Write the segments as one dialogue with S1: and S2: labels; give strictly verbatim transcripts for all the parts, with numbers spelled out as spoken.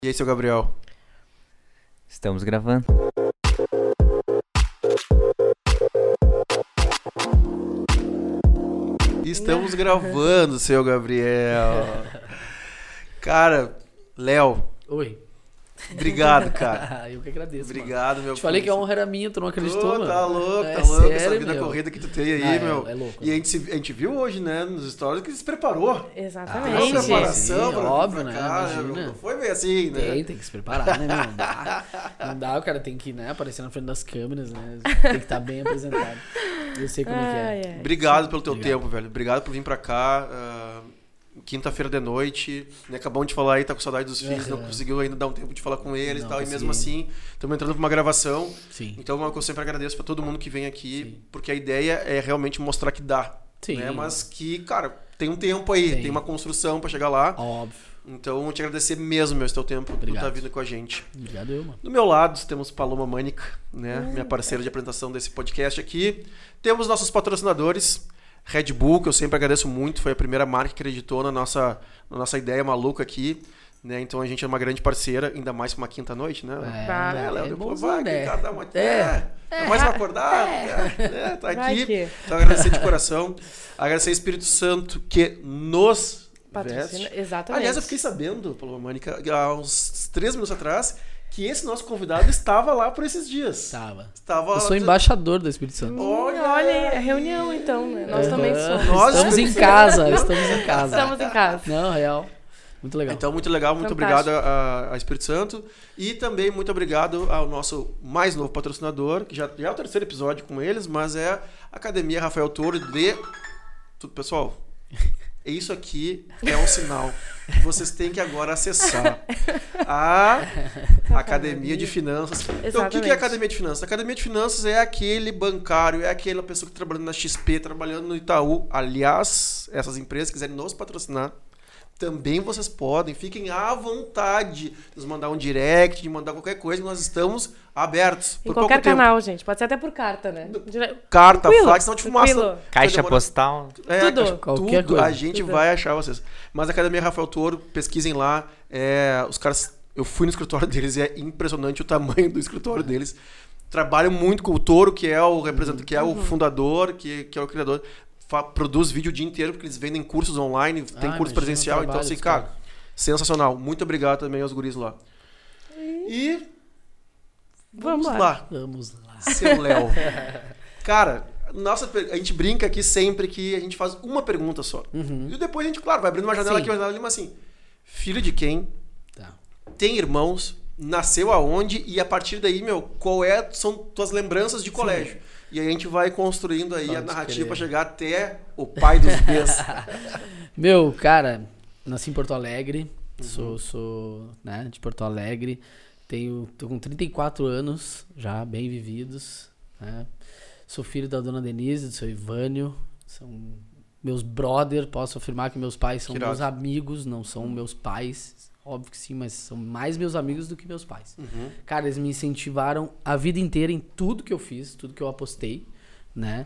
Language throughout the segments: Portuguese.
S1: E aí, seu Gabriel?
S2: Estamos gravando.
S1: Estamos gravando, seu Gabriel. Cara, Léo.
S3: Oi.
S1: Obrigado, cara.
S3: Eu que agradeço.
S1: Obrigado,
S3: mano.
S1: meu.
S3: Te falei que a honra era minha, tu não acreditou,
S1: oh,
S3: mano.
S1: Tá louco,
S3: é
S1: tá louco.
S3: sério,
S1: Essa vida
S3: meu.
S1: corrida que tu tem aí,
S3: ah,
S1: meu.
S3: É, é louco.
S1: E a gente, se, a gente viu hoje, né, nos stories, que ele se preparou.
S4: Exatamente.
S1: Tem uma preparação
S3: Sim,
S1: pra,
S3: óbvio,
S1: pra
S3: né?
S1: cá,
S3: Imagina.
S1: Não foi bem assim, né?
S3: Tem, tem que se preparar, né, meu? Não dá, não dá, o cara tem que, né, aparecer na frente das câmeras, né? Tem que estar bem apresentado. Eu sei como
S4: Ai,
S3: é que é.
S4: ai.
S1: Obrigado pelo teu
S3: Obrigado.
S1: tempo, velho. Obrigado por vir pra cá. Uh, quinta-feira de noite, né? Acabamos de falar aí, tá com saudade dos filhos,
S3: Uhum.
S1: não conseguiu ainda dar um tempo de falar com eles e
S3: Não
S1: tal.
S3: consegui.
S1: E mesmo assim, estamos entrando pra uma gravação.
S3: Sim.
S1: Então, é o que eu sempre agradeço pra todo mundo que vem aqui,
S3: Sim.
S1: porque a ideia é realmente mostrar que dá.
S3: Sim.
S1: Né? Mas que, cara, tem um tempo aí, tem,
S3: Tem.
S1: uma construção pra chegar lá.
S3: Óbvio.
S1: Então, eu te agradecer mesmo, meu, esse teu tempo, por
S3: Obrigado.
S1: estar vindo com a gente.
S3: Obrigado eu, mano.
S1: Do meu lado, temos Paloma Mânica, né? Minha parceira de apresentação desse podcast aqui. Temos nossos patrocinadores, Red Bull, que eu sempre agradeço muito, foi a primeira marca que acreditou na nossa, na nossa ideia maluca aqui. Né? Então a gente é uma grande parceira, ainda mais pra uma quinta-noite, né?
S4: Tá.
S1: É, Léo,
S3: é
S1: depois
S3: bonzinho,
S1: vai,
S3: né?
S1: que cada uma...
S3: É.
S1: É, é. mais pra acordar, é. É, tá
S4: Vai
S1: aqui.
S4: que-
S1: Então agradecer de coração, agradecer ao Espírito Santo que nos
S4: Patrocina,
S1: veste.
S4: exatamente.
S1: Aliás, eu fiquei sabendo, Paloma Mânica, há uns três minutos atrás, que esse nosso convidado estava lá por esses dias.
S3: Tava.
S1: Estava
S3: Eu sou embaixador do Espírito Santo.
S1: Olha,
S4: Olha, é reunião então, né? Nós
S3: Aham.
S4: também somos.
S1: Nós-
S3: Estamos em casa, estamos em casa.
S4: Estamos em casa.
S3: Não, real. Muito legal.
S1: Então, muito legal, muito
S4: Fantástico.
S1: obrigado a, a Espírito Santo. E também muito obrigado ao nosso mais novo patrocinador, que já, já é o terceiro episódio com eles, mas é a Academia Rafael Toro de... Tudo, pessoal, isso aqui é um sinal que vocês têm que agora acessar a Academia de Finanças. Então, o que que é a
S4: Exatamente.
S1: Academia de Finanças? A Academia de Finanças é aquele bancário, é aquela pessoa que está trabalhando na X P, trabalhando no Itaú. Aliás, essas empresas que quiserem nos patrocinar, também vocês podem, fiquem à vontade de nos mandar um direct, de mandar qualquer coisa, que nós estamos abertos.
S4: Em
S1: Por
S4: qualquer
S1: pouco tempo.
S4: canal, gente. Pode ser até por carta, né? Dire-
S1: Carta,
S4: Tranquilo,
S1: fax, não de fumaça.
S4: tranquilo.
S2: Caixa
S1: Vai demorar-
S2: postal.
S1: É,
S4: Tudo.
S1: caixa-
S3: Qualquer
S1: tudo,
S3: coisa.
S1: a gente
S4: Tudo.
S1: vai achar vocês. Mas a Academia Rafael Toro, pesquisem lá. É, os caras, eu fui no escritório deles e é impressionante o tamanho do escritório deles. Trabalham muito com o Toro, que é o representante, que é o fundador, que, que é o criador. Fa- produz vídeo o dia inteiro, porque eles vendem cursos online, tem
S3: Ah,
S1: curso
S3: imagina
S1: presencial.
S3: o
S1: Então,
S3: trabalho
S1: assim,
S3: dos
S1: cara,
S3: caras.
S1: sensacional. Muito obrigado também aos guris lá. E vamos
S4: Vamos lá.
S1: lá,
S3: Vamos lá.
S1: seu Léo. Cara, nossa, per- a gente brinca aqui sempre que a gente faz uma pergunta só.
S3: Uhum.
S1: E depois a gente, claro, vai abrindo uma janela
S3: Sim.
S1: aqui, uma janela ali, mas assim, filho de quem?
S3: Tá.
S1: Tem irmãos? Nasceu aonde? E a partir daí, meu, qual é, são tuas lembranças de colégio? E aí a gente vai construindo aí a
S3: Pode
S1: narrativa
S3: crer.
S1: pra chegar até o pai dos Bs.
S3: Meu, cara, nasci em Porto Alegre,
S1: Uhum.
S3: sou, sou né, de Porto Alegre, tenho, tô com trinta e quatro anos, já bem vividos, né? Sou filho da dona Denise, do seu Ivânio, são meus brother, posso afirmar que meus pais são
S1: Que irado.
S3: meus amigos, não são meus pais, óbvio que sim, mas são mais meus amigos do que meus pais.
S1: Uhum.
S3: Cara, eles me incentivaram a vida inteira em tudo que eu fiz, tudo que eu apostei, né?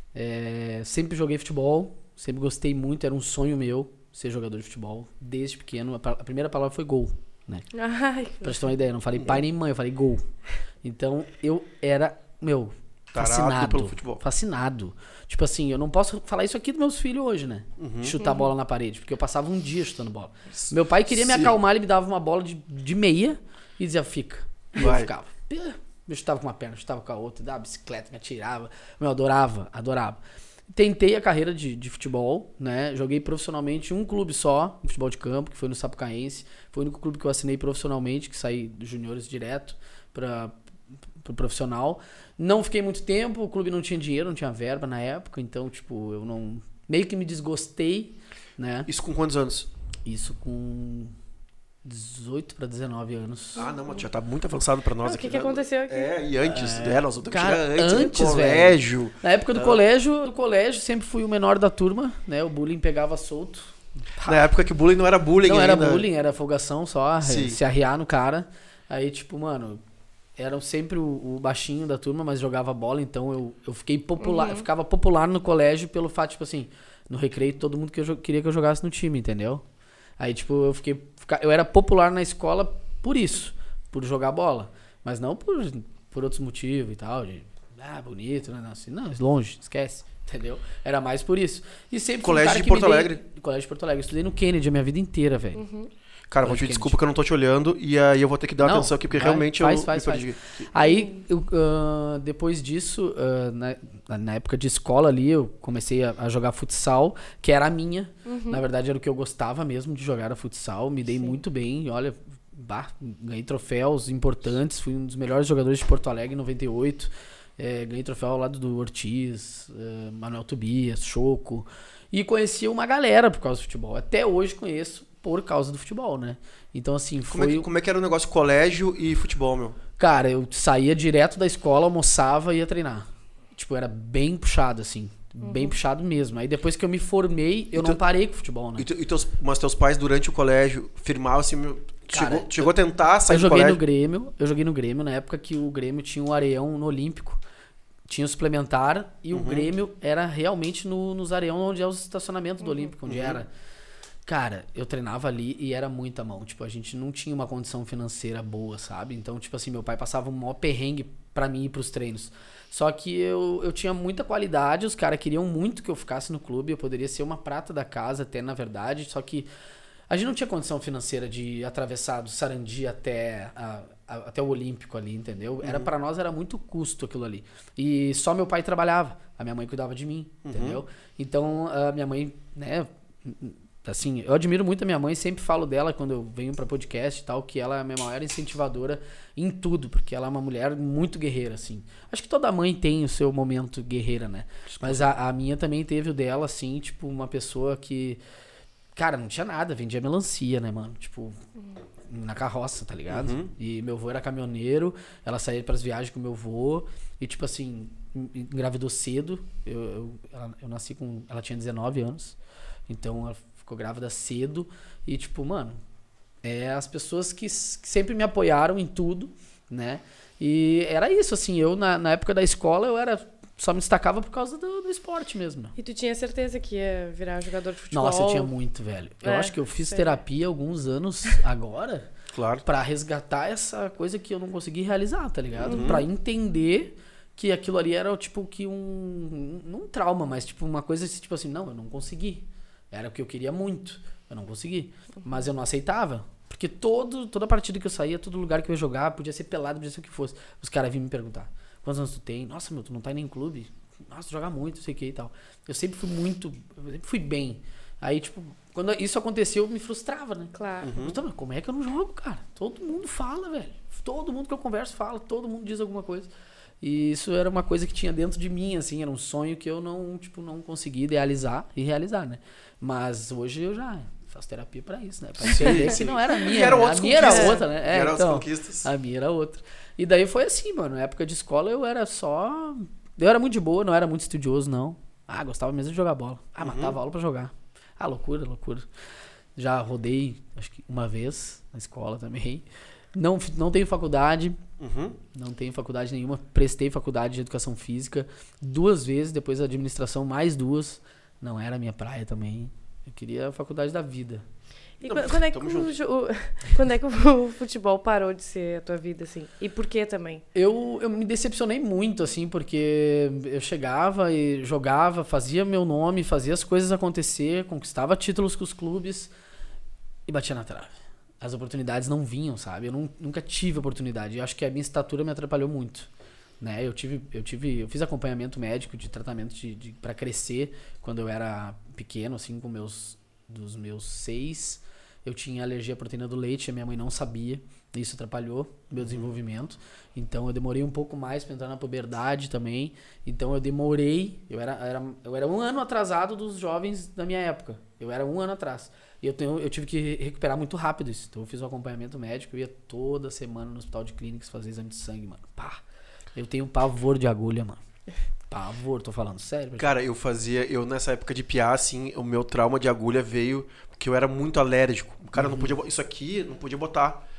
S3: É, sempre joguei futebol, sempre gostei muito, era um sonho meu ser jogador de futebol, desde pequeno. A, pa- a primeira palavra foi gol, né?
S4: Ai,
S3: Pra te ter uma ideia, eu não falei pai nem mãe, eu falei gol. Então, eu era, meu,
S1: Tarado
S3: fascinado.
S1: pelo futebol.
S3: Fascinado. Tipo assim, eu não posso falar isso aqui dos meus filhos hoje, né?
S1: Uhum.
S3: Chutar a bola na parede, porque eu passava um dia chutando bola. Meu pai queria me
S1: Sim.
S3: acalmar, ele me dava uma bola de, de meia e dizia, fica. E
S1: Vai.
S3: eu ficava. Eu chutava com uma perna, chutava com a outra, dava bicicleta, me atirava. Meu, adorava, adorava. Tentei a carreira de, de futebol, né? Joguei profissionalmente em um clube só, no futebol de campo, que foi no Sapucaense. Foi o único clube que eu assinei profissionalmente, que saí dos juniores direto para pro profissional. Não fiquei muito tempo, o clube não tinha dinheiro, não tinha verba na época, então, tipo, eu não... Meio que me desgostei, né?
S1: Isso com quantos anos?
S3: Isso com dezoito para dezenove anos.
S1: Ah, não, mas já tá muito avançado pra nós
S4: Ah, o
S1: aqui.
S4: que que
S1: né?
S4: aconteceu aqui?
S1: É, e antes, é, nós vamos
S3: Cara,
S1: chegar antes,
S3: antes,
S1: no colégio.
S3: Na época do colégio, do colégio, sempre fui o menor da turma, né? O bullying pegava solto.
S1: Na época que o bullying não era bullying
S3: Não era
S1: ainda.
S3: bullying, era folgação só,
S1: Sim.
S3: se arriar no cara. Aí, tipo, mano, era sempre o, o baixinho da turma, mas jogava bola, então eu, eu fiquei popular, eu ficava popular no colégio pelo fato, tipo assim, no recreio todo mundo que eu, jo- queria que eu jogasse no time, entendeu? Aí, tipo, eu fiquei, fica- eu era popular na escola por isso, por jogar bola. Mas não por, por outros motivos e tal, de, ah, bonito, né? Não, assim, não, longe, esquece, entendeu? Era mais por isso. E sempre fui um
S1: Colégio
S3: cara
S1: de
S3: que
S1: Porto
S3: me dei-
S1: Alegre.
S3: Colégio de Porto Alegre. Eu estudei no Kennedy a minha vida inteira, velho.
S4: Uhum.
S1: Cara, vou te
S3: Kennedy.
S1: desculpa que eu não tô te olhando e aí eu vou ter que dar
S3: Não,
S1: atenção aqui, porque
S3: vai,
S1: realmente
S3: faz,
S1: eu
S3: faz,
S1: me
S3: faz.
S1: perdi.
S3: Aí, eu, ah, depois disso, ah, na, na época de escola ali, eu comecei a, a jogar futsal, que era a minha. Na verdade, era o que eu gostava mesmo de jogar a futsal. Me dei
S4: Sim.
S3: muito bem. Olha, bah, ganhei troféus importantes. Fui um dos melhores jogadores de Porto Alegre em noventa e oito. É, ganhei troféu ao lado do Ortiz, eh, Manuel Tobias, Choco. E conheci uma galera por causa do futebol. Até hoje conheço por causa do futebol, né? Então, assim,
S1: Como é,
S3: foi...
S1: que, como é que era o negócio colégio e futebol, meu?
S3: Cara, eu saía direto da escola, almoçava e ia treinar. Tipo, era bem puxado, assim. Bem puxado mesmo. Aí depois que eu me formei, eu
S1: Então-
S3: não parei com o futebol, né?
S1: E, te- e teus, mas teus pais, durante o colégio, firmavam assim... meu, tu
S3: Cara,
S1: chegou, tu chegou a tentar sair
S3: Eu
S1: do
S3: joguei
S1: colégio?
S3: no Grêmio, eu joguei no Grêmio na época que o Grêmio tinha um areião no Olímpico. Tinha o suplementar e
S1: Uhum.
S3: o Grêmio era realmente no, nos areião onde é os estacionamentos do Olímpico, onde
S1: Uhum.
S3: era. Cara, eu treinava ali e era muita mão. Tipo, a gente não tinha uma condição financeira boa, sabe? Então, tipo assim, meu pai passava um maior perrengue pra mim ir pros treinos. Só que eu, eu tinha muita qualidade, os caras queriam muito que eu ficasse no clube, eu poderia ser uma prata da casa até, na verdade, só que a gente não tinha condição financeira de atravessar do Sarandi até, a- a- até o Olímpico ali, entendeu? Era, pra nós era muito custo aquilo ali. E só meu pai trabalhava, a minha mãe cuidava de mim, entendeu? Então, a minha mãe, né, assim, eu admiro muito a minha mãe, sempre falo dela quando eu venho pra podcast e tal, que ela é a minha maior incentivadora em tudo, porque ela é uma mulher muito guerreira, assim. Acho que toda mãe tem o seu momento guerreira, né? Mas a, a minha também teve o dela, assim, tipo, uma pessoa que, cara, não tinha nada, vendia melancia, né, mano? Tipo, na carroça, tá ligado?
S1: Uhum.
S3: E meu avô era caminhoneiro, ela saía pras viagens com meu avô, e tipo assim, en- engravidou cedo, eu, eu, ela- eu nasci com, ela tinha dezenove anos, então ela ficou grávida cedo, e tipo, mano, é as pessoas que, s- que sempre me apoiaram em tudo, né? E era isso, assim, eu na, na época da escola eu era, só me destacava por causa do, do esporte mesmo, né?
S4: E tu tinha certeza que ia virar jogador de futebol?
S3: Nossa, eu tinha muito, velho. Eu
S4: É,
S3: acho que eu fiz
S4: sei.
S3: terapia há alguns anos agora
S1: Claro.
S3: pra resgatar essa coisa que eu não consegui realizar, tá ligado?
S1: Uhum.
S3: Pra entender que aquilo ali era tipo que um não um trauma, mas tipo uma coisa tipo assim, não, eu não consegui. Era o que eu queria muito, eu não consegui, mas eu não aceitava, porque todo toda partida que eu saía, todo lugar que eu ia jogar, podia ser pelado, podia ser o que fosse. Os caras vinham me perguntar: "Quantos anos tu tem?" "Nossa, meu, tu não tá em nenhum clube." "Nossa, tu joga muito, não sei o que e tal." Eu sempre fui muito, eu sempre fui bem. Aí, tipo, quando isso aconteceu, eu me frustrava, né?
S4: Claro.
S1: Uhum.
S3: Então, mas como é que eu não jogo, cara? Todo mundo fala, velho. Todo mundo que eu converso fala, todo mundo diz alguma coisa. E isso era uma coisa que tinha dentro de mim, assim, era um sonho que eu não, tipo, não consegui idealizar e realizar, né? Mas hoje eu já faço terapia pra isso, né? Pra entender que não era a minha,
S1: Que eram
S3: né?
S1: outras
S3: A minha era
S1: conquistas.
S3: outra, né?
S1: Que
S3: É,
S1: eram outras
S3: então,
S1: conquistas.
S3: a minha era outra. E daí foi assim, mano, na época de escola eu era só... Eu era muito de boa, não era muito estudioso, não. Ah, gostava mesmo de jogar bola. Ah,
S1: Uhum.
S3: matava aula pra jogar. Ah, loucura, loucura. Já rodei, acho que uma vez na escola também. Não, não tenho faculdade,
S1: Uhum.
S3: não tenho faculdade nenhuma. Prestei faculdade de educação física duas vezes, depois a administração mais duas. Não era a minha praia também. Eu queria a faculdade da vida.
S4: E
S1: Não,
S4: quando, quando é que
S1: tamo
S4: o,
S1: junto.
S4: jo- o- quando é que o futebol parou de ser a tua vida, assim? E por que também?
S3: Eu, eu me decepcionei muito, assim, porque eu chegava e jogava, fazia meu nome, fazia as coisas acontecer, conquistava títulos com os clubes e batia na trave. As oportunidades não vinham, sabe? Eu não- nunca tive oportunidade. Eu acho que a minha estatura me atrapalhou muito. Né? Eu tive, eu tive, eu fiz acompanhamento médico de tratamento de, de, para crescer quando eu era pequeno, assim, com meus dos meus seis, eu tinha alergia à proteína do leite, a minha mãe não sabia, isso atrapalhou meu desenvolvimento. Então eu demorei um pouco mais para entrar na puberdade também. Então eu demorei, eu era, era, eu era um ano atrasado dos jovens da minha época. Eu era um ano atrás. E eu, tenho, eu tive que recuperar muito rápido isso. Então eu fiz um acompanhamento médico, eu ia toda semana no hospital de clínicas fazer exame de sangue, mano. Pá. Eu tenho pavor de agulha, mano. Pavor, tô falando sério. Porque...
S1: Cara, eu fazia, eu nessa época de piá, assim, o meu trauma de agulha veio porque eu era muito alérgico. O cara
S3: Uhum.
S1: não podia, bo- isso aqui não podia botar.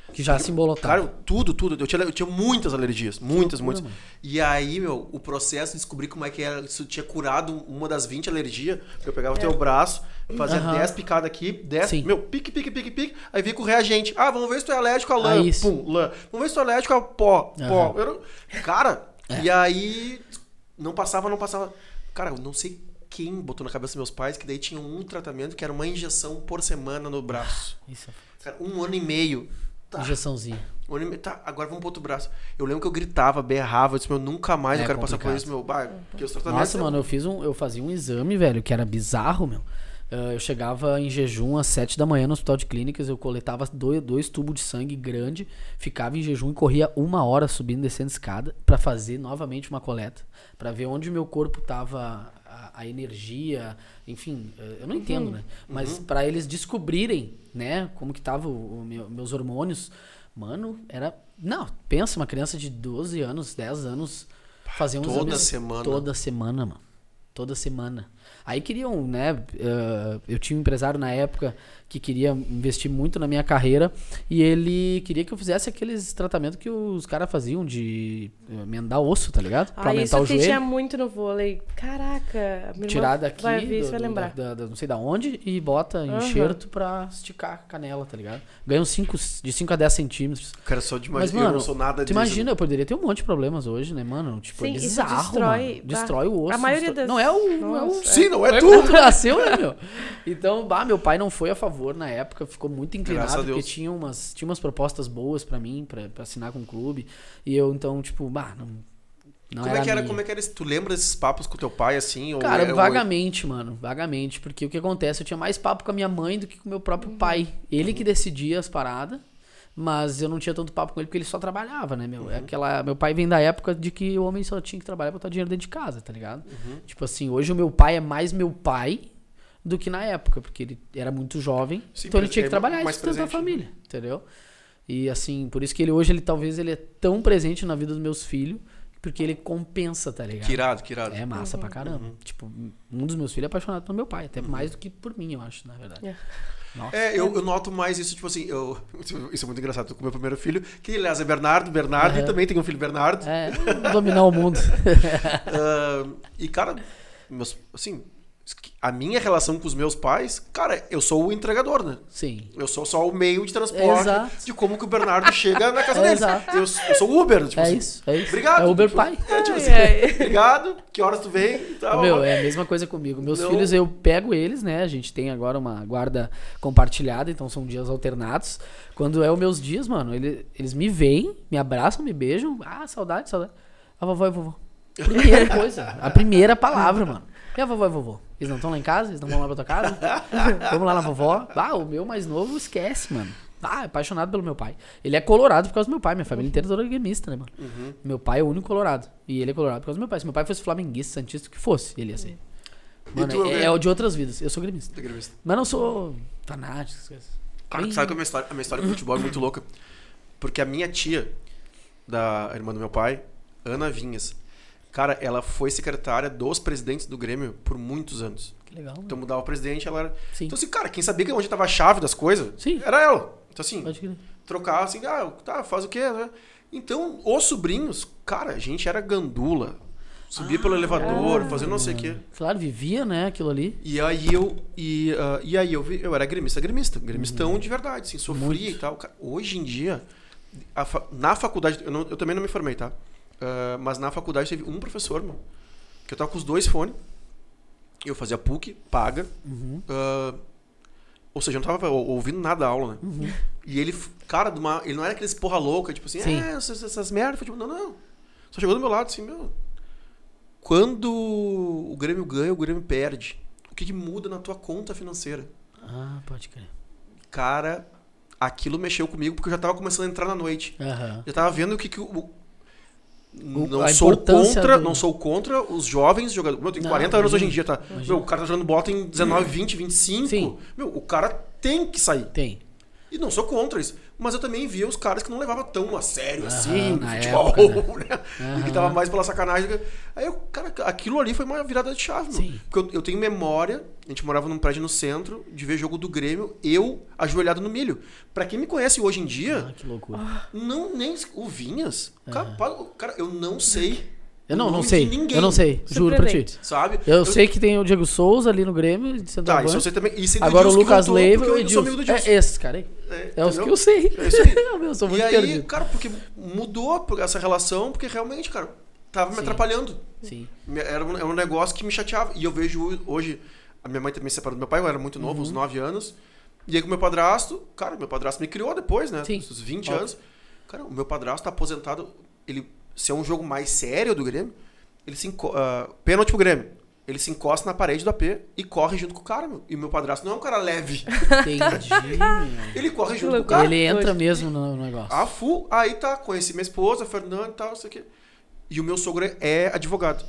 S3: Que já se embolotava.
S1: Cara, tudo, tudo. Eu tinha, eu tinha muitas alergias. Muitas,
S3: loucura,
S1: muitas.
S3: mano.
S1: E aí, meu, o processo de descobrir como é que era, se eu tinha curado uma das vinte alergias, eu pegava o teu braço, fazia
S3: Aham.
S1: dez picadas aqui, dez,
S3: Sim.
S1: meu, pique, pique, pique, pique, aí vinha com o reagente. Ah, vamos ver se tu é alérgico a lã.
S3: Ah, isso.
S1: Pum, lã. Vamos ver se tu é alérgico a pó, pó.
S3: Aham.
S1: Eu não- Cara,
S3: É.
S1: e aí não passava, não passava. Cara, eu não sei quem botou na cabeça dos meus pais que daí tinha um tratamento que era uma injeção por semana no braço.
S3: Isso.
S1: Cara, um ano e meio. Tá.
S3: Injeçãozinha.
S1: Um ano e meio. Tá, agora vamos pro outro braço. Eu lembro que eu gritava, berrava, eu disse, meu, nunca mais
S3: É
S1: eu quero passar por
S3: complicado.
S1: isso, meu. Bah, porque os tratamentos.
S3: Nossa, mano, eu fiz um. Eu fazia um exame, velho, que era bizarro, meu. Ah, eu chegava em jejum às sete da manhã no hospital de clínicas, eu coletava dois, dois tubos de sangue grande, ficava em jejum e corria uma hora subindo e descendo escada pra fazer novamente uma coleta. Pra ver onde o meu corpo tava, a, a energia, enfim, eh, eu não entendo, né? Mas pra eles descobrirem, né, como que tava o, o meu- meus hormônios, mano, era. Não, pensa, uma criança de doze anos, dez anos, fazer um
S1: Toda
S3: exame
S1: semana.
S3: Toda semana, mano. Toda semana. Aí queriam, né? eh, eu tinha um empresário na época que queria investir muito na minha carreira e ele queria que eu fizesse aqueles tratamentos que os caras faziam de eh, emendar osso, tá ligado? Pra
S4: Ah,
S3: aumentar
S4: isso
S3: o
S4: que
S3: joelho.
S4: tinha muito no vôlei. Caraca. a minha irmã
S3: Tirar daqui,
S4: vai ver,
S3: do-
S4: você vai
S3: do-
S4: lembrar.
S3: da- da- não sei da onde, e bota
S4: Aham.
S3: enxerto pra esticar a canela, tá ligado? Ganha uns cinco, de cinco a dez centímetros.
S1: Cara, só de
S3: Mas,
S1: imaginar.
S3: mano,
S1: eu não sou nada
S3: tu
S1: disso.
S3: imagina, eu poderia ter um monte de problemas hoje, né, mano? Tipo, é
S4: Sim, isso
S3: bizarro,
S4: destrói-
S3: mano. Destrói o osso.
S4: A maioria
S3: destrói-
S4: das-
S3: Não é o... Não é o...
S4: Nossa,
S1: Sim, não é
S3: Foi
S1: tu.
S3: quando tu nasceu, né, meu? Então, bah, meu pai não foi a favor na época, ficou muito
S1: Graças a
S3: inclinado,
S1: Deus.
S3: porque tinha umas, tinha umas propostas boas pra mim, pra, pra assinar com o clube, e eu, então, tipo, bah, não, não
S1: Como é que era,
S3: minha.
S1: como é que era esse, tu lembra desses papos com teu pai, assim? Ou
S3: Cara,
S1: é- ou-
S3: vagamente, mano, vagamente, porque o que acontece, eu tinha mais papo com a minha mãe do que com o meu próprio pai, ele que decidia as paradas, mas eu não tinha tanto papo com ele porque ele só trabalhava, né, meu? É aquela, meu pai vem da época de que o homem só tinha que trabalhar pra botar dinheiro dentro de casa, tá ligado? Tipo assim, hoje o meu pai é mais meu pai do que na época, porque ele era muito jovem,
S1: Sim,
S3: então ele
S1: pres-
S3: tinha que
S1: é
S3: trabalhar e
S1: mais
S3: sustentar a
S1: presente, né?
S3: família, entendeu? E assim, por isso que ele hoje, ele talvez ele é tão presente na vida dos meus filhos, porque ele compensa, tá ligado?
S1: Que irado, que irado.
S3: É massa pra caramba. Tipo, um dos meus filhos é apaixonado pelo meu pai, até
S1: Uhum.
S3: mais do que por mim, eu acho, na verdade.
S4: É.
S3: Nossa.
S1: É, eu, eu noto mais isso, tipo assim, eu, isso é muito engraçado. Tô com o meu primeiro filho, que aliás é Bernardo, Bernardo,
S3: Aham.
S1: e também tem um filho Bernardo.
S3: É, dominar o mundo.
S1: Ah, e, cara, meus, assim, a minha relação com os meus pais, cara, eu sou o entregador, né?
S3: Sim.
S1: Eu sou só o meio de transporte
S3: Exato.
S1: de como que o Bernardo chega na casa deles.
S3: Exato.
S1: Eu, eu sou o Uber, tipo
S3: É
S1: assim.
S3: isso, é isso.
S1: Obrigado.
S3: É Uber
S1: Tipo,
S3: pai.
S1: É, tipo
S4: Ai,
S1: assim,
S4: ai.
S1: obrigado, que horas tu vem e tal.
S3: Meu, é a mesma coisa comigo. Meus
S1: Não.
S3: filhos, eu pego eles, né? A gente tem agora uma guarda compartilhada, então são dias alternados. Quando é os meus dias, mano, ele- eles me veem, me abraçam, me beijam. Ah, saudade, saudade. A vovó e a vovó. Primeira coisa. A primeira palavra, mano. E a vovó e a vovô? Eles não estão lá em casa? Eles não vão lá pra tua casa? Vamos lá na vovó? Ah, o meu mais novo esquece, mano. Ah, é apaixonado pelo meu pai. Ele é colorado por causa do meu pai. Minha família inteira é toda gremista, né, mano? Meu pai é o único colorado. E ele é colorado por causa do meu pai. Se meu pai fosse flamenguista, santista, o que fosse, ele ia ser. Mano,
S1: tu,
S3: é,
S1: Alberto?
S3: é o de outras vidas. Eu sou gremista.
S1: Tem gremista.
S3: Mas não sou fanático, essas coisas.
S1: Cara,
S3: Bem-
S1: tu sabe que a minha história, a minha história com futebol é muito louca? Porque a minha tia, da irmã do meu pai, Ana Vinhas, cara, ela foi secretária dos presidentes do Grêmio por muitos anos.
S3: Que legal, mano.
S1: Então mudava o presidente, ela era...
S3: Sim.
S1: Então assim, cara, quem sabia que onde tava a chave das coisas,
S3: Sim.
S1: era ela. Então assim,
S3: Pode crer.
S1: trocar assim, ah, tá, faz o quê, né? Então, os sobrinhos, cara, a gente era gandula. Subia pelo elevador, fazendo não sei o quê.
S3: Claro, vivia, né, aquilo ali.
S1: E aí eu, e, ah, e aí eu, vi- eu era gremista, gremista, gremistão de verdade, assim, sofria
S3: Muito.
S1: e tal. Cara, hoje em dia, a fa- na faculdade, eu, não- eu também não me formei, tá? Ah, mas na faculdade teve um professor, mano, que eu tava com os dois fones, eu fazia P U C, paga,
S3: Uhum.
S1: ah, ou seja, eu não tava ou- ouvindo nada da aula, né? E ele, cara, de uma, ele não era aqueles porra louca, tipo assim,
S3: Sim.
S1: é, essas, essas merdas, futebol. Não, não. Só chegou do meu lado assim, meu. Quando o Grêmio ganha, o Grêmio perde. O que, que muda na tua conta financeira?
S3: Ah, pode crer.
S1: Cara, aquilo mexeu comigo porque eu já tava começando a entrar na noite.
S3: Aham.
S1: Já tava vendo o que, que o. o- não
S3: a
S1: sou
S3: importância
S1: contra,
S3: do-
S1: não sou contra os jovens jogadores. Meu, eu tenho
S3: Não,
S1: quarenta anos hoje em
S3: imagina,
S1: dia, tá?
S3: imagina.
S1: Meu, o cara tá jogando bola tem dezenove, vinte, vinte e cinco.
S3: Sim.
S1: Meu, o cara tem que sair.
S3: Tem.
S1: E não sou contra isso. Mas eu também via os caras que não levavam tão a sério
S3: Aham,
S1: assim,
S3: na
S1: futebol,
S3: época,
S1: né?
S3: Aham.
S1: E que tava mais pela sacanagem. Aí, eu, cara, aquilo ali foi uma virada de chave, meu.
S3: Sim.
S1: Porque eu, eu tenho memória, a gente morava num prédio no centro, de ver jogo do Grêmio, eu ajoelhado no milho. Pra quem me conhece hoje em dia,
S3: Ah, que loucura.
S1: não nem o Vinhas, cara, pa- cara, eu não sei.
S3: Eu
S1: o
S3: não, não
S1: nome
S3: sei.
S1: de ninguém,
S3: Eu não sei, juro pra ti.
S4: Surpreendente.
S1: sabe?
S3: Eu, sei que tem o Diego Souza ali no Grêmio, de
S1: Tá,
S3: centroavante.
S1: isso eu sei também. E sei do
S3: Agora o
S1: Edilson que
S3: Lucas
S1: voltou,
S3: Leiva
S1: porque
S3: e o
S1: eu sou amigo do
S3: Edilson.
S1: Edilson.
S3: É esses, cara aí.
S1: É,
S3: É os
S1: entendeu?
S3: que eu sei.
S1: É isso aí.
S3: eu sou muito
S1: E aí,
S3: perdido.
S1: cara, porque mudou essa relação, porque realmente, cara, tava me
S3: Sim.
S1: atrapalhando.
S3: Sim.
S1: Era um, era um negócio que me chateava. E eu vejo hoje, a minha mãe também se separou do meu pai, eu era muito novo,
S3: Uhum.
S1: uns nove anos. E aí com o meu padrasto, cara, meu padrasto me criou depois, né?
S3: Sim.
S1: Uns vinte
S3: Óbvio.
S1: anos. Cara, o meu padrasto tá aposentado. Ele, se é um jogo mais sério do Grêmio, ele se enco... uh, pênalti pro Grêmio. Ele se encosta na parede do A P e corre junto com o cara, meu. E o meu padrasto não é um cara leve.
S3: Entendi. meu.
S1: Ele corre
S4: Que
S1: junto com o
S4: loucura.
S1: cara.
S3: Ele entra
S4: Hoje-
S3: mesmo no no negócio.
S1: A full, aí tá, conheci minha esposa, a Fernanda e tal, não sei o quê. E o meu sogro é- é advogado.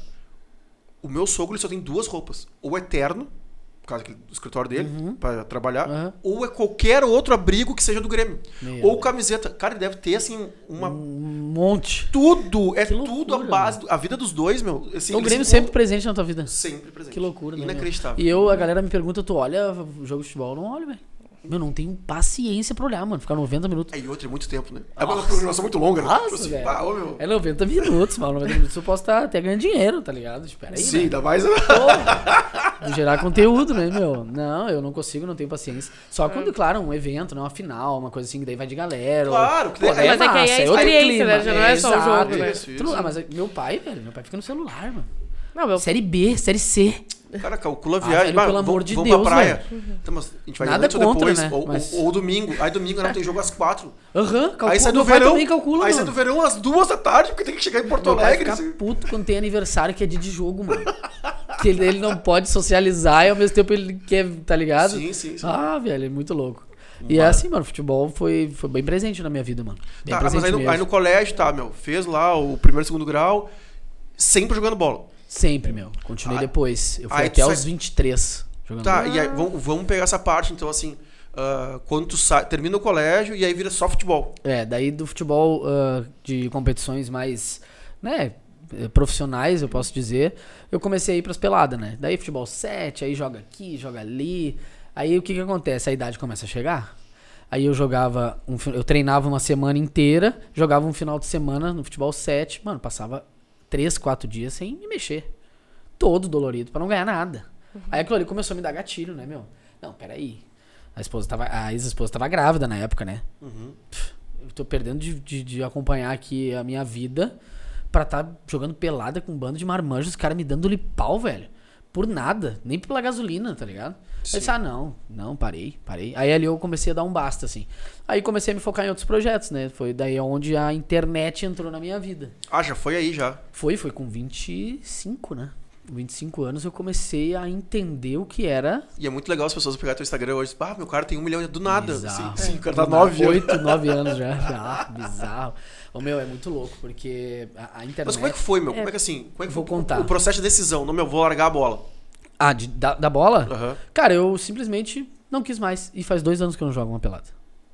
S1: O meu sogro ele só tem duas roupas. Ou é terno, por causa do escritório dele,
S3: Uhum.
S1: pra trabalhar,
S3: Aham.
S1: ou é qualquer outro abrigo que seja do Grêmio.
S3: Meu
S1: ou
S3: Deus.
S1: camiseta. Cara, ele deve ter, assim, uma...
S3: Um monte.
S1: Tudo, é
S3: Que
S1: tudo a
S3: loucura,
S1: base, do- a vida dos dois, meu. Assim,
S3: o
S1: eles
S3: Grêmio
S1: se
S3: sempre
S1: encontram-
S3: presente na tua vida.
S1: Sempre presente.
S3: Que loucura, né? meu?
S1: Inacreditável.
S3: E eu, a galera me pergunta, tu olha o jogo de futebol? Eu não olho, velho. Meu, não tenho paciência pra olhar, mano. Ficar noventa minutos.
S1: É, e outra, é muito tempo, né? É uma
S3: Nossa.
S1: programação muito longa, né?
S3: Nossa,
S1: Tipo assim,
S3: velho.
S1: pá, ô, meu.
S3: É noventa minutos, mano. noventa minutos eu posso estar até ganhando dinheiro, tá ligado? Espera aí,
S1: Sim,
S3: velho.
S1: ainda mais...
S3: Porra. Vou gerar conteúdo, né, meu? Não, eu não consigo, não tenho paciência. Só quando, claro, um evento, né? Uma final, uma coisa assim, que daí vai de galera. ou-
S1: Claro, que
S3: Pô,
S1: daí-
S3: daí
S4: Mas é que aí é
S3: massa,
S4: a
S3: outro
S4: experiência,
S3: clima.
S4: né? Já não é só o
S3: exato.
S4: jogo, né?
S1: Isso,
S3: Tu
S1: isso.
S3: não- ah, mas meu pai, velho, meu pai fica no celular, mano.
S4: Não, meu
S3: Série B, série C.
S1: Cara, calcula a
S3: Ah,
S1: viagem.
S3: velho,
S1: Bah,
S3: pelo
S1: vamos-
S3: amor de
S1: vamos
S3: Deus,
S1: pra praia. Então, mas a gente vai
S3: Nada
S1: antes ou
S3: contra,
S1: depois.
S3: né?
S1: Ou,
S3: Mas-
S1: ou, ou domingo. Aí domingo não tem jogo às quatro.
S3: Aham, calcula.
S1: Aí sai do
S3: meu pai
S1: verão.
S3: também calcula,
S1: aí sai
S3: mano.
S1: do verão às duas da tarde, porque tem que chegar em Porto
S3: Meu pai
S1: Alegre.
S3: fica
S1: assim.
S3: puto quando tem aniversário que é dia de jogo, mano. Que ele, ele não pode socializar e ao mesmo tempo ele quer, tá ligado?
S1: Sim, sim, sim.
S3: Ah, velho, é muito louco. E é assim, mano, futebol foi, foi bem presente na minha vida, mano. Bem
S1: Tá, mas
S3: presente
S1: aí no,
S3: mesmo.
S1: aí no colégio, tá, meu. Fez lá o primeiro e segundo grau, sempre jogando bola.
S3: Sempre, meu. Continuei
S1: Ah,
S3: depois. Eu fui
S1: aí
S3: até
S1: tu
S3: os
S1: sai-
S3: vinte e três jogando
S1: Tá,
S3: bola.
S1: e aí vamos, vamos pegar essa parte, então, assim. ah, quando tu sai, termina o colégio e aí vira só futebol.
S3: É, daí do futebol ah, de competições mais, né, eh, profissionais, eu posso dizer, eu comecei a ir pras peladas, né? Daí futebol sete, aí joga aqui, joga ali. Aí o que que acontece? A idade começa a chegar. Aí eu jogava, um fi- eu treinava uma semana inteira, jogava um final de semana no futebol sete, mano, passava três, quatro dias sem me mexer. Todo dolorido, pra não ganhar nada. Aí aquilo ali começou a me dar gatilho, né, meu? Não, peraí. A esposa tava, a ex-esposa tava grávida na época, né?
S1: Uhum.
S3: Eu tô perdendo de, de, de acompanhar aqui a minha vida pra tá jogando pelada com um bando de marmanjos, os caras me dando pau, velho. Por nada, nem pela gasolina, tá ligado?
S1: Sim.
S3: Eu disse, ah, não, não, parei, parei. Aí ali eu comecei a dar um basta, assim. Aí comecei a me focar em outros projetos, né? Foi daí onde a internet entrou na minha vida.
S1: Ah, já foi aí já.
S3: Foi, foi com vinte e cinco, né? Com vinte e cinco anos eu comecei a entender o que era.
S1: E é muito legal as pessoas pegarem teu Instagram hoje. Ah, meu cara tem um milhão de- do nada.
S3: Bizarro.
S1: Sim, sim, o cara
S3: Do
S1: tá
S3: nada,
S1: nove anos.
S3: Oito, nove anos já. Ah, bizarro. Ô, meu, é muito louco, porque a, a internet...
S1: Mas como é que foi, meu? Como é que assim? Como é que
S3: Vou
S1: foi o-
S3: contar.
S1: o processo de decisão? Não, meu, vou largar a bola.
S3: Ah, de- da, da bola?
S1: Aham.
S3: Cara, eu simplesmente não quis mais. E faz dois anos que eu não jogo uma pelada.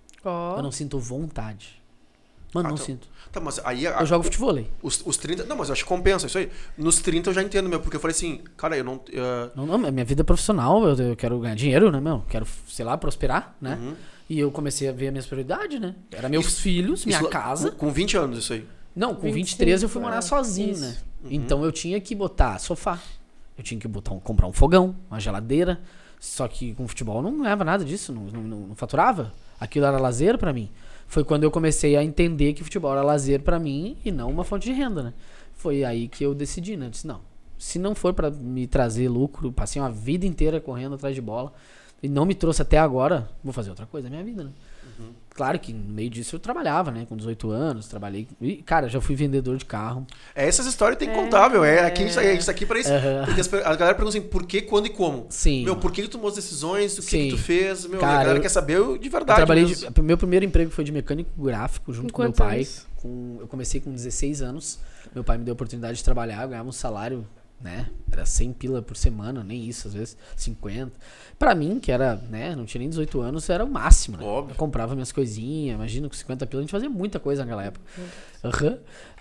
S4: Ó.
S3: Eu não sinto vontade. Mano,
S1: Ah,
S3: não
S1: então-
S3: sinto.
S1: Tá, mas aí a-
S3: Eu jogo futevôlei.
S1: os, os trinta. Não, mas eu acho que compensa isso aí. Nos trinta eu já entendo, meu, porque eu falei assim, cara, eu não. ah,
S3: Não, não, minha vida é profissional, eu, eu quero ganhar dinheiro, né, meu? Quero, sei lá, prosperar, né?
S1: uhum.
S3: E eu comecei a ver as minhas prioridades, né? Era meus
S1: Isso-
S3: filhos, minha
S1: isso lá-
S3: casa.
S1: Com, com vinte anos, isso aí.
S3: Não, com
S4: vinte e
S3: vinte e três eu fui
S4: cinco,
S3: morar
S4: é.
S3: sozinho,
S4: Isso.
S3: né?
S1: Uhum.
S3: Então eu tinha que botar sofá. Eu tinha que botar um- comprar um fogão, uma geladeira. Só que com futebol não leva nada disso, não, não, não- não faturava. Aquilo era lazer pra mim. Foi quando eu comecei a entender que futebol era lazer pra mim e não uma fonte de renda, né? Foi aí que eu decidi, né? Eu disse, não, se não for pra me trazer lucro, passei uma vida inteira correndo atrás de bola e não me trouxe até agora, vou fazer outra coisa na minha vida, né?
S1: Uhum.
S3: Claro que no meio disso eu trabalhava, né? Com dezoito anos, trabalhei. E, cara, já fui vendedor de carro.
S1: É, essas histórias tem que
S4: É,
S1: contar, meu. É,
S4: é.
S1: aqui, isso aí, a gente tá aqui pra isso.
S3: Aham.
S1: Porque as pe- a galera pergunta assim, por que, quando e como?
S3: Sim.
S1: Meu, por que tu tomou as decisões? O que,
S3: Sim.
S1: que tu fez? Meu,
S3: Cara,
S1: a galera
S3: eu-
S1: quer saber de
S3: Eu
S1: verdade.
S3: trabalhei
S1: mesmo.
S3: de, meu primeiro emprego foi de mecânico gráfico junto
S4: Com
S3: com meu
S4: quantos
S3: pai.
S4: anos?
S3: Com, eu comecei com dezesseis anos. Meu pai me deu a oportunidade de trabalhar, eu ganhava um salário né? Era cem pila por semana, nem isso, às vezes cinquenta. Pra mim, que era, né, não tinha nem dezoito anos, era o máximo, né?
S1: Óbvio.
S3: Eu comprava minhas coisinhas, imagina, com cinquenta pila a gente fazia muita coisa naquela época. Uhum.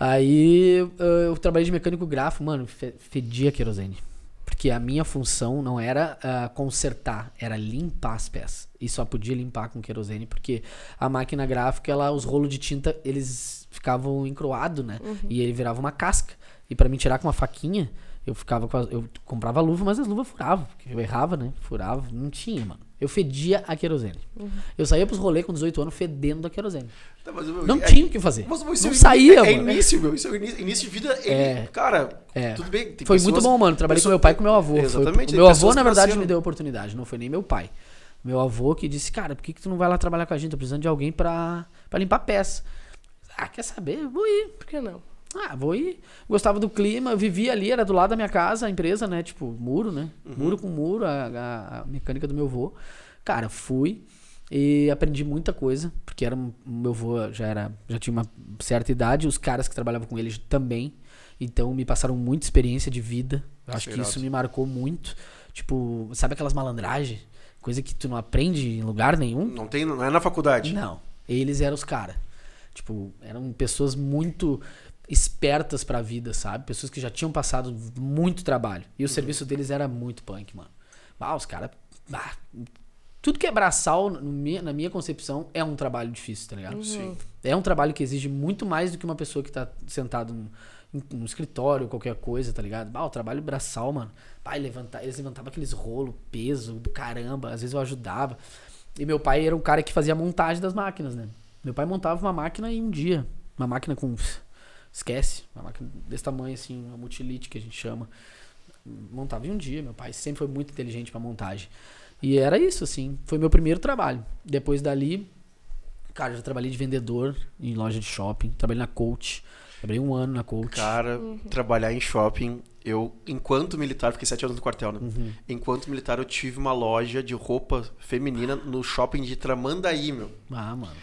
S3: Aí eu trabalhei de mecânico gráfico, mano, fedia querosene. Porque a minha função não era uh, consertar, era limpar as peças. E só podia limpar com querosene, porque a máquina gráfica, ela, os rolos de tinta, eles ficavam encroados, né? Uhum. E ele virava uma casca. E pra mim tirar com uma faquinha, eu ficava com a, eu comprava luva, mas as luvas furavam. Porque eu errava, né? Furava, não tinha, mano. Eu fedia a querosene. Uhum. Eu saía pros rolês com dezoito anos fedendo a querosene. Tá, mas, meu, não é, tinha o que fazer. Mas, mas, não é, saía,
S1: é,
S3: mano.
S1: É início, meu. Isso é início, início de vida. Ele,
S3: é,
S1: cara,
S3: é.
S1: tudo bem. Tem
S3: foi
S1: pessoas,
S3: muito bom, mano. Trabalhei pessoas, com meu pai e com meu avô.
S1: Exatamente.
S3: Foi, o meu avô, na verdade, me deu a oportunidade. Não foi nem meu pai. Meu avô que disse, cara, por que, que tu não vai lá trabalhar com a gente? Tô precisando de alguém pra, pra limpar peça. Ah, quer saber? Vou ir.
S4: Por que não?
S3: Ah, vou ir. Gostava do clima, vivia ali, era do lado da minha casa, a empresa, né? Tipo, muro, né? Uhum. Muro com muro, a, a, a mecânica do meu avô. Cara, fui e aprendi muita coisa, porque era, o meu avô já, era, já tinha uma certa idade, os caras que trabalhavam com ele também. Então me passaram muita experiência de vida. Eu acho que isso me marcou muito. Tipo, sabe aquelas malandragens? Coisa que tu não aprende em lugar nenhum.
S1: Não tem, não é na faculdade.
S3: Não. Eles eram os caras. Tipo, eram pessoas muito espertas pra vida, sabe? Pessoas que já tinham passado muito trabalho. E o uhum. serviço deles era muito punk, mano. Ah, os caras... Ah, tudo que é braçal, na minha concepção, é um trabalho difícil, tá ligado?
S1: Uhum. Sim.
S3: É um trabalho que exige muito mais do que uma pessoa que tá sentado no, no escritório, qualquer coisa, tá ligado? Ah, o trabalho braçal, mano. Pai, levantar, eles levantavam aqueles rolos, peso do caramba. Às vezes eu ajudava. E meu pai era um cara que fazia a montagem das máquinas, né? Meu pai montava uma máquina em um dia. Uma máquina com... Esquece. Uma máquina desse tamanho, assim, uma multilite que a gente chama. Montava em um dia. Meu pai sempre foi muito inteligente pra montagem. E era isso, assim. Foi meu primeiro trabalho. Depois dali, cara, eu já trabalhei de vendedor em loja de shopping. Trabalhei na Coach. Trabalhei um ano na Coach.
S1: Cara, uhum. trabalhar em shopping... Eu, enquanto militar, fiquei sete anos no quartel, né? Uhum. Enquanto militar, eu tive uma loja de roupa feminina no shopping de Tramandaí, meu.
S3: Ah, mano.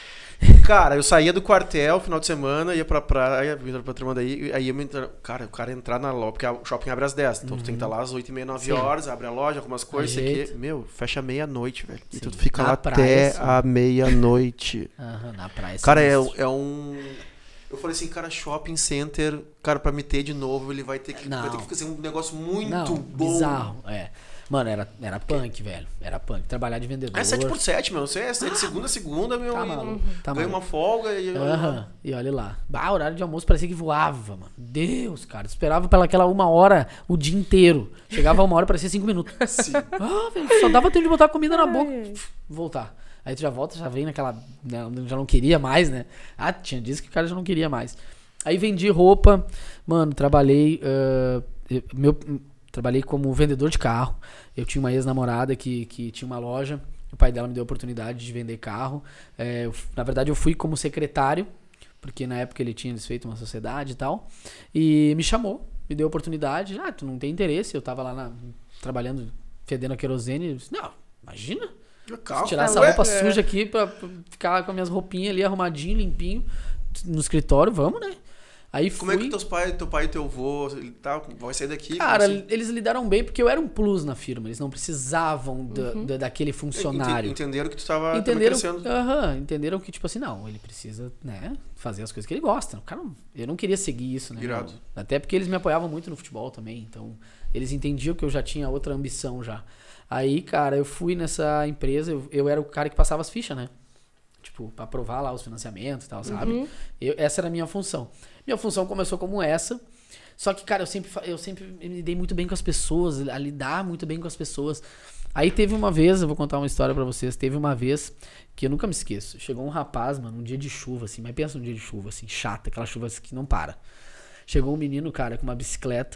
S1: Cara, eu saía do quartel final de semana, ia pra praia, ia pra Tramandaí, aí eu me entra... Cara, o cara entrar na loja, porque o shopping abre às dez, então uhum. tu tem que estar lá às oito e meia, nove horas, abre a loja, algumas coisas, isso aqui. Meu, fecha meia-noite, velho. Sim. E tu fica na lá praia, até sim. a meia-noite.
S3: Aham, uhum, na praia.
S1: Cara, é, é um... Eu falei assim, cara, shopping center, cara, pra me ter de novo, ele vai ter que, vai ter que fazer um negócio muito
S3: não,
S1: bom.
S3: Bizarro, é. Mano, era, era punk, velho. Era punk. Trabalhar de vendedor.
S1: É sete por sete, meu. Você é de segunda a segunda, meu.
S3: Tá maluco. Tá
S1: ganha uma folga e...
S3: Uhum. E olha lá. Bah, horário de almoço parecia que voava, mano. Deus, cara. Esperava pela aquela uma hora o dia inteiro. Chegava uma hora, parecia cinco minutos. Sim. Ah, velho. Só dava tempo de botar comida na boca. Voltar. Aí tu já volta, já vem naquela... Né, já não queria mais, né? Ah, tinha dias que o cara já não queria mais. Aí vendi roupa. Mano, trabalhei... Uh, meu... Trabalhei como vendedor de carro. Eu tinha uma ex-namorada que, que tinha uma loja. O pai dela me deu a oportunidade de vender carro. É, eu, na verdade, eu fui como secretário, porque na época ele tinha desfeito uma sociedade e tal. E me chamou, me deu a oportunidade. Ah, tu não tem interesse? Eu tava lá na, trabalhando, fedendo a querosene. Eu disse, não, imagina.
S1: Carro,
S3: tirar essa roupa é. suja aqui pra, pra ficar com as minhas roupinhas ali arrumadinho, limpinho, no escritório. Vamos, né? Aí
S1: Como
S3: fui...
S1: é que teus pai, teu pai e teu avô tá, vai sair daqui?
S3: Cara, assim? Eles lidaram bem porque eu era um plus na firma. Eles não precisavam da,
S4: uhum.
S3: da, daquele funcionário.
S1: Entenderam que tu tava
S3: entenderam,
S1: crescendo.
S3: Uh-huh, entenderam que, tipo assim, não, ele precisa, né, fazer as coisas que ele gosta. O cara, eu não queria seguir isso, né?
S1: Irado.
S3: Até porque eles me apoiavam muito no futebol também. Então, eles entendiam que eu já tinha outra ambição já. Aí, cara, eu fui nessa empresa, eu, eu era o cara que passava as fichas, né? Tipo, pra aprovar lá os financiamentos e tal, sabe?
S4: Uhum.
S3: Eu, essa era a minha função. Minha função começou como essa. Só que, cara, eu sempre, eu sempre me dei muito bem com as pessoas, a lidar muito bem com as pessoas. Aí teve uma vez, eu vou contar uma história pra vocês, teve uma vez que eu nunca me esqueço. Chegou um rapaz, mano, um dia de chuva, assim, mas pensa num dia de chuva, assim, chata, aquela chuva que não para. Chegou um menino, cara, com uma bicicleta,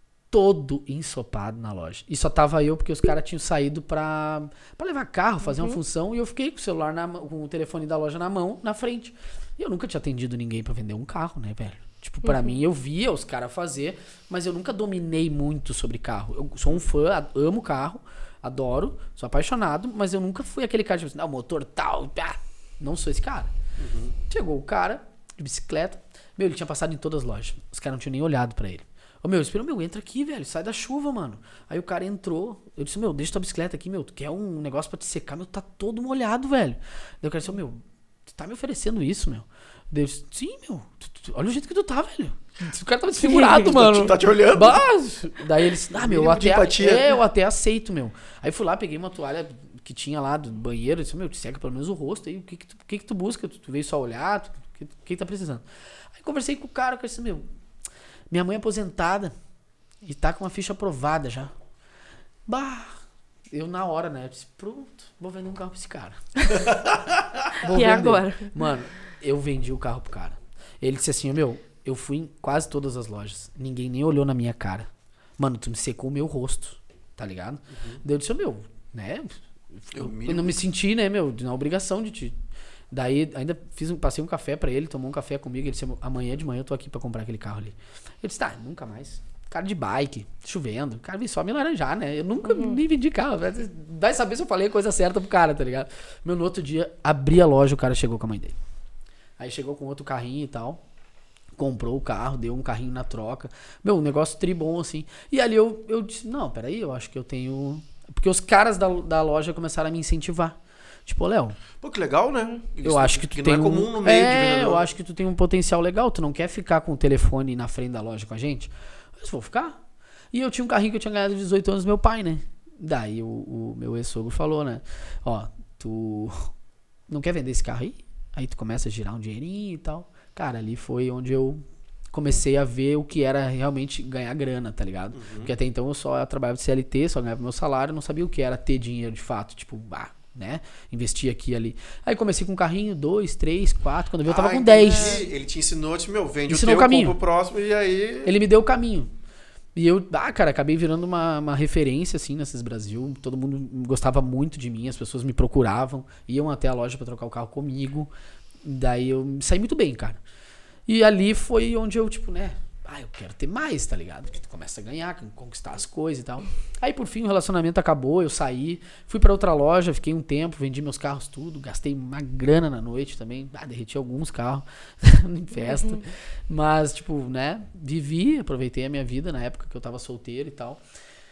S3: todo ensopado na loja. E só tava eu porque os caras tinham saído pra, pra levar carro, fazer uhum. uma função, e eu fiquei com o celular, na, com o telefone da loja na mão, na frente. E eu nunca tinha atendido ninguém pra vender um carro, né, velho? Tipo, pra uhum. mim, eu via os caras fazer, mas eu nunca dominei muito sobre carro. Eu sou um fã, amo carro, adoro, sou apaixonado, mas eu nunca fui aquele cara, tipo assim, não, motor tal, pá. Não sou esse cara. Uhum. Chegou o cara, de bicicleta, meu, ele tinha passado em todas as lojas. Os caras não tinham nem olhado pra ele. Ô, meu, espera, meu, entra aqui, velho. Sai da chuva, mano. Aí o cara entrou. Eu disse, meu, deixa tua bicicleta aqui, meu. Tu quer um negócio pra te secar? Meu, tá todo molhado, velho. Daí o cara disse, meu, tu tá me oferecendo isso, meu? Daí eu disse, sim, meu. Tu, tu, olha o jeito que tu tá, velho. O cara tava desfigurado, mano.
S1: Tá te olhando?
S3: Bah! Daí ele disse, ah, meu, eu
S1: Mínimo de
S3: até,
S1: empatia.
S3: é, eu até aceito, meu. Aí fui lá, peguei uma toalha que tinha lá do banheiro. Eu disse, meu, te seca pelo menos o rosto aí. O que que tu, o que que tu busca? Tu, tu veio só olhar? Tu, o que, que tá precisando? Aí conversei com o cara, o cara disse, meu, minha mãe é aposentada. E tá com uma ficha aprovada já. Bah! Eu na hora, né? Eu disse, pronto, vou vender um carro pra esse cara. Vou
S4: E
S3: vender.
S4: agora?
S3: Mano, eu vendi o carro pro cara. Ele disse assim, meu, eu fui em quase todas as lojas. Ninguém nem olhou na minha cara. Mano, tu me secou o meu rosto, tá ligado? Uhum. Daí eu disse, meu, né? Eu, eu não me senti, né, meu, na obrigação de te... Daí ainda fiz um, passei um café pra ele, tomou um café comigo. Ele disse, amanhã de manhã eu tô aqui pra comprar aquele carro ali. Eu disse, tá, nunca mais. Cara de bike, chovendo. O cara veio só me laranjar, né? Eu nunca uhum. nem vendi carro. Vai saber se eu falei a coisa certa pro cara, tá ligado? Meu, no outro dia, abri a loja, o cara chegou com a mãe dele. Aí chegou com outro carrinho e tal. Comprou o carro, deu um carrinho na troca. Meu, um negócio tribom, assim. E ali eu, eu disse, não, peraí, eu acho que eu tenho... Porque os caras da, da loja começaram a me incentivar. Tipo, Léo...
S1: Pô, que legal, né?
S3: Eu acho que tu
S1: que
S3: tem
S1: não é comum
S3: um...
S1: no meio
S3: é,
S1: de vendedor.
S3: eu acho que tu tem um potencial legal. Tu não quer ficar com o telefone na frente da loja com a gente? Mas vou ficar. E eu tinha um carrinho que eu tinha ganhado de dezoito anos do meu pai, né? Daí o, o meu ex-sogro falou, né? Ó, tu não quer vender esse carro aí? Aí tu começa a girar um dinheirinho e tal. Cara, ali foi onde eu comecei a ver o que era realmente ganhar grana, tá ligado? Uhum. Porque até então eu só trabalhava de C L T, só ganhava meu salário, não sabia o que era ter dinheiro de fato. Tipo, bah, né? Investir aqui e ali. Aí comecei com um carrinho, dois, três, quatro. Quando eu vi, eu tava
S1: ah,
S3: com
S1: entendi.
S3: dez.
S1: Ele te ensinou, te, meu, vende
S3: Ensinou
S1: o teu,
S3: o caminho.
S1: compra o próximo e aí...
S3: Ele me deu o caminho. E eu, ah, cara, acabei virando uma, uma referência, assim, nesses Brasil. Todo mundo gostava muito de mim, as pessoas me procuravam, iam até a loja pra trocar o carro comigo. Daí eu saí muito bem, cara. E ali foi onde eu, tipo, né, ah, eu quero ter mais, tá ligado? Porque tu começa a ganhar, conquistar as coisas e tal. Aí, por fim, o relacionamento acabou, eu saí, fui pra outra loja, fiquei um tempo, vendi meus carros tudo, gastei uma grana na noite também, ah, derreti alguns carros em festa. Uhum. Mas, tipo, né, vivi, aproveitei a minha vida na época que eu tava solteiro e tal.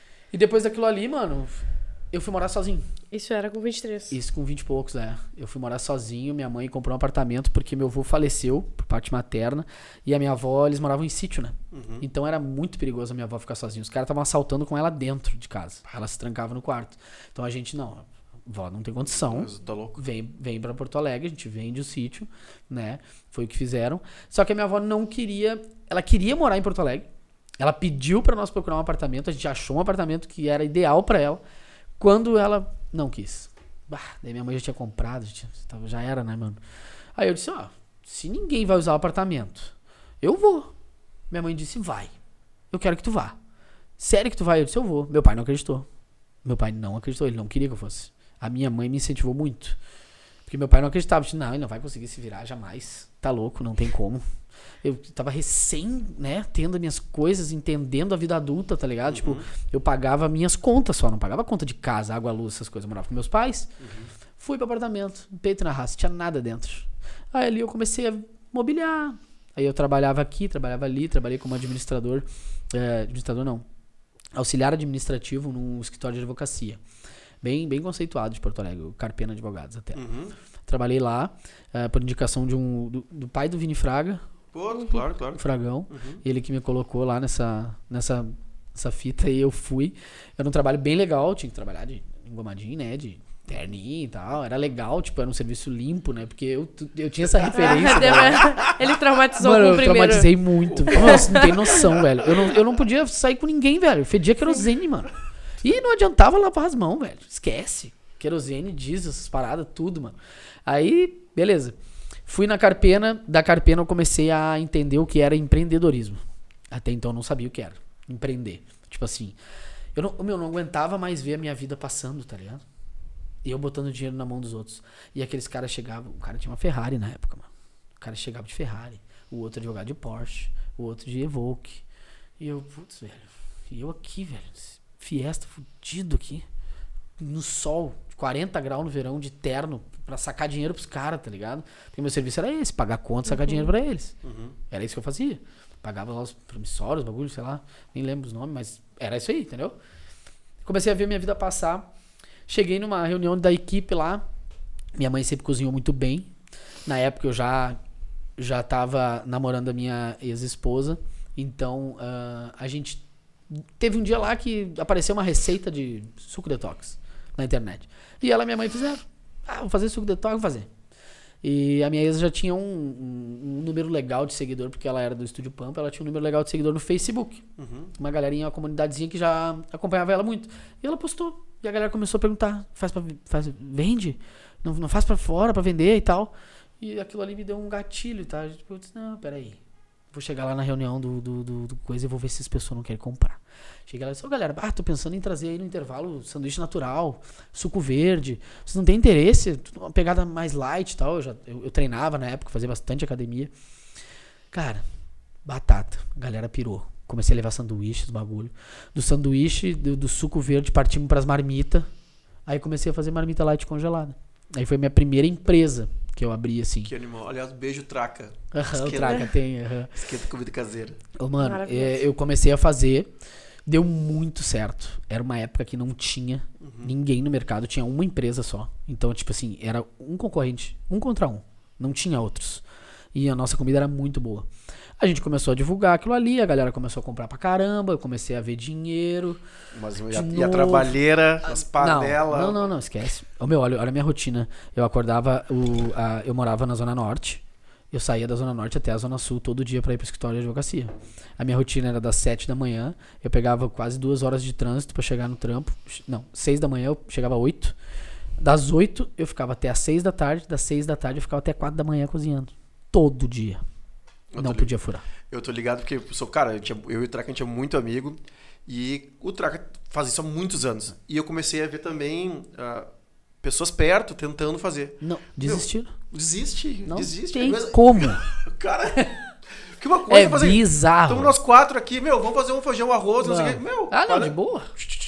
S3: E depois daquilo ali, mano, eu fui morar sozinho.
S4: Isso era com vinte e três.
S3: Isso com vinte e poucos, é. Eu fui morar sozinho, minha mãe comprou um apartamento porque meu avô faleceu, por parte materna, e a minha avó, eles moravam em sítio, né? Uhum. Então era muito perigoso a minha avó ficar sozinha. Os caras estavam assaltando com ela dentro de casa. Ela se trancava no quarto. Então a gente, não, vó, não tem condição.
S1: Mas tá louco.
S3: Vem, vem pra Porto Alegre, a gente vende o sítio, né? Foi o que fizeram. Só que a minha avó não queria, ela queria morar em Porto Alegre. Ela pediu pra nós procurar um apartamento, a gente achou um apartamento que era ideal pra ela. Quando ela não quis. Bah, daí minha mãe já tinha comprado, já, tinha, já era, né, mano? Aí eu disse, ó, se ninguém vai usar o apartamento, eu vou. Minha mãe disse, vai. Eu quero que tu vá. Sério que tu vai? Eu disse, eu vou. Meu pai não acreditou. Meu pai não acreditou, ele não queria que eu fosse. A minha mãe me incentivou muito. Porque meu pai não acreditava. Eu disse, não, ele não vai conseguir se virar jamais. Tá louco, não tem como. Eu tava recém, né, tendo as minhas coisas, entendendo a vida adulta, tá ligado? Uhum. Tipo, eu pagava minhas contas só, não pagava conta de casa, água, luz, essas coisas. Eu morava com meus pais. Uhum. Fui pro apartamento, peito na raça, tinha nada dentro. Aí ali eu comecei a mobiliar. Aí eu trabalhava aqui, trabalhava ali, trabalhei como administrador, é, administrador não, auxiliar administrativo num escritório de advocacia. Bem, bem conceituado de Porto Alegre, o Carpena Advogados até. Uhum. Trabalhei lá, é, por indicação de um, do, do pai do Vini Fraga.
S1: Pô, claro, claro.
S3: Fragão.
S1: Uhum.
S3: Ele que me colocou lá nessa, nessa, nessa fita e eu fui. Era um trabalho bem legal, tinha que trabalhar de engomadinho, né? De terninho e tal. Era legal, tipo, era um serviço limpo, né? Porque eu, eu tinha essa referência.
S4: Ele traumatizou
S3: Mano,
S4: com o
S3: eu
S4: primeiro.
S3: traumatizei muito. Nossa, não tem noção, velho. Eu não, eu não podia sair com ninguém, velho. Fedia querosene, mano. E não adiantava lavar as mãos, velho. Esquece. Querosene, diesel, essas paradas, tudo, mano. Aí, beleza. Fui na Carpena, da Carpena eu comecei a entender o que era empreendedorismo. Até então eu não sabia o que era. Empreender. Tipo assim, eu não, meu, não aguentava mais ver a minha vida passando, tá ligado? E eu botando dinheiro na mão dos outros. E aqueles caras chegavam, o cara tinha uma Ferrari na época, mano. O cara chegava de Ferrari, o outro advogado de Porsche, o outro de Evoque. E eu, putz, velho. E eu aqui, velho, Fiesta fudido aqui. No sol, quarenta graus no verão, de terno, pra sacar dinheiro pros caras, tá ligado? Porque meu serviço era esse, pagar conta e sacar uhum. dinheiro pra eles. Uhum. Era isso que eu fazia. Pagava lá os promissórios, bagulho, sei lá. Nem lembro os nomes, mas era isso aí, entendeu? Comecei a ver minha vida passar. Cheguei numa reunião da equipe lá. Minha mãe sempre cozinhou muito bem. Na época eu já, já tava namorando a minha ex-esposa. Então, uh, a gente... Teve um dia lá que apareceu uma receita de suco detox na internet. E ela e minha mãe fizeram. Ah, vou fazer suco detox, vou fazer. E a minha ex já tinha um, um, um número legal de seguidor, porque ela era do Estúdio Pampa, ela tinha um número legal de seguidor no Facebook. Uhum. Uma galerinha, uma comunidadezinha que já acompanhava ela muito. E ela postou. E a galera começou a perguntar, faz pra, faz, vende? Não, não faz pra fora, pra vender e tal. E aquilo ali me deu um gatilho, tá? Eu disse, não, peraí. Vou chegar lá na reunião do, do, do, do coisa e vou ver se as pessoas não querem comprar. Cheguei lá e disse, ô galera, ah, tô pensando em trazer aí no intervalo sanduíche natural, suco verde. Vocês não têm interesse? Uma pegada mais light e tal. Eu, já, eu, eu treinava na época, fazia bastante academia. Cara, batata. A galera pirou. Comecei a levar sanduíche, os bagulho. Do sanduíche, do, do suco verde, partimos pras marmitas. Aí comecei a fazer marmita light congelada. Aí foi a minha primeira empresa que eu abri, assim.
S1: Que animal. Aliás, beijo, Traca.
S3: Aham, o Traca tem. Aham.
S1: Esquenta comida caseira.
S3: Ô, mano, é, eu comecei a fazer, deu muito certo. Era uma época que não tinha uhum. ninguém no mercado, tinha uma empresa só. Então, tipo assim, era um concorrente, um contra um. Não tinha outros. E a nossa comida era muito boa. A gente começou a divulgar aquilo ali, a galera começou a comprar pra caramba, eu comecei a ver dinheiro.
S1: Mas e a, e a trabalheira, as panelas?
S3: Não, não, não, esquece. Ô, meu, olha, olha a minha rotina. Eu acordava, o, a, eu morava na Zona Norte, eu saía da Zona Norte até a Zona Sul todo dia pra ir pro escritório de advocacia. A minha rotina era das sete da manhã, eu pegava quase duas horas de trânsito pra chegar no trampo. Não, seis da manhã eu chegava às oito. Das oito eu ficava até às seis da tarde, das seis da tarde eu ficava até quatro da manhã cozinhando. Todo dia. Eu não podia furar.
S1: Eu tô ligado porque, sou, cara, eu, tinha, eu e o Traca, a gente é muito amigo. E o Traca faz isso há muitos anos. E eu comecei a ver também uh, pessoas perto tentando fazer.
S3: Não, desistiram.
S1: Meu, desiste,
S3: não
S1: desiste.
S3: Tem
S1: Mas,
S3: como.
S1: Cara, que uma coisa
S3: é
S1: fazer.
S3: Bizarro.
S1: Estamos nós quatro aqui, meu, vamos fazer um feijão, arroz, não sei o que. Meu,
S3: ah, não,
S1: para...
S3: de boa.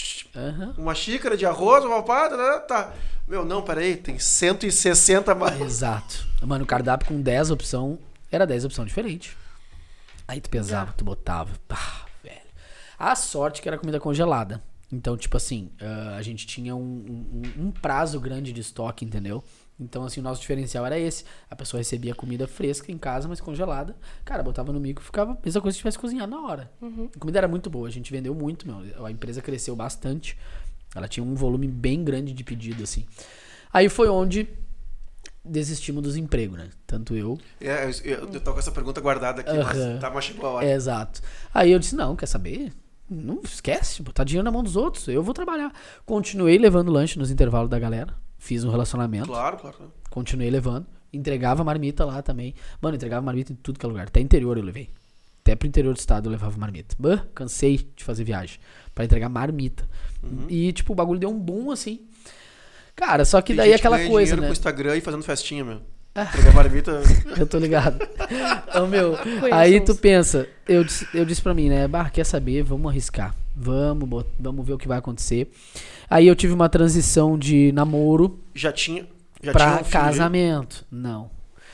S3: Uhum.
S1: Uma xícara de arroz, uma papada, tá. Meu, não, peraí, tem cento e sessenta mais.
S3: Exato. Mano, o cardápio com dez opções, era dez opções diferentes. Aí tu pesava, tu botava. Ah, velho. A sorte que era comida congelada. Então, tipo assim, uh, a gente tinha um, um, um prazo grande de estoque, entendeu? Então, assim, o nosso diferencial era esse. A pessoa recebia comida fresca em casa, mas congelada. Cara, botava no micro e ficava a mesma coisa se tivesse cozinhado na hora. Uhum. A comida era muito boa, a gente vendeu muito, meu. A empresa cresceu bastante. Ela tinha um volume bem grande de pedido, assim. Aí foi onde desistimos dos empregos, né? Tanto eu...
S1: É, eu, eu tô com essa pergunta guardada aqui, uh-huh. mas tá, mas chegou a hora.
S3: É, exato. Aí eu disse, não, quer saber? Não esquece, botar dinheiro na mão dos outros. Eu vou trabalhar. Continuei levando lanche nos intervalos da galera. Fiz um relacionamento.
S1: Claro, claro. claro.
S3: Continuei levando. Entregava marmita lá também. Mano, entregava marmita em tudo que é lugar. Até interior eu levei. Até pro interior do estado eu levava marmita. Bah, cansei de fazer viagem pra entregar marmita. Uhum. E, tipo, o bagulho deu um boom, assim. Cara, só que
S1: Tem
S3: daí
S1: gente
S3: aquela
S1: que ganha
S3: coisa,
S1: dinheiro
S3: né?
S1: com o Instagram e fazendo festinha, meu. Entregar marmita...
S3: Eu tô ligado. Então, meu, aí tu pensa, eu disse, eu disse pra mim, né? Bah, quer saber? Vamos arriscar. Vamos, vamos ver o que vai acontecer. Aí eu tive uma transição de namoro...
S1: Já tinha... Já
S3: pra
S1: tinha um
S3: casamento. Não.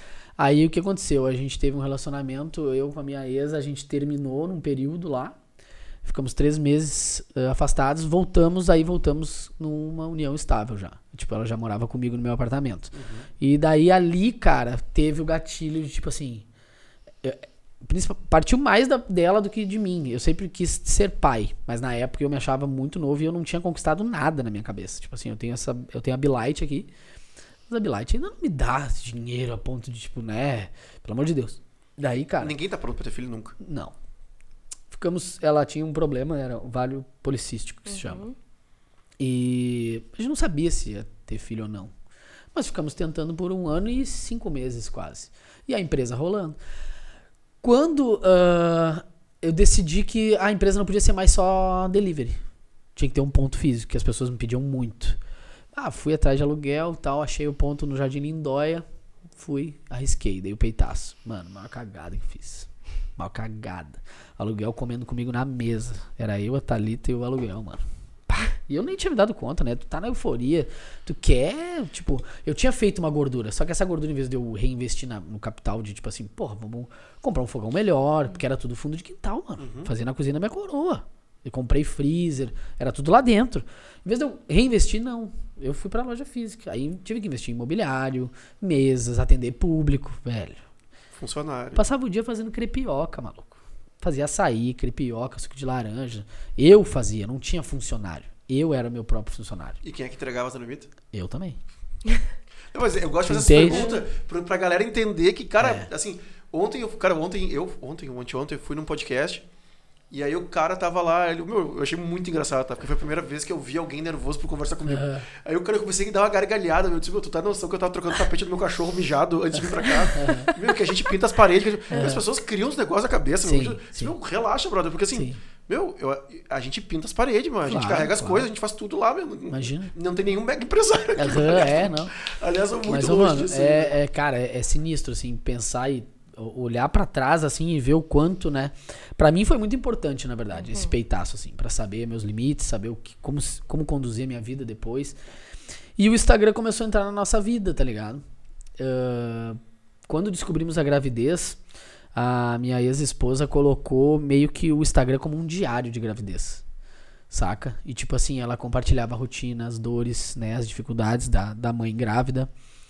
S3: Aí o que aconteceu? A gente teve um relacionamento, eu com a minha ex, a gente terminou num período lá. Ficamos três meses uh, afastados, voltamos, aí voltamos numa união estável já. Tipo, ela já morava comigo no meu apartamento. Uhum. E daí ali, cara, teve o gatilho de tipo assim... Eu, partiu mais da, dela do que de mim. Eu sempre quis ser pai, mas na época eu me achava muito novo e eu não tinha conquistado nada na minha cabeça. Tipo assim, eu tenho, essa, eu tenho a Bilight aqui, mas a Bilight ainda não me dá dinheiro a ponto de tipo, né? Pelo amor de Deus. Daí, cara...
S1: Ninguém tá pronto pra ter filho nunca.
S3: Não. Ficamos, ela tinha um problema, era o ovário policístico que uhum. se chama. E a gente não sabia se ia ter filho ou não. Mas ficamos tentando por um ano e cinco meses quase. E a empresa rolando. Quando uh, eu decidi que a empresa não podia ser mais só delivery. Tinha que ter um ponto físico, que as pessoas me pediam muito. Ah, fui atrás de aluguel e tal, achei o ponto no Jardim Lindóia, fui, arrisquei, dei o peitaço. Mano, maior cagada que fiz. Mal cagada. Aluguel comendo comigo na mesa. Era eu, a Thalita e o aluguel, mano. Pá. Pá, e eu nem tinha me dado conta, né? Tu tá na euforia, tu quer, tipo, eu tinha feito uma gordura, só que essa gordura, em vez de eu reinvestir na- no capital de, tipo assim, porra, vamos comprar um fogão melhor, porque era tudo fundo de quintal, mano. Fazia na cozinha da minha coroa. Eu comprei freezer, era tudo lá dentro. Em vez de eu reinvestir, não. Eu fui pra loja física. Aí tive que investir em imobiliário, mesas, atender público, velho.
S1: Funcionário.
S3: Passava o dia fazendo crepioca, maluco. Fazia açaí, crepioca, suco de laranja. Eu fazia, não tinha funcionário. Eu era meu próprio funcionário.
S1: E quem é que entregava as limite?
S3: Eu também.
S1: Não, mas eu gosto de fazer
S3: Entende?
S1: essa pergunta pra, pra galera entender que, cara,
S3: É.
S1: assim, ontem, eu, cara, ontem, eu, ontem, ontem, ontem, eu fui num podcast e aí o cara tava lá, ele, meu, eu achei muito engraçado, tá? Porque foi a primeira vez que eu vi alguém nervoso por conversar comigo.
S3: Aham.
S1: Aí o cara, eu comecei a dar uma gargalhada, meu, eu disse, meu, tu tá noção que eu tava trocando o tapete do meu cachorro mijado antes de vir pra cá? Meu, que a gente pinta as paredes, que a gente- as pessoas criam uns negócios na cabeça,
S3: Sim,
S1: meu. Eu disse,
S3: sim.
S1: meu, relaxa, brother, porque assim,
S3: Sim.
S1: meu, eu- a gente pinta as paredes, mano, a gente
S3: Claro,
S1: carrega as
S3: claro.
S1: coisas, a gente faz tudo lá, meu.
S3: Imagina.
S1: Não tem nenhum mega empresário aqui.
S3: Aham, é, não.
S1: Aliás, eu muito
S3: Mas, ô,
S1: longe
S3: mano,
S1: disso. né?
S3: é, é, cara, é, é sinistro, assim, pensar e o- olhar pra trás, assim, e ver o quanto, né? Pra mim foi muito importante, na verdade, esse peitaço, assim, pra saber meus limites, saber o que, como, s- como conduzir a minha vida depois. E o Instagram começou a entrar na nossa vida, tá ligado? Ah, quando descobrimos a gravidez, a minha ex-esposa colocou meio que o Instagram como um diário de gravidez. Saca? E tipo assim, ela compartilhava a rotina, as dores, né, as dificuldades da, da mãe grávida.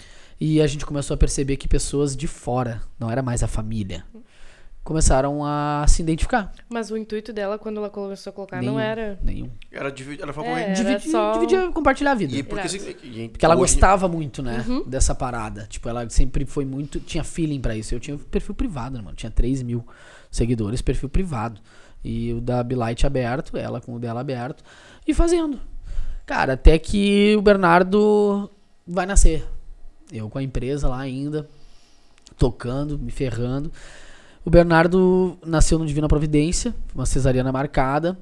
S3: E a gente começou a perceber que pessoas de fora, não era mais a família, começaram a se identificar.
S4: Mas o intuito dela, quando ela começou a colocar,
S3: Nenhum,
S4: não era...
S3: Nenhum.
S1: Era, divi- era falava
S4: É,
S1: com ele.
S4: Era
S3: Dividir,
S4: só-
S3: dividir, compartilhar a vida.
S1: E porque,
S4: Irado.
S1: assim, e-
S3: Porque ela
S1: hoje-
S3: gostava muito, né, dessa parada. Tipo, ela sempre foi muito... Tinha feeling pra isso. Eu tinha perfil privado, né, mano? Tinha três mil seguidores, perfil privado. E o da Bilight aberto, ela com o dela aberto. E fazendo. Cara, até que o Bernardo vai nascer. Eu com a empresa lá ainda, tocando, me ferrando. O Bernardo nasceu no Divina Providência, uma cesariana marcada.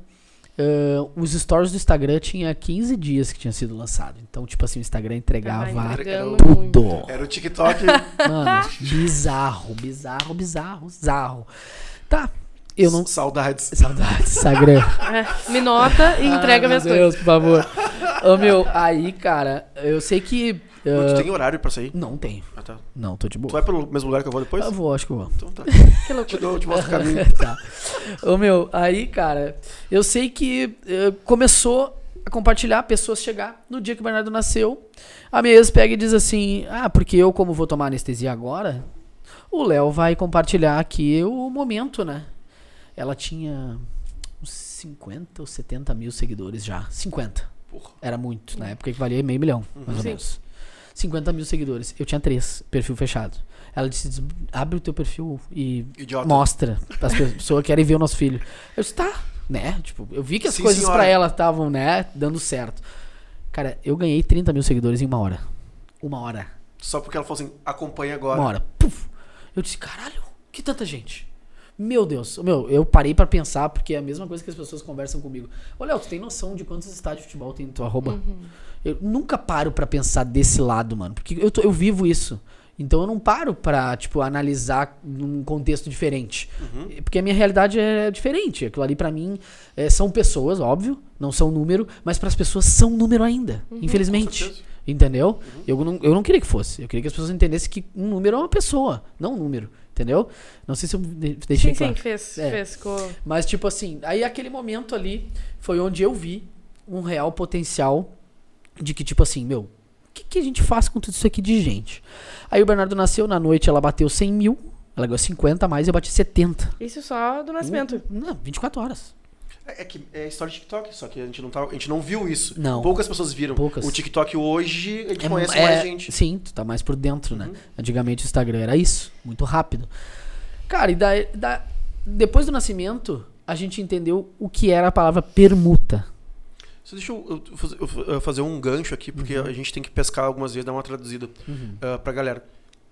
S3: Uh, os stories do Instagram tinha quinze dias que tinha sido lançado. Então, tipo assim, o Instagram entregava
S4: Tava entregando
S1: tudo.
S4: muito.
S3: tudo.
S1: Era o TikTok.
S3: Mano, bizarro, bizarro, bizarro, bizarro. Tá, eu não...
S1: Saudades.
S3: Saudades, Instagram.
S4: É, me nota e entrega
S3: Ah,
S4: minhas
S3: meu
S4: coisas.
S3: Deus, por favor. Ô, meu, aí, cara, eu sei que...
S1: Mas
S3: uh,
S1: tu tem horário pra sair?
S3: Não tenho.
S1: Ah, tá.
S3: Não, tô de
S1: Tu
S3: boa.
S1: vai pelo mesmo lugar que eu vou depois?
S3: Eu vou, acho que eu vou.
S1: Então tá.
S4: Que
S1: Te,
S4: loucura.
S1: dou, te mostro o caminho.
S3: Tá. Ô, meu, aí, cara, eu sei que eh, começou a compartilhar, pessoas chegar no dia que o Bernardo nasceu. A minha ex pega e diz assim: ah, porque eu, como vou tomar anestesia agora, o Léo vai compartilhar aqui o momento, né? Ela tinha uns cinquenta ou setenta mil seguidores já. cinquenta.
S1: Porra.
S3: Era muito. Na época que valia meio milhão, mais ou
S4: Sim.
S3: menos. cinquenta mil seguidores. Eu tinha três, perfil fechado. Ela disse: "Des- abre o teu perfil e
S1: Idiota.
S3: mostra. As pessoas querem ver o nosso filho. Eu disse, tá, né? Tipo, eu vi que as
S1: Sim,
S3: coisas
S1: senhora.
S3: pra ela estavam, né, dando certo. Cara, eu ganhei trinta mil seguidores em uma hora. Uma hora.
S1: Só porque ela falou assim, acompanha agora.
S3: Uma hora. Puf. Eu disse, caralho, que tanta gente. Meu Deus. Meu, eu parei pra pensar, porque é a mesma coisa que as pessoas conversam comigo. Ô, Léo, tu tem noção de quantos estádios de futebol tem no teu arroba? Eu nunca paro pra pensar desse lado, mano. Porque eu, tô- eu vivo isso. Então eu não paro pra, tipo, analisar num contexto diferente. Porque a minha realidade é diferente. Aquilo ali pra mim é, são pessoas, óbvio, não são número, mas pras pessoas são número ainda, infelizmente.
S1: Com certeza.
S3: Entendeu? Eu, não, eu não queria que fosse. Eu queria que as pessoas entendessem que um número é uma pessoa, não um número. Entendeu? Não sei se eu de- deixei
S4: Sim,
S3: claro.
S4: sim, fez,
S3: É.
S4: fez. Ficou...
S3: Mas, tipo assim, aí aquele momento ali foi onde eu vi um real potencial de que, tipo assim, meu, o que, que a gente faz com tudo isso aqui de gente? Aí o Bernardo nasceu, na noite ela bateu cem mil, ela ganhou cinquenta a mais e eu bati setenta.
S4: Isso só do nascimento.
S3: Não, vinte e quatro horas.
S1: É, é que é história de TikTok, só que a gente não, tá, a gente não viu isso.
S3: Não.
S1: Poucas pessoas viram.
S3: Poucas.
S1: O TikTok hoje, a gente conhece
S3: é-
S1: mais gente.
S3: Sim, tu tá mais por dentro, né? Antigamente o Instagram era isso, muito rápido. Cara, e daí, da- depois do nascimento, a gente entendeu o que era a palavra permuta.
S1: Só deixa eu, eu fazer- eu fazer um gancho aqui, porque
S3: Uhum.
S1: a gente tem que pescar algumas vezes, dar uma traduzida ah, pra galera.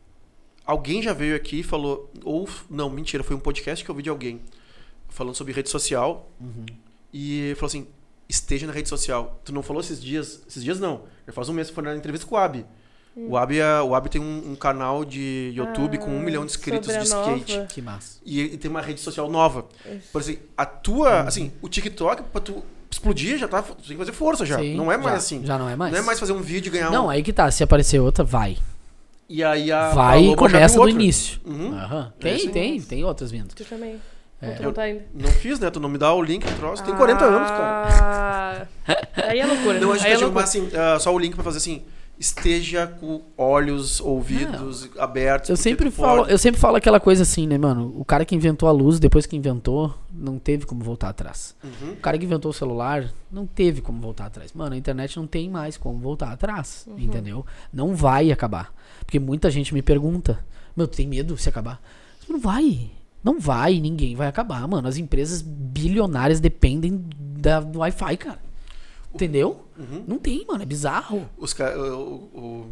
S1: Alguém já veio aqui e falou, ou, não, mentira, foi um podcast que eu vi de alguém, falando sobre rede social,
S3: Uhum.
S1: e falou assim, esteja na rede social. Tu não falou esses dias, esses dias não, já faz um mês que foi na entrevista com o Abi. O Abi, é- o Abi tem um, um canal de YouTube com um
S4: Ah,
S1: milhão de inscritos
S4: sobre a
S1: de
S4: nova.
S1: skate.
S3: Que massa.
S1: E ele tem uma rede social nova. Por assim, a tua, assim, o TikTok, pra tu explodir, já tá, tem que fazer força já.
S3: Sim,
S1: não é mais
S3: já,
S1: assim.
S3: Já não é mais.
S1: Não é mais fazer um vídeo e ganhar
S3: Não,
S1: um...
S3: aí que tá. Se aparecer outra, vai.
S1: E aí a
S3: Vai
S1: Paloma
S3: e começa
S1: já
S3: do
S1: viu outra.
S3: início.
S1: Uhum.
S3: Aham.
S1: É
S3: Tem,
S1: isso aí.
S3: tem, tem outras vindo.
S4: Tu também.
S3: É.
S4: Ou tu não tá ainda?
S1: Não fiz, né? Tu não me dá o link do troço. Tem quarenta anos, cara.
S4: Ah, aí é loucura.
S1: Não, a
S4: aí
S1: gente
S4: é
S1: digo,
S4: loucura.
S1: mas assim, ah, só o link pra fazer assim, esteja com olhos, ouvidos abertos.
S3: Eu
S1: porque
S3: sempre
S1: tu
S3: falo,
S1: pode.
S3: eu sempre falo aquela coisa assim, né, mano? O cara que inventou a luz, depois que inventou, não teve como voltar atrás.
S1: Uhum.
S3: O cara que inventou o celular, não teve como voltar atrás. Mano, a internet não tem mais como voltar atrás, entendeu? Não vai acabar. Porque muita gente me pergunta, meu, tu tem medo se acabar? Não vai. Não vai, ninguém vai acabar, mano. As empresas bilionárias dependem da, do Wi-Fi, cara. Entendeu?
S1: Uhum.
S3: Não tem, mano. É bizarro.
S1: Os ca- o, o-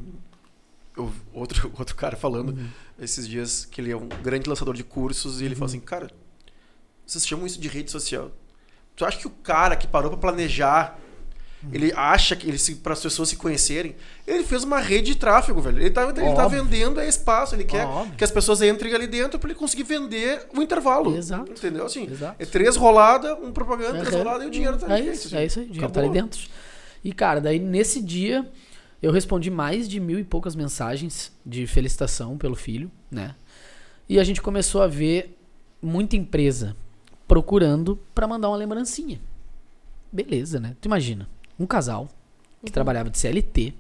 S1: o- outro, outro cara falando
S3: Uhum.
S1: esses dias que ele é um grande lançador de cursos e ele
S3: Uhum.
S1: falou assim, cara, vocês chamam isso de rede social. Tu acha que o cara que parou pra planejar,
S3: Uhum.
S1: ele acha que ele para as pessoas se conhecerem, ele fez uma rede de tráfego, velho. Ele tá, ele tá
S3: Óbvio.
S1: vendendo é espaço, ele quer
S3: Óbvio.
S1: que as pessoas entrem ali dentro pra ele conseguir vender o intervalo.
S3: Exato.
S1: Entendeu? Assim,
S3: Exato.
S1: é três roladas, um propaganda, três
S3: Uhum.
S1: roladas e o dinheiro tá
S3: É
S1: ali.
S3: isso,
S1: assim.
S3: é isso aí. O dinheiro tá ali
S1: Acabou.
S3: dentro. E, cara, daí nesse dia eu respondi mais de mil e poucas mensagens de felicitação pelo filho, né? E a gente começou a ver muita empresa procurando pra mandar uma lembrancinha. Beleza, né? Tu imagina, um casal que trabalhava de C L T,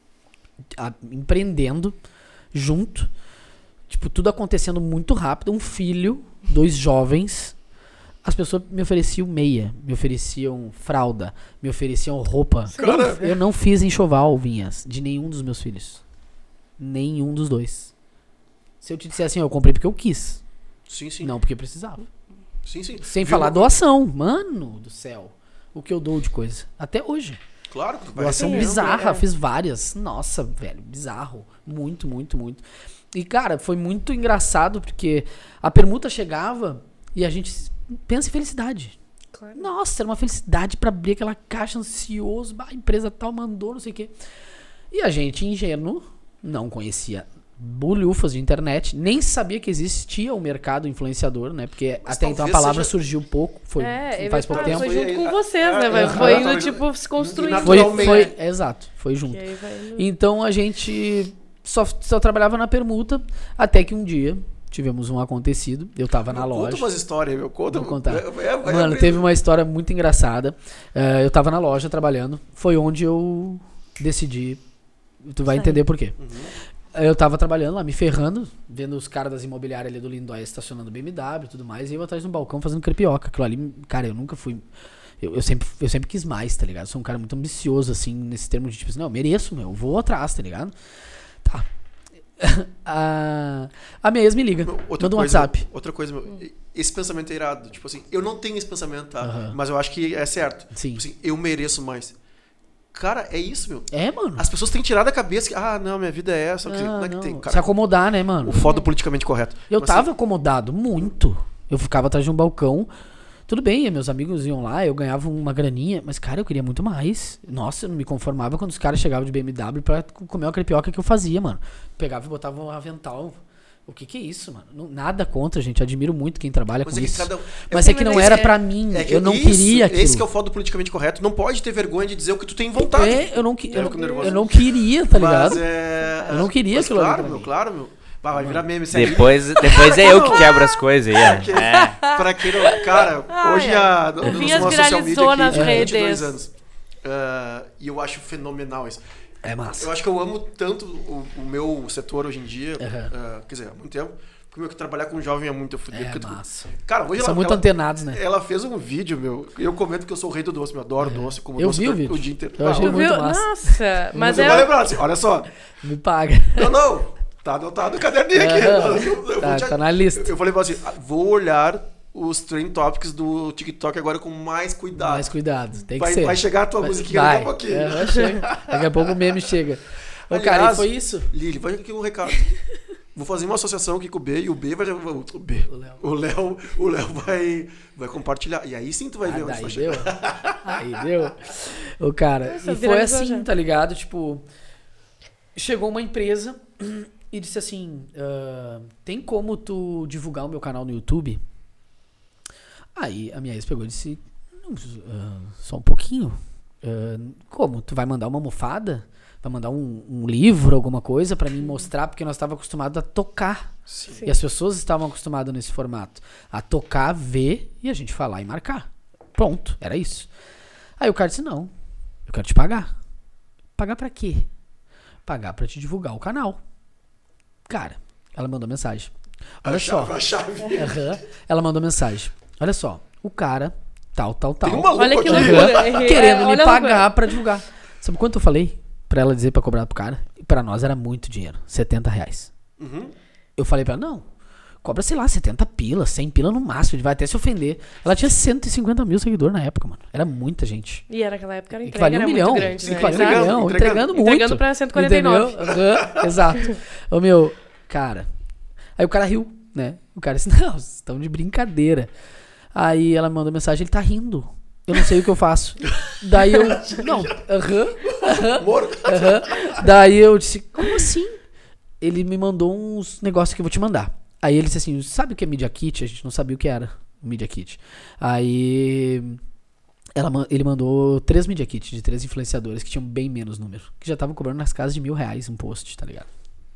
S3: a- empreendendo junto, tipo, tudo acontecendo muito rápido, um filho, dois jovens. As pessoas me ofereciam meia, me ofereciam fralda, me ofereciam roupa.
S1: Cara.
S3: Eu não fiz enxoval, Vinhas, de nenhum dos meus filhos. Nenhum dos dois. Se eu te disser assim, ó, eu comprei porque eu quis.
S1: Sim, sim.
S3: Não porque precisava.
S1: Sim, sim.
S3: Sem
S1: Viu?
S3: falar doação. Mano do céu. O que eu dou de coisa. Até hoje.
S1: Claro, que tu vai
S3: Doação
S1: recebendo.
S3: bizarra,
S4: é.
S3: fiz várias. Nossa, velho, bizarro. Muito, muito, muito. E, cara, foi muito engraçado porque a permuta chegava e a gente pensa em felicidade.
S4: Claro.
S3: Nossa, era uma felicidade pra abrir aquela caixa ansioso. Bah, a empresa tal mandou, não sei o quê. E a gente, ingênuo, não conhecia bolhufas de internet, nem sabia que existia o mercado influenciador, né? Porque
S1: Mas
S3: até então a
S1: talvez
S3: palavra
S1: seja-
S3: surgiu pouco, foi
S4: É,
S3: faz
S4: ele
S3: pouco
S4: foi,
S3: tempo.
S4: foi junto com
S1: Foi-
S4: vocês,
S1: é,
S4: né?
S1: é,
S4: Vai,
S1: é,
S4: foi
S1: é,
S4: indo,
S1: é,
S4: tipo, se construindo.
S1: e
S3: Foi,
S1: naturalmente.
S3: foi, é, exato, foi junto.
S4: E aí vai indo.
S3: Então a gente só, só trabalhava na permuta, até que um dia tivemos um acontecido, eu tava na
S1: Conta
S3: loja.
S1: umas histórias, meu. Conta.
S3: Vou contar.
S1: É, é, é,
S3: Mano,
S1: é,
S3: teve uma história muito engraçada. Eh, eu tava na loja trabalhando. Foi onde eu decidi. Tu vai
S4: Sai.
S3: entender por quê.
S1: Uhum.
S3: Eu tava trabalhando lá, me ferrando, vendo os caras das imobiliárias ali do Lindóia estacionando B M W e tudo mais. E eu atrás de um balcão fazendo crepioca. Aquilo ali, cara, eu nunca fui. Eu, eu, sempre, eu sempre quis mais, tá ligado? Eu sou um cara muito ambicioso, assim, nesse termo de tipo assim, não, eu mereço, meu, eu vou atrás, tá ligado? Tá. a, a minha ex me liga,
S1: Meu,
S3: manda um
S1: coisa,
S3: WhatsApp.
S1: Outra coisa, meu, esse pensamento é irado. Tipo assim, eu não tenho esse pensamento, tá?
S3: Aham.
S1: Mas eu acho que é certo.
S3: Sim.
S1: Tipo assim, eu mereço mais. Cara, é isso, meu.
S3: É, mano.
S1: As pessoas têm tirado da cabeça que, ah, não, minha vida é essa. Não,
S3: Ah,
S1: não é que
S3: não.
S1: tem,
S3: Se
S1: cara.
S3: acomodar, né, mano?
S1: O foda politicamente correto.
S3: Eu
S1: Mas,
S3: tava acomodado, muito. Eu ficava atrás de um balcão. Tudo bem, meus amigos iam lá, eu ganhava uma graninha, mas, cara, eu queria muito mais. Nossa, eu não me conformava quando os caras chegavam de B M W pra comer uma crepioca que eu fazia, mano. Pegava e botava um avental. O que que é isso, mano? Não- nada contra, gente. Admiro muito quem trabalha
S1: Mas
S3: com
S1: é que
S3: isso.
S1: cada um-
S3: Mas é que não
S1: esse
S3: era
S1: é-
S3: pra mim.
S1: é que
S3: Eu não
S1: isso,
S3: queria aquilo.
S1: Esse que é o foda do politicamente correto. Não pode ter vergonha de dizer o que tu tem vontade.
S3: É, eu não, que-
S1: É,
S3: eu,
S1: eu fico nervoso.
S3: eu não queria, tá ligado?
S1: Mas é...
S3: Eu não queria
S1: Mas
S3: aquilo ali
S1: claro,
S3: pra
S1: meu,
S3: mim.
S1: claro, meu. Bah, vai virar meme. sério.
S2: Depois, depois é eu que quebro as coisas aí, ó. É.
S1: Pra quem não... Cara,
S4: Ah,
S1: hoje
S4: é.
S1: a...
S4: O Vinhas
S1: numa social
S4: viralizou
S1: media
S4: nas
S1: aqui de vinte e dois
S4: redes.
S1: anos. Ah, e eu acho fenomenal isso.
S3: É massa.
S1: Eu acho que eu amo tanto o, o meu setor hoje em dia,
S3: Aham.
S1: ah, quer dizer, há muito tempo, porque meu, que trabalhar com jovem é muito fodido.
S3: É
S1: porque tu-
S3: massa.
S1: Cara, hoje
S3: São
S1: ela,
S3: muito
S1: ela,
S3: antenados, né?
S1: ela fez um vídeo, meu, eu comento que eu sou o rei do doce, meu, adoro doce, como
S3: Eu
S1: doce
S3: vi o
S1: o
S3: vídeo.
S1: dia inteiro.
S3: Eu
S1: Ah,
S3: achei
S4: Tu
S3: muito
S4: viu?
S3: massa.
S4: Nossa, mas
S1: você
S4: é.
S1: vai lembrar, assim, olha só,
S3: Me paga.
S1: não, não, tá anotado no caderninho aqui.
S3: Aham.
S1: Eu- eu vou
S3: Tá,
S1: te-
S3: tá na lista.
S1: Eu falei pra você, ah, vou olhar os trend topics do TikTok agora com mais cuidado.
S3: Mais cuidado, tem que
S1: vai,
S3: ser.
S1: vai chegar a tua
S3: Vai-
S1: musiquinha
S3: vai.
S1: daqui a pouquinho.
S3: É, chega. Daqui a pouco o meme chega. Ô, cara, e
S1: Aliás,
S3: foi isso?
S1: Lili, vai aqui um recado. Vou fazer uma associação aqui com o B e o B vai. O B.
S3: O Léo.
S1: O Léo, o Léo vai, vai compartilhar. E aí sim tu vai
S3: Ah,
S1: ver onde
S3: daí
S1: vai
S3: deu.
S1: chegar.
S3: Aí deu. Ô, cara,
S4: Nossa,
S3: e foi
S4: viralizou
S3: assim,
S4: já.
S3: tá ligado? Tipo, chegou uma empresa e disse assim: "Ah, tem como tu divulgar o meu canal no YouTube?" Aí a minha ex pegou e disse: Não, uh, só um pouquinho. Uh, como? Tu vai mandar uma almofada? Vai mandar um, um livro, alguma coisa pra mim mostrar? Porque nós estávamos acostumados a tocar.
S1: Sim.
S3: E as pessoas estavam acostumadas nesse formato. A tocar, ver e a gente falar e marcar. Pronto, era isso. Aí o cara disse, não, eu quero te pagar. Pagar pra quê? Pagar pra te divulgar o canal. Cara, ela mandou mensagem. Olha
S1: A
S3: só.
S1: chave, a chave.
S3: Aham. Ela mandou mensagem. Olha só, o cara, tal, tal, tal.
S1: Tem um maluco
S4: Olha que
S1: aqui.
S4: loucura.
S3: Aham, querendo
S4: É,
S3: me
S4: olha a
S3: pagar
S4: loucura.
S3: pra divulgar. Sabe quanto eu falei pra ela dizer pra cobrar pro cara? E pra nós era muito dinheiro. setenta reais.
S1: Uhum.
S3: Eu falei pra ela, não, cobra, sei lá, setenta pila, cem pila no máximo, ele vai até se ofender. Ela tinha cento e cinquenta mil seguidores na época, mano. Era muita gente.
S4: E era aquela época, era
S3: E que
S4: entrega,
S3: valia um
S4: era
S3: milhão.
S4: muito grande,
S3: E
S4: né?
S3: que valia um
S1: Entregando,
S3: milhão,
S1: entregando.
S3: entregando muito.
S4: Entregando pra cento e quarenta e nove.
S3: Entendeu? Aham, exato. Ô, meu, cara. Aí o cara riu, né? O cara disse, não, vocês estão de brincadeira. Aí ela me mandou mensagem, ele tá rindo. Eu não sei o que eu faço. Daí eu, não, aham, aham,
S1: Morto.
S3: aham. Daí eu disse, como assim? Ele me mandou uns negócios que eu vou te mandar. Aí ele disse assim, sabe o que é Media Kit? A gente não sabia o que era o Media Kit. Aí ela, ma- ele mandou três Media Kits de três influenciadores que tinham bem menos número. Que já estavam cobrando nas casas de mil reais um post, tá ligado?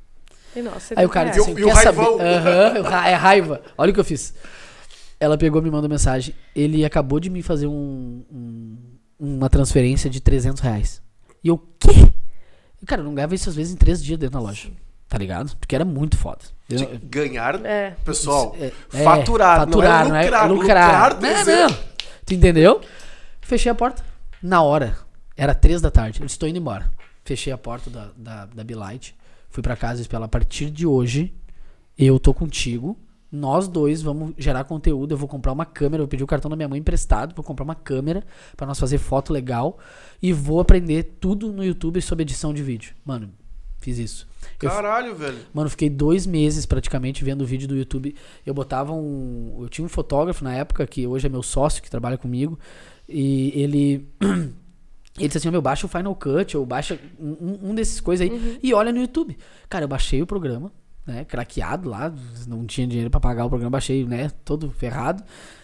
S4: E, nossa,
S3: Aí o cara
S4: é.
S3: disse assim,
S1: E o- e o
S3: quer saber?
S1: raivão.
S3: Aham, o ra- é raiva. Olha o que eu fiz. Ela pegou e me mandou mensagem. Ele acabou de me fazer um, um- uma transferência de trezentos reais. E eu, quê? Cara, eu não ganhava isso às vezes em três dias dentro da loja. Tá ligado? Porque era muito foda. Eu-
S1: De ganhar,
S4: É.
S1: pessoal,
S3: é,
S1: faturar,
S3: faturar,
S1: não é lucrar.
S3: Lucrar.
S1: lucrar
S3: Não,
S1: dizer-
S3: não. Tu entendeu? Fechei a porta. Na hora. Era três da tarde. Eu disse, tô indo embora. Fechei a porta da, da, da Bilight. Fui pra casa e disse pra ela, a partir de hoje, eu tô contigo. Nós dois vamos gerar conteúdo. Eu vou comprar uma câmera. Eu pedi o cartão da minha mãe emprestado. Vou comprar uma câmera pra nós fazer foto legal. E vou aprender tudo no YouTube sobre edição de vídeo. Mano, fiz isso. Eu
S1: Caralho, velho.
S3: Mano, fiquei dois meses praticamente vendo vídeo do YouTube. Eu botava um... Eu tinha um fotógrafo na época, que hoje é meu sócio, que trabalha comigo. E ele... Ele disse assim, meu, baixa o Final Cut, ou baixa um, um desses coisas aí, e olha no YouTube. Cara, eu baixei o programa, né, craqueado lá, não tinha dinheiro pra pagar o programa, baixei, né, todo ferrado.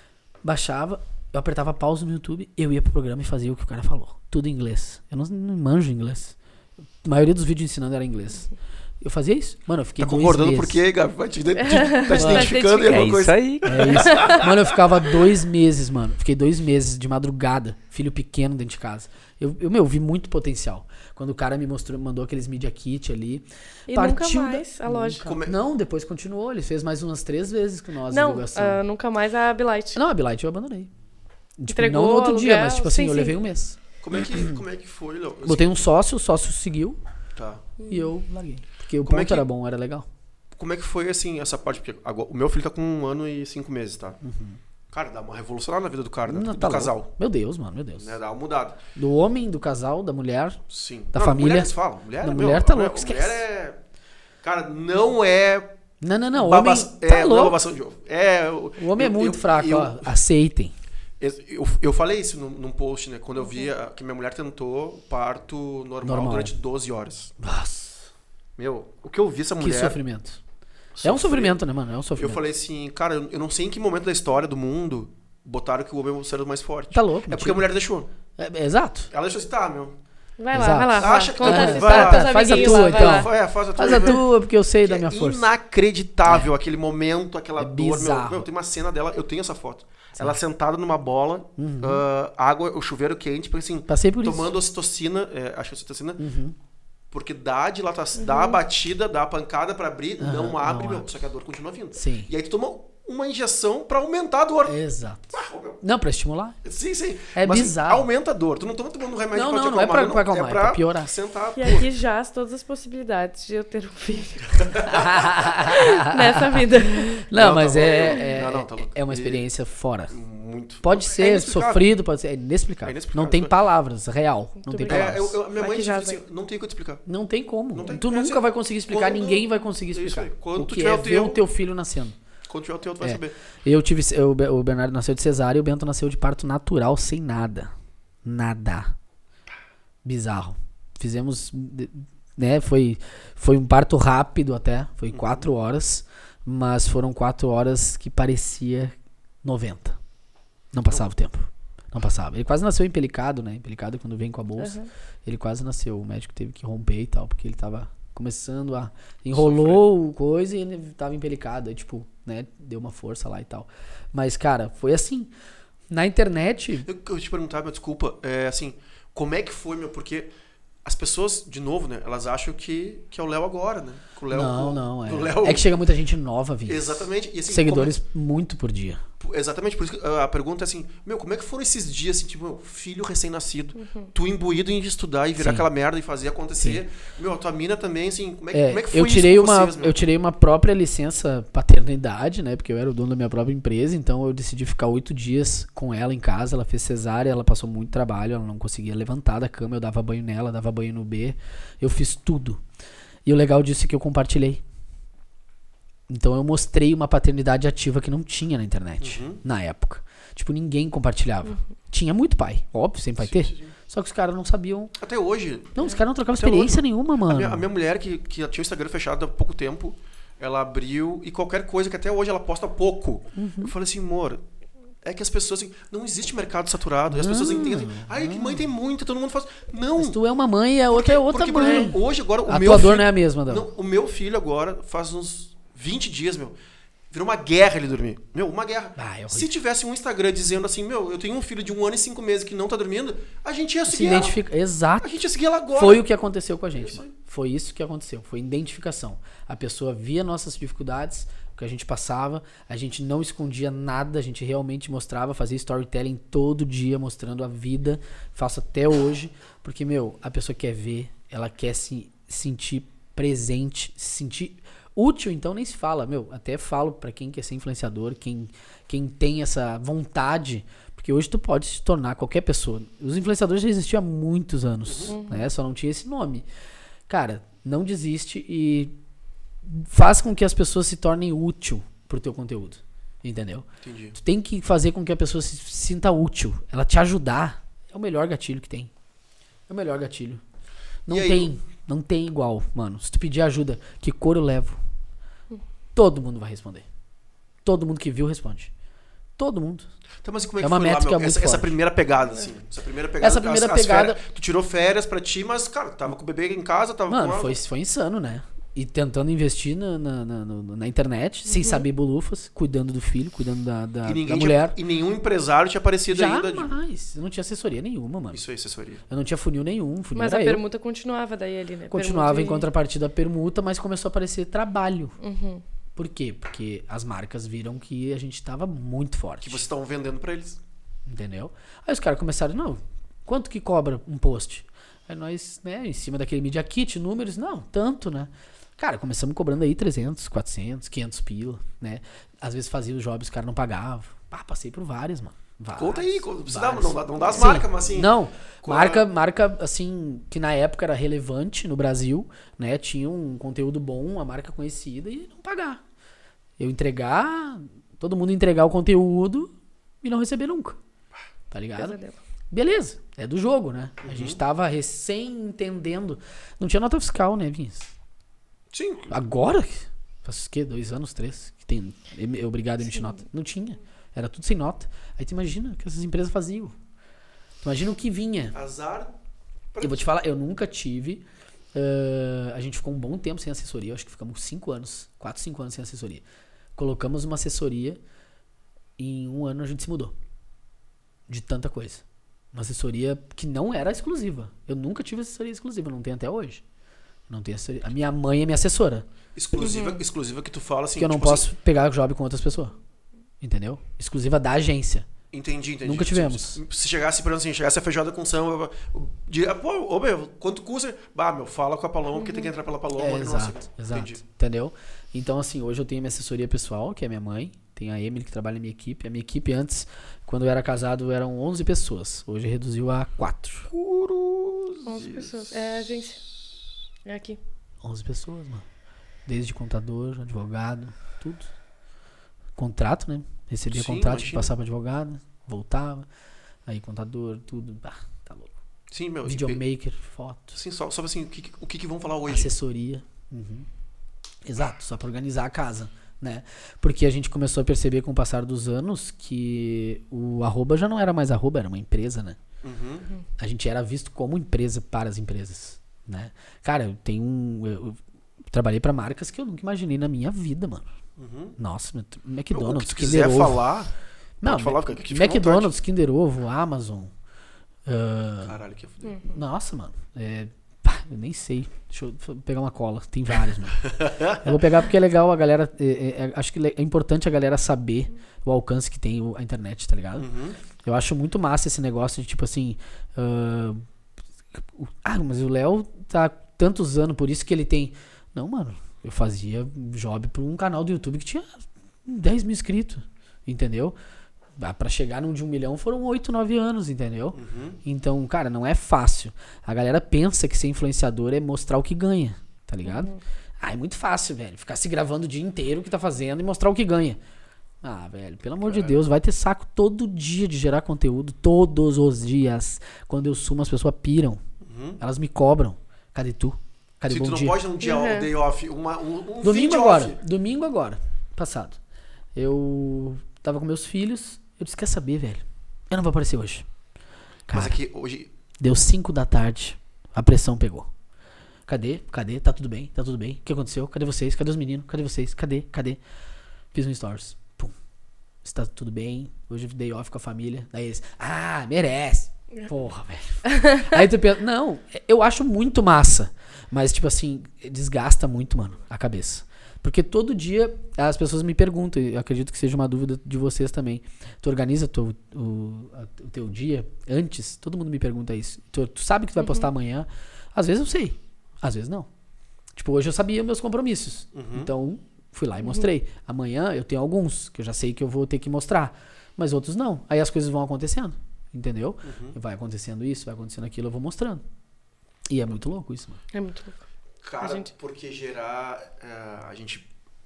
S3: Baixava, eu apertava pause no YouTube, eu ia pro programa e fazia o que o cara falou. Tudo em inglês. Eu não, não manjo inglês. A maioria dos vídeos ensinando era em inglês. Eu fazia isso. Mano, eu fiquei
S1: Tá
S3: dois
S1: concordando
S3: meses.
S1: por quê, Gabi? Vai te, te, tá te
S3: Mano.
S1: identificando em
S2: É
S1: alguma
S2: isso
S1: coisa.
S2: aí.
S3: É isso. Mano, eu ficava dois meses, mano. Fiquei dois meses de madrugada. Filho pequeno dentro de casa. Eu, eu meu, vi muito potencial. Quando o cara me mostrou, mandou aqueles Media Kit ali.
S4: E
S3: partiu
S4: nunca mais
S3: da-
S4: a loja.
S3: Nunca-
S1: Como é-
S3: Não, depois continuou. Ele fez mais umas três vezes com nós a
S4: Não,
S3: divulgação.
S4: ah, nunca mais a Bilight.
S3: Não, a Bilight eu abandonei. Tipo,
S4: Entregou
S3: não no outro dia,
S4: aluguel,
S3: mas tipo assim,
S4: sim,
S3: eu
S4: sim.
S3: levei um mês.
S1: Como é que, como é que foi, Léo? Assim,
S3: Botei um sócio, o sócio seguiu
S1: tá.
S3: e eu larguei. Porque o
S1: Como
S3: ponto
S1: é que-
S3: era bom, era legal.
S1: Como é que foi, assim, essa parte? Porque agora, o meu filho tá com um ano e cinco meses, tá? Cara, dá uma revolução na vida do cara, né?
S3: Não,
S1: do
S3: tá
S1: casal.
S3: louco. Meu Deus, mano, meu Deus.
S1: Né? Dá uma mudada.
S3: Do homem, do casal, da mulher.
S1: Sim.
S3: Da
S1: Não,
S3: família.
S1: Mulheres falam. Mulher,
S3: Da
S1: meu,
S3: mulher tá
S1: a mulher-
S3: louco,
S1: a Mulher
S3: esquece.
S1: é... Cara, não é...
S3: Não, não, não. O
S1: baba-
S3: homem
S1: é,
S3: tá
S1: não é
S3: louco.
S1: babação de ovo. É...
S3: O homem é
S1: eu-
S3: muito
S1: eu-
S3: fraco,
S1: eu-
S3: ó. Aceitem.
S1: Eu, eu falei isso num, num post, né? Quando eu vi a- que minha mulher tentou parto normal,
S3: Normal.
S1: durante doze horas.
S3: Nossa,
S1: Meu, o que eu vi essa
S3: que
S1: mulher...
S3: sofrimento. É um
S1: sofrer,
S3: sofrimento, né, mano? É um
S1: Eu
S3: sofrimento.
S1: falei assim, cara, eu eu não sei em que momento da história do mundo botaram que o homem é o ser mais forte.
S3: Tá louco,
S1: É porque
S3: mentira.
S1: a mulher deixou.
S3: É, é, exato.
S1: Ela deixou assim, tá, meu.
S4: Vai lá,
S3: Exato.
S4: vai lá.
S1: Acha que
S4: Conta
S1: tá
S4: essa
S1: bom,
S4: história
S1: vai lá.
S4: pros
S3: Faz a
S4: amiguinhos
S3: tua,
S4: lá, vai
S3: então.
S4: lá.
S1: Vai, faz a tua.
S3: Faz a tua, porque eu sei da
S1: Que
S3: minha
S1: é
S3: força.
S1: inacreditável aquele momento, aquela
S3: É
S1: dor. Meu,
S3: bizarro.
S1: meu, tem uma cena dela, eu tenho essa foto. Ela sentada numa bola, ah, água, o chuveiro quente, porque assim,
S3: Passei por
S1: tomando ocitocina, é, acho que é ocitocina,
S3: isso. Uhum.
S1: porque dá a dilatação, dá a batida, dá a pancada pra abrir,
S3: Aham,
S1: não abre,
S3: não
S1: meu,
S3: abre.
S1: só que a dor continua vindo.
S3: Sim.
S1: E aí tu toma uma injeção pra aumentar a dor.
S3: Exato.
S1: Ah, meu,
S3: Não, pra estimular.
S1: sim, sim.
S3: É
S1: Mas,
S3: bizarro.
S1: Aumenta a dor. Tu não toma tomando um remédio
S3: Não,
S1: pra te
S3: não, não é
S1: acalmar,
S3: pra- pra acalmar, é pra piorar.
S1: sentar.
S4: E aqui jaz todas as possibilidades de eu ter um filho nessa vida.
S3: Não,
S1: Não,
S3: mas
S1: tá
S3: é,
S1: louco.
S3: é,
S1: Não, não, tá louco.
S3: é uma
S1: E-
S3: experiência fora.
S1: Muito.
S3: Pode
S1: É
S3: ser
S1: inexplicável.
S3: sofrido, pode ser. É inexplicável.
S1: É inexplicável.
S3: Não tem palavras, real. Não tem
S4: Muito
S1: É,
S3: palavras.
S1: eu, eu- minha
S4: Vai
S1: mãe
S4: que
S1: disse
S4: já
S1: assim,
S4: vai.
S1: não tem o que te explicar.
S3: Não tem como.
S1: Não tem-
S3: Tu
S1: é
S3: nunca
S1: assim,
S3: vai conseguir explicar,
S1: quando-
S3: ninguém vai conseguir
S1: Isso
S3: explicar.
S1: aí. Quando
S3: O
S1: tu
S3: que
S1: tiver
S3: é
S1: o
S3: ver
S1: teu-
S3: o teu filho nascendo.
S1: Quando tiver o teu, tu vai
S3: É.
S1: saber.
S3: Eu tive. eu- o Bernardo nasceu de cesárea e o Bento nasceu de parto natural, sem nada. Nada. Bizarro. Fizemos. Né, foi, foi um parto rápido até. Foi quatro horas. Mas foram quatro horas que parecia noventa. Não passava o tempo. Não passava. Ele quase nasceu empelicado, né? Empelicado quando vem com a bolsa.
S4: Uhum.
S3: Ele quase nasceu. O médico teve que romper e tal, porque ele tava começando a... Enrolou coisa e ele tava empelicado. Aí, tipo, né? Deu uma força lá e tal. Mas, cara, foi assim. Na internet...
S1: Eu, eu te perguntar, meu, desculpa, é assim, como é que foi, meu? Porque as pessoas, de novo, né? Elas acham que, que é o Léo agora, né? Que o Léo,
S3: não,
S1: o,
S3: não. É.
S1: o Léo...
S3: é que chega muita gente nova, Vinhas.
S1: Exatamente. E, assim,
S3: Seguidores
S1: como...
S3: muito por dia.
S1: Exatamente, por isso que a pergunta é assim, meu, como é que foram esses dias, assim, tipo, meu, filho recém-nascido, uhum. tu imbuído em estudar e virar Sim. aquela merda e fazer acontecer. Sim. Meu, a tua mina também, assim, como é,
S3: é,
S1: como é que foi
S3: eu tirei
S1: isso com
S3: uma,
S1: vocês, meu?
S3: Eu tirei uma própria licença paternidade, né, porque eu era o dono da minha própria empresa, então eu decidi ficar oito dias com ela em casa, ela fez cesárea, ela passou muito trabalho, ela não conseguia levantar da cama, eu dava banho nela, dava banho no B, eu fiz tudo. E o legal disso é que eu compartilhei. Então eu mostrei uma paternidade ativa que não tinha na internet, uhum. na época. Tipo, ninguém compartilhava. Uhum. Tinha muito pai, óbvio, sempre vai ter. Sim, sim. Só que os caras não sabiam...
S1: Até hoje.
S3: Não, os caras não trocavam experiência hoje. nenhuma, mano.
S1: A minha, a minha mulher, que, que tinha o Instagram fechado há pouco tempo, ela abriu e qualquer coisa que até hoje ela posta pouco. Uhum. Eu falei assim, amor, é que as pessoas... Assim, não existe mercado saturado. E as pessoas entendem. Ai, que mãe tem muita, todo mundo faz... Não.
S3: Mas tu é uma mãe e a outra porque, é outra
S1: porque,
S3: mãe.
S1: Porque hoje, agora, o
S3: a
S1: meu
S3: tua dor
S1: filho,
S3: não é a mesma, não.
S1: não. O meu filho agora faz uns vinte dias, meu... Virou uma guerra ele dormir. Meu, uma guerra. Ah, é Se tivesse um Instagram dizendo assim, meu, eu tenho um filho de um ano e cinco meses que não tá dormindo, a gente ia seguir
S3: Se identifica.
S1: ela.
S3: Exato.
S1: A gente ia seguir ela agora.
S3: Foi o que aconteceu com a gente,
S1: isso
S3: mano. Foi isso que aconteceu. Foi identificação. A pessoa via nossas dificuldades, o que a gente passava, a gente não escondia nada, a gente realmente mostrava, fazia storytelling todo dia, mostrando a vida. Faço até hoje. Porque, meu, a pessoa quer ver, ela quer se sentir presente, se sentir... Útil, então, nem se fala. Meu, até falo pra quem quer ser influenciador, quem, quem tem essa vontade, porque hoje tu pode se tornar qualquer pessoa. Os influenciadores já existiam há muitos anos, uhum. né? Só não tinha esse nome. Cara, não desiste e faz com que as pessoas se tornem útil pro teu conteúdo. Entendeu?
S1: Entendi.
S3: Tu tem que fazer com que a pessoa se sinta útil. Ela te ajudar é o melhor gatilho que tem. É o melhor gatilho. Não
S1: e
S3: tem...
S1: Aí?
S3: Não tem igual, mano. Se tu pedir ajuda, que cor eu levo? Todo mundo vai responder. Todo mundo que viu responde. Todo mundo.
S1: Então, mas como é que
S3: é uma
S1: foi
S3: métrica
S1: lá, meu?
S3: muito
S1: Essa, essa
S3: forte.
S1: primeira pegada, assim. Essa primeira pegada.
S3: Essa primeira
S1: as, as
S3: pegada...
S1: Férias, tu tirou férias pra ti, mas, cara, tava com o bebê em casa, tava
S3: mano,
S1: com ela.
S3: Foi, foi insano, né? E tentando investir na, na, na, na internet, uhum. sem saber bolufas, cuidando do filho, cuidando da, da,
S1: e
S3: da mulher.
S1: Tinha, e nenhum empresário tinha aparecido
S3: Jamais.
S1: ainda.
S3: Jamais. Eu não tinha assessoria nenhuma, mano.
S1: Isso aí, assessoria.
S3: Eu não tinha funil nenhum. Funil
S4: mas
S3: era
S4: a
S3: eu.
S4: permuta continuava daí ali, né?
S3: Continuava
S4: permuta
S3: em contrapartida da permuta, mas começou a aparecer trabalho.
S4: Uhum.
S3: Por quê? Porque as marcas viram que a gente tava muito forte.
S1: Que vocês estavam vendendo pra eles.
S3: Entendeu? Aí os caras começaram, não, quanto que cobra um post? Aí nós, né, em cima daquele Media Kit, números, não, tanto, né? Cara, começamos cobrando aí trezentos, quatrocentos, quinhentos pila, né? Às vezes fazia os jobs, os caras não pagavam. Ah, passei por várias, mano. Várias,
S1: conta aí, conta,
S3: várias.
S1: Não, dá, não dá as
S3: Sim,
S1: marcas, mas assim...
S3: Não,
S1: qual
S3: marca,
S1: é?
S3: marca, assim, que na época era relevante no Brasil, né? Tinha um conteúdo bom, uma marca conhecida e não pagar. Eu entregar, todo mundo entregar o conteúdo e não receber nunca. Tá ligado? Beleza, é do jogo, né? Uhum. A gente tava recém entendendo. Não tinha nota fiscal, né, Vinhas?
S1: Sim.
S3: Agora? Faz o quê? Dois anos, três? Que tem, é obrigado a emitir Sim. nota. Não tinha. Era tudo sem nota. Aí tu imagina o que essas empresas faziam. Tu imagina o que vinha.
S1: Azar.
S3: Eu vou te falar, eu nunca tive. Uh, a gente ficou um bom tempo sem assessoria. Eu acho que ficamos cinco anos. Quatro, cinco anos sem assessoria. Colocamos uma assessoria. E em um ano a gente se mudou. De tanta coisa. Uma assessoria que não era exclusiva. Eu nunca tive assessoria exclusiva. Não tenho até hoje. Não tenho assessoria. A minha mãe é minha assessora.
S1: Exclusiva, uhum. exclusiva que tu fala assim...
S3: Que eu não
S1: tipo
S3: posso
S1: assim...
S3: pegar job com outras pessoas. Entendeu? Exclusiva da agência.
S1: Entendi, entendi.
S3: Nunca tivemos.
S1: Se, se chegasse, por exemplo assim, chegasse a feijoada com samba, diria, pô, ô, meu, quanto custa? Bah, meu, fala com a Paloma, porque tem que entrar pela Paloma.
S3: É,
S1: ali,
S3: exato,
S1: nossa,
S3: exato.
S1: Entendi.
S3: Entendeu? Então, assim, hoje eu tenho minha assessoria pessoal, que é minha mãe. Tem a Emily, que trabalha na minha equipe. A minha equipe antes, quando eu era casado, eram onze pessoas. Hoje reduziu a quatro.
S4: onze pessoas. É a agência. É aqui.
S3: onze pessoas, mano. Desde contador, advogado, tudo. Contrato, né? Recebia
S1: Sim,
S3: contrato,
S1: imagina.
S3: passava advogado, voltava. Aí contador, tudo. Ah, tá louco.
S1: Sim, meu.
S3: Videomaker, foto.
S1: Sim, só, só assim, o que, o que, que vão falar hoje?
S3: Assessoria. Uhum. Exato, só pra organizar a casa. né? Porque a gente começou a perceber com o passar dos anos que o arroba já não era mais arroba, era uma empresa, né?
S1: Uhum.
S3: A gente era visto como empresa para as empresas, né? Cara, eu tenho um... Eu, eu trabalhei para marcas que eu nunca imaginei na minha vida, mano.
S1: Uhum.
S3: Nossa,
S1: O que
S3: McDonald's,
S1: tu
S3: Kinder
S1: quiser
S3: Ovo.
S1: falar,
S3: Não,
S1: pode falar, fica aqui, fica à
S3: McDonald's, Kinder Ovo, Amazon. ah,
S1: caralho, que foda.
S3: Nossa, mano. É, pá, eu nem sei. Deixa eu f- pegar uma cola. Tem vários, mano. Eu vou pegar porque é legal a galera. é- é- é- acho que le- é importante a galera saber o alcance que tem o- a internet, tá ligado?
S1: Uhum.
S3: Eu acho muito massa esse negócio de tipo assim. ah, o- ah, mas o Léo tá tantos anos, por isso que ele tem. Não, mano. Eu fazia job pra um canal do YouTube que tinha dez mil inscritos. Entendeu? Ah, pra chegar num de um milhão foram oito, nove anos, entendeu?
S1: Uhum.
S3: Então, cara, não é fácil. A galera pensa que ser influenciador é mostrar o que ganha, tá ligado? Ah, é muito fácil, velho. Ficar se gravando o dia inteiro o que tá fazendo e mostrar o que ganha. Ah, velho, pelo amor de Deus, vai ter saco todo dia de gerar conteúdo, todos os dias. Quando eu sumo, as pessoas piram.
S1: Uhum.
S3: Elas me cobram. Cadê tu? Cadê
S1: Se
S3: bom
S1: tu não
S3: dia?
S1: pode dar um dia
S4: Uhum.
S1: um day off, uma, um, um
S3: Domingo
S1: feed
S3: agora.
S1: off.
S3: Domingo agora. Passado. Eu tava com meus filhos. Eu disse, quer saber, velho? Eu não vou aparecer hoje.
S1: Mas
S3: Cara,
S1: aqui, hoje...
S3: deu cinco da tarde. A pressão pegou. Cadê? Cadê? Tá tudo bem? Tá tudo bem? O que aconteceu? Cadê vocês? Cadê os meninos? Cadê vocês? Cadê? Cadê? Fiz um stories. Pum. Está tudo bem? Hoje eu dei off com a família. Daí eles, ah, merece. Porra, velho. Aí tu pensa, não, eu acho muito massa. Mas, tipo assim, desgasta muito, mano, a cabeça. Porque todo dia as pessoas me perguntam, e eu acredito que seja uma dúvida de vocês também. Tu organiza tu, o, a- o teu dia antes? Todo mundo me pergunta isso. Tu, tu sabe que tu vai postar amanhã? Às vezes eu sei, às vezes não. Tipo, hoje eu sabia meus compromissos. Então, fui lá e mostrei. Amanhã eu tenho alguns que eu já sei que eu vou ter que mostrar. Mas outros não. Aí as coisas vão acontecendo. Entendeu? Vai acontecendo isso, vai acontecendo aquilo, eu vou mostrando. E é muito louco isso, mano.
S4: É muito louco.
S1: Cara,
S4: A gente-
S1: porque gerar... é, a gente...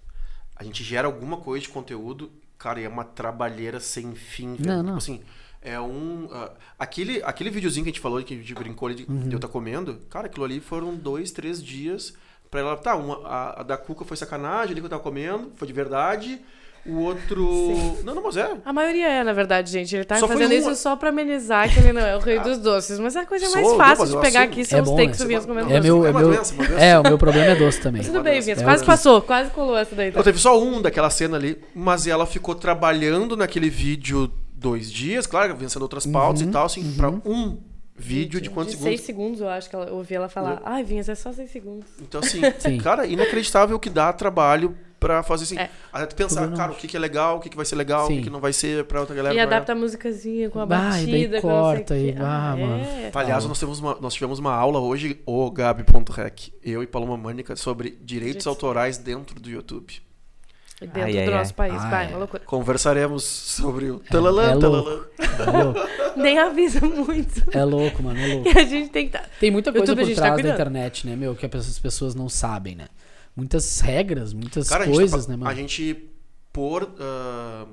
S1: A gente gera alguma coisa de conteúdo, cara, e é uma trabalheira sem fim, velho.
S3: Não, não.
S1: Tipo assim, é um... ah, aquele, aquele videozinho que a gente falou, que a gente brincou ali de,
S3: Uhum.
S1: de eu estar comendo, cara, aquilo ali foram dois, três dias pra ela... Tá, uma, a, a da Cuca foi sacanagem, ali que eu tava comendo, foi de verdade. O outro... Não, não, mas é...
S4: A maioria é, na verdade, gente. Ele tá
S1: Só foi
S4: fazendo
S1: uma-
S4: isso só pra amenizar que ele não é o rei dos doces. Mas é a coisa
S1: Sou,
S4: mais
S1: não,
S4: fácil
S1: mas
S4: de
S1: eu
S4: pegar
S1: assumo.
S4: aqui são
S3: É
S4: os
S3: bom,
S4: takes
S3: né?
S4: subindo comendo
S3: É,
S4: doce.
S3: meu,
S1: É
S3: é,
S1: uma
S3: meu,
S1: doença, uma doença.
S3: é, o meu problema é doce também.
S4: Tudo bem,
S1: É
S4: Vitor.
S3: o
S4: Quase
S3: que-
S4: passou. Quase colou essa daí. tá?
S1: Não, teve só um daquela cena ali, mas ela ficou trabalhando naquele vídeo dois dias, claro, vencendo outras pautas e tal, assim, pra um vídeo de quantos
S4: de
S1: segundos?
S4: seis segundos, eu acho que ela, eu ouvi ela falar. Ai, Vinhas, é só seis segundos.
S1: Então, assim,
S3: Sim.
S1: cara, inacreditável que dá trabalho pra fazer assim.
S4: É.
S1: Até tu pensar,
S3: Problema.
S1: cara, o que, que é legal, o que, que vai ser legal, o
S3: Sim.
S1: que, que não vai ser pra outra galera.
S4: E
S1: pra-
S4: adapta a musicazinha com a
S3: Bah, e daí
S4: batida, com não sei
S3: corta
S4: o
S3: e
S4: quê.
S3: vá,
S4: Ah,
S3: mano.
S4: é.
S1: Aliás, nós, temos uma- nós tivemos uma aula hoje, o Gabi ponto rec, eu e Paloma Mânica, sobre direitos
S4: Direitos.
S1: autorais dentro do YouTube.
S4: Dentro
S2: Ai,
S4: do
S2: ai,
S4: nosso
S2: ai.
S4: país.
S3: Ah,
S4: Vai,
S3: é.
S4: uma loucura.
S1: Conversaremos sobre o talalã,
S3: é louco.
S1: talalã.
S3: É louco,
S4: Nem avisa muito.
S3: é louco, mano, é louco.
S4: E a gente tem que tá...
S3: Tem muita coisa
S4: YouTube a
S3: por
S4: gente tá
S3: trás da
S4: cuidando.
S3: internet, né, meu, que as pessoas não sabem, né? Muitas regras, muitas
S1: Cara, a gente,
S3: coisas,
S1: tá-
S3: né, mano?
S1: a gente, por, ah,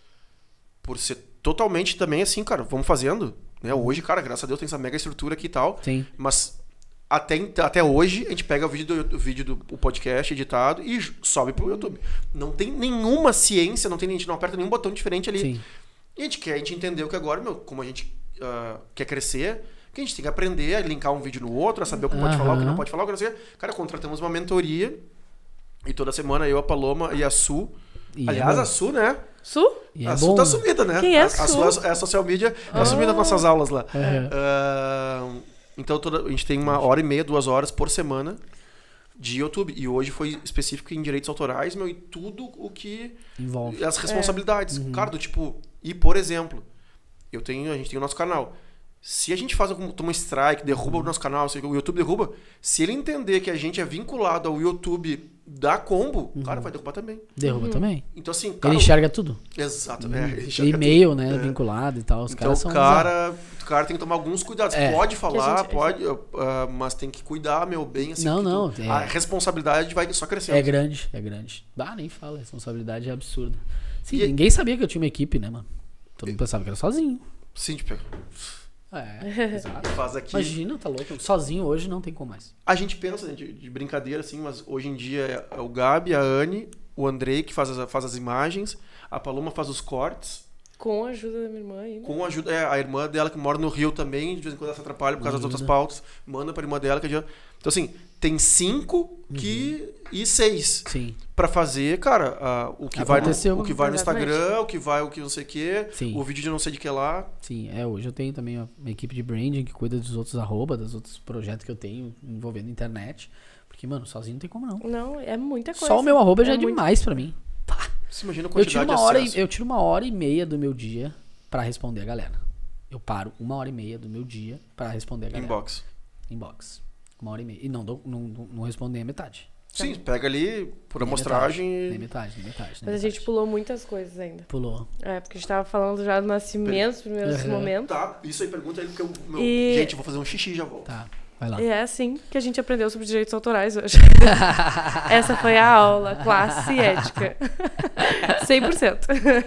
S1: por ser totalmente também assim, cara, vamos fazendo, né? Hoje, cara, graças a Deus tem essa mega estrutura aqui e tal,
S3: Sim.
S1: mas até, ent- até hoje a gente pega o vídeo do o vídeo do o podcast editado e j- sobe pro YouTube. Não tem nenhuma ciência, não tem, a gente não aperta nenhum botão diferente ali.
S3: Sim.
S1: E a gente quer, a gente entendeu que agora, meu, como a gente ah, quer crescer, que a gente tem que aprender a linkar um vídeo no outro, a saber o que pode falar, o que não
S3: Aham.
S1: pode falar, o que não sei. Cara, contratamos uma mentoria e toda semana eu, a Paloma e a Su.
S3: E
S1: Aliás,
S3: é
S1: a
S3: bom.
S1: Su, né?
S4: Su?
S3: E é
S1: a
S3: bom,
S1: Su tá
S3: né?
S1: sumida, né?
S4: Quem é
S1: a,
S4: a
S1: a
S4: Su?
S1: Su é a social media, tá sumida nas nossas aulas lá.
S3: Aham.
S1: Ah, então toda, a gente tem uma hora e meia, duas horas por semana de YouTube. E hoje foi específico em direitos autorais, meu, e tudo o que...
S3: Envolve.
S1: As responsabilidades.
S3: Uhum.
S1: Cara, do tipo... E, por exemplo, eu tenho, a gente tem o nosso canal. Se a gente faz algum, toma um strike, derruba o nosso canal, se o YouTube derruba, se ele entender que a gente é vinculado ao YouTube da Combo, cara, vai derrubar também.
S3: Derruba também.
S1: Então, assim, cara...
S3: Ele enxerga tudo.
S1: Exato. É, ele enxerga
S3: E-mail, né,
S1: tudo. É.
S3: vinculado e tal. Os
S1: Então,
S3: caras
S1: o
S3: são...
S1: cara, o cara tem que tomar alguns cuidados.
S3: É.
S1: Pode falar,
S4: gente-
S1: pode, ah, mas tem que cuidar, meu bem, assim.
S3: Não,
S1: porque
S3: não,
S1: tu-
S3: é.
S1: A responsabilidade vai só crescendo.
S3: É grande, é grande. Ah, nem fala, a responsabilidade é absurda. Sim,
S1: E-
S3: ninguém sabia que eu tinha uma equipe, né, mano? Todo mundo pensava que era sozinho.
S1: Sim, tipo,
S3: É, exato.
S1: faz aqui.
S3: Imagina, tá louco. Sozinho hoje não tem como mais.
S1: A gente pensa, né, de, de brincadeira, assim, mas hoje em dia é, é o Gabi, a Anne, o Andrei, que faz as, faz as imagens, a Paloma faz os cortes,
S4: Com a ajuda da minha irmã ainda.
S1: com a ajuda, é, a irmã dela que mora no Rio também, de vez em quando ela se atrapalha por causa das outras pautas, manda pra irmã dela que adianta. Então assim, tem cinco que, e seis
S3: Sim.
S1: pra fazer, cara, a, o que vai no,
S3: Aconteceu.
S1: o que vai no
S4: Exatamente.
S1: Instagram, o que vai o que não sei o que,
S3: Sim.
S1: o vídeo de não sei de que lá.
S3: Sim, é, hoje eu tenho também uma equipe de branding que cuida dos outros arroba, dos outros projetos que eu tenho envolvendo internet. Porque, mano, sozinho não tem como não.
S4: Não, é muita coisa.
S3: Só o meu arroba já é,
S4: muito-
S3: demais pra mim.
S1: Você imagina a
S3: Eu tiro,
S1: quantidade
S3: uma
S1: de
S3: hora
S1: acesso.
S3: e, eu tiro uma hora e meia do meu dia pra responder a galera. Eu paro uma hora e meia do meu dia pra responder a galera.
S1: Inbox.
S3: Inbox. Uma hora e meia. E não, dou, não, não, não respondo nem a metade.
S1: Sim, pega ali por
S3: Nem
S1: amostragem.
S3: Nem metade, nem metade. Nem
S4: Mas a
S3: metade.
S4: gente pulou muitas coisas ainda.
S3: Pulou.
S4: É, porque a gente tava falando já do nascimento, os primeiros
S3: Uhum.
S4: momentos.
S1: Tá, isso aí pergunta aí porque eu. Meu,
S4: E-
S1: Gente, eu vou fazer um xixi e já volto.
S3: Tá, vai lá.
S4: E é assim que a gente aprendeu sobre direitos autorais hoje. Essa foi a aula, classe e ética. cem por cento.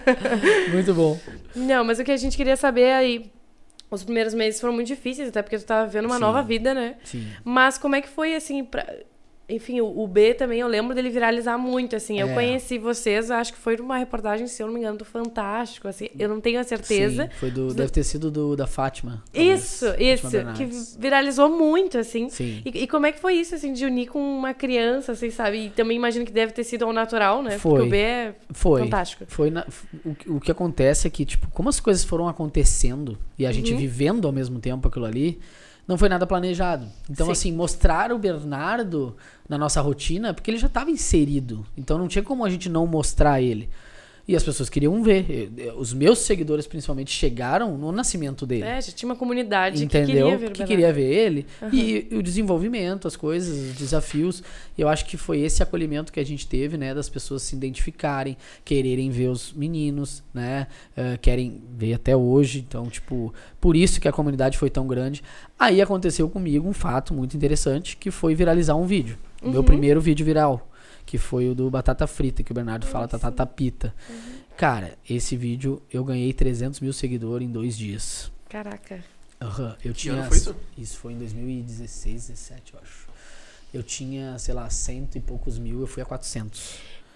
S3: Muito bom.
S4: Não, mas o que a gente queria saber aí, os primeiros meses foram muito difíceis, até porque tu tava vivendo uma
S3: Sim.
S4: nova vida, né?
S3: Sim.
S4: Mas como é que foi, assim, pra... Enfim, o o B também, eu lembro dele viralizar muito, assim. Eu
S3: É.
S4: conheci vocês, acho que foi numa reportagem, se eu não me engano, do Fantástico, assim. Eu não tenho a certeza.
S3: Sim, foi do, deve ter sido do, da Fátima.
S4: Isso,
S3: talvez.
S4: isso.
S3: Fátima
S4: Que
S3: Bernardes.
S4: viralizou muito, assim.
S3: Sim.
S4: E, e como é que foi isso, assim, de unir com uma criança, assim, sabe? E também imagino que deve ter sido ao natural, né?
S3: Foi.
S4: Porque o B é
S3: Foi.
S4: fantástico.
S3: Foi na- o, que- o que acontece é que, tipo, como as coisas foram acontecendo e a gente
S4: Uhum.
S3: vivendo ao mesmo tempo aquilo ali, não foi nada planejado. Então,
S4: Sim.
S3: assim, mostrar o Bernardo na nossa rotina, porque ele já estava inserido. Então não tinha como a gente não mostrar ele. E as pessoas queriam ver. Eu- eu- Os meus seguidores, principalmente, chegaram no nascimento dele.
S4: É, já tinha uma comunidade
S3: Entendeu?
S4: que queria ver o
S3: que
S4: Bernardo.
S3: queria ver ele. E, e o desenvolvimento, as coisas, os desafios. Eu acho que foi esse acolhimento que a gente teve, né? Das pessoas se identificarem, quererem ver os meninos, né? eh, querem ver até hoje. Então, tipo, por isso que a comunidade foi tão grande. Aí aconteceu comigo um fato muito interessante, que foi viralizar um vídeo. O meu primeiro vídeo viral. Que foi o do Batata Frita, que o Bernardo fala Tatata Pita. Cara, esse vídeo eu ganhei trezentos mil seguidores em dois dias.
S4: Caraca.
S3: Aham, eu
S1: Que
S3: tinha.
S1: ano foi isso?
S3: Isso foi em dois mil e dezesseis, dezessete, eu acho. Eu tinha, sei lá, cento e poucos mil, eu fui a quatrocentos.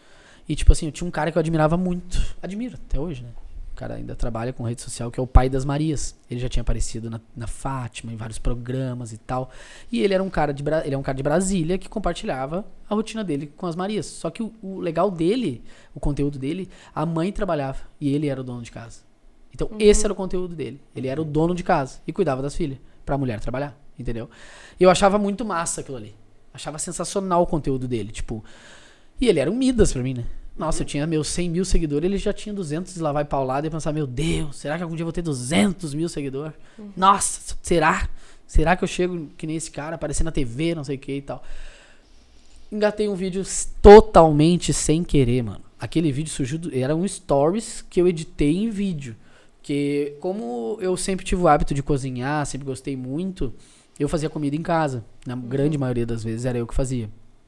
S3: E, tipo assim, eu tinha um cara que eu admirava muito. Admiro até hoje, né? O cara ainda trabalha com rede social, que é o pai das Marias. Ele já tinha aparecido na, na Fátima, em vários programas e tal. E ele era um cara de, Bra- ele é um cara de Brasília que compartilhava a rotina dele com as Marias. Só que o, o legal dele, o conteúdo dele, a mãe trabalhava e ele era o dono de casa. Então, esse era o conteúdo dele. Ele era o dono de casa e cuidava das filhas, pra mulher trabalhar, entendeu? E eu achava muito massa aquilo ali. Achava sensacional o conteúdo dele, tipo... E ele era um Midas pra mim, né? Nossa, eu tinha meus cem mil seguidores, ele já tinha duzentos e lá vai paulada. E eu pensava, meu Deus, será que algum dia eu vou ter duzentos mil seguidores? Nossa, será? Será que eu chego que nem esse cara, aparecer na T V, não sei o que e tal? Engatei um vídeo totalmente sem querer, mano. Aquele vídeo surgiu, do, era um stories que eu editei em vídeo. Que como eu sempre tive o hábito de cozinhar, sempre gostei muito, eu fazia comida em casa. Na grande maioria das vezes era eu que fazia.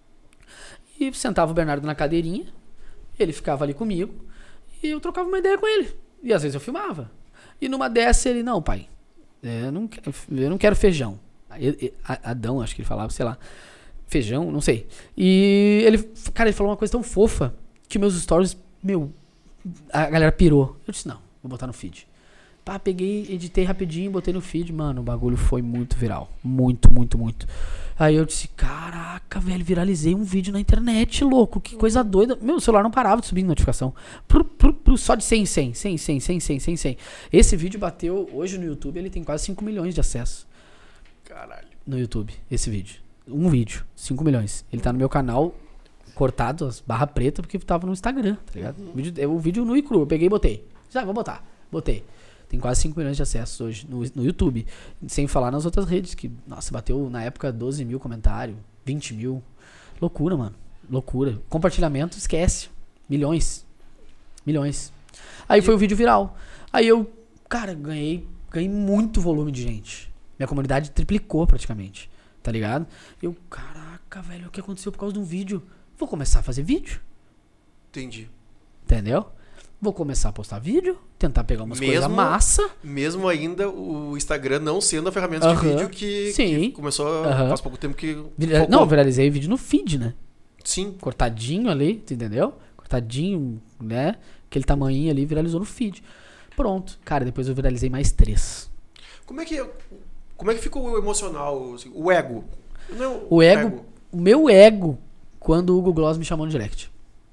S3: E sentava o Bernardo na cadeirinha, ele ficava ali comigo, e eu trocava uma ideia com ele. E às vezes eu filmava. E numa dessa ele, não, pai, é, eu não quero, eu não quero feijão. Aí, ele- a- Adão, acho que ele falava, sei lá, feijão, não sei. E ele, cara, ele falou uma coisa tão fofa que meus stories, meu, a galera pirou. Eu disse, não, vou botar no feed. Pá, peguei, editei rapidinho, botei no feed. Mano, o bagulho foi muito viral. Muito, muito, muito. Aí eu disse, caraca, velho, viralizei um vídeo na internet, louco. Que coisa doida. Meu celular não parava de subir notificação. Pru, pru, pru, só de cem, cem, cem, cem, cem, cem, cem, cem. Esse vídeo bateu, hoje no YouTube, ele tem quase cinco milhões de acessos.
S1: Caralho.
S3: No YouTube, esse vídeo. Um vídeo, cinco milhões. Ele tá no meu canal, cortado, as barra preta, porque tava no Instagram, tá ligado? O vídeo, é o vídeo nu e cru. Eu peguei e botei. Já, vou botar. Botei. Tem quase cinco milhões de acessos hoje no, no YouTube. Sem falar nas outras redes, que, nossa, bateu na época doze mil comentários, vinte mil. Loucura, mano. Loucura. Compartilhamento, esquece. Milhões. Milhões. Aí foi o vídeo viral. Aí eu, cara, ganhei, ganhei muito volume de gente. Minha comunidade triplicou praticamente. Tá ligado? Eu, caraca, velho, o que aconteceu por causa de um vídeo? Vou começar a fazer vídeo.
S1: Entendi.
S3: Entendeu? Vou começar a postar vídeo, tentar pegar umas coisas
S1: Mesmo-
S3: massa.
S1: Mesmo ainda o Instagram não sendo a ferramenta de
S3: Aham.
S1: vídeo que,
S3: Sim.
S1: que começou
S3: Aham.
S1: faz pouco tempo que.
S3: Vira-
S1: focou.
S3: Não, viralizei vídeo no feed, né?
S1: Sim.
S3: Cortadinho ali, tu entendeu? cortadinho, né? Aquele tamanhinho ali, viralizou no feed. Pronto. Cara, depois eu viralizei mais três.
S1: Como é que, como é que ficou o emocional, assim, o ego? Não,
S3: O ego, o meu ego, quando o Hugo Gloss me chamou no direct.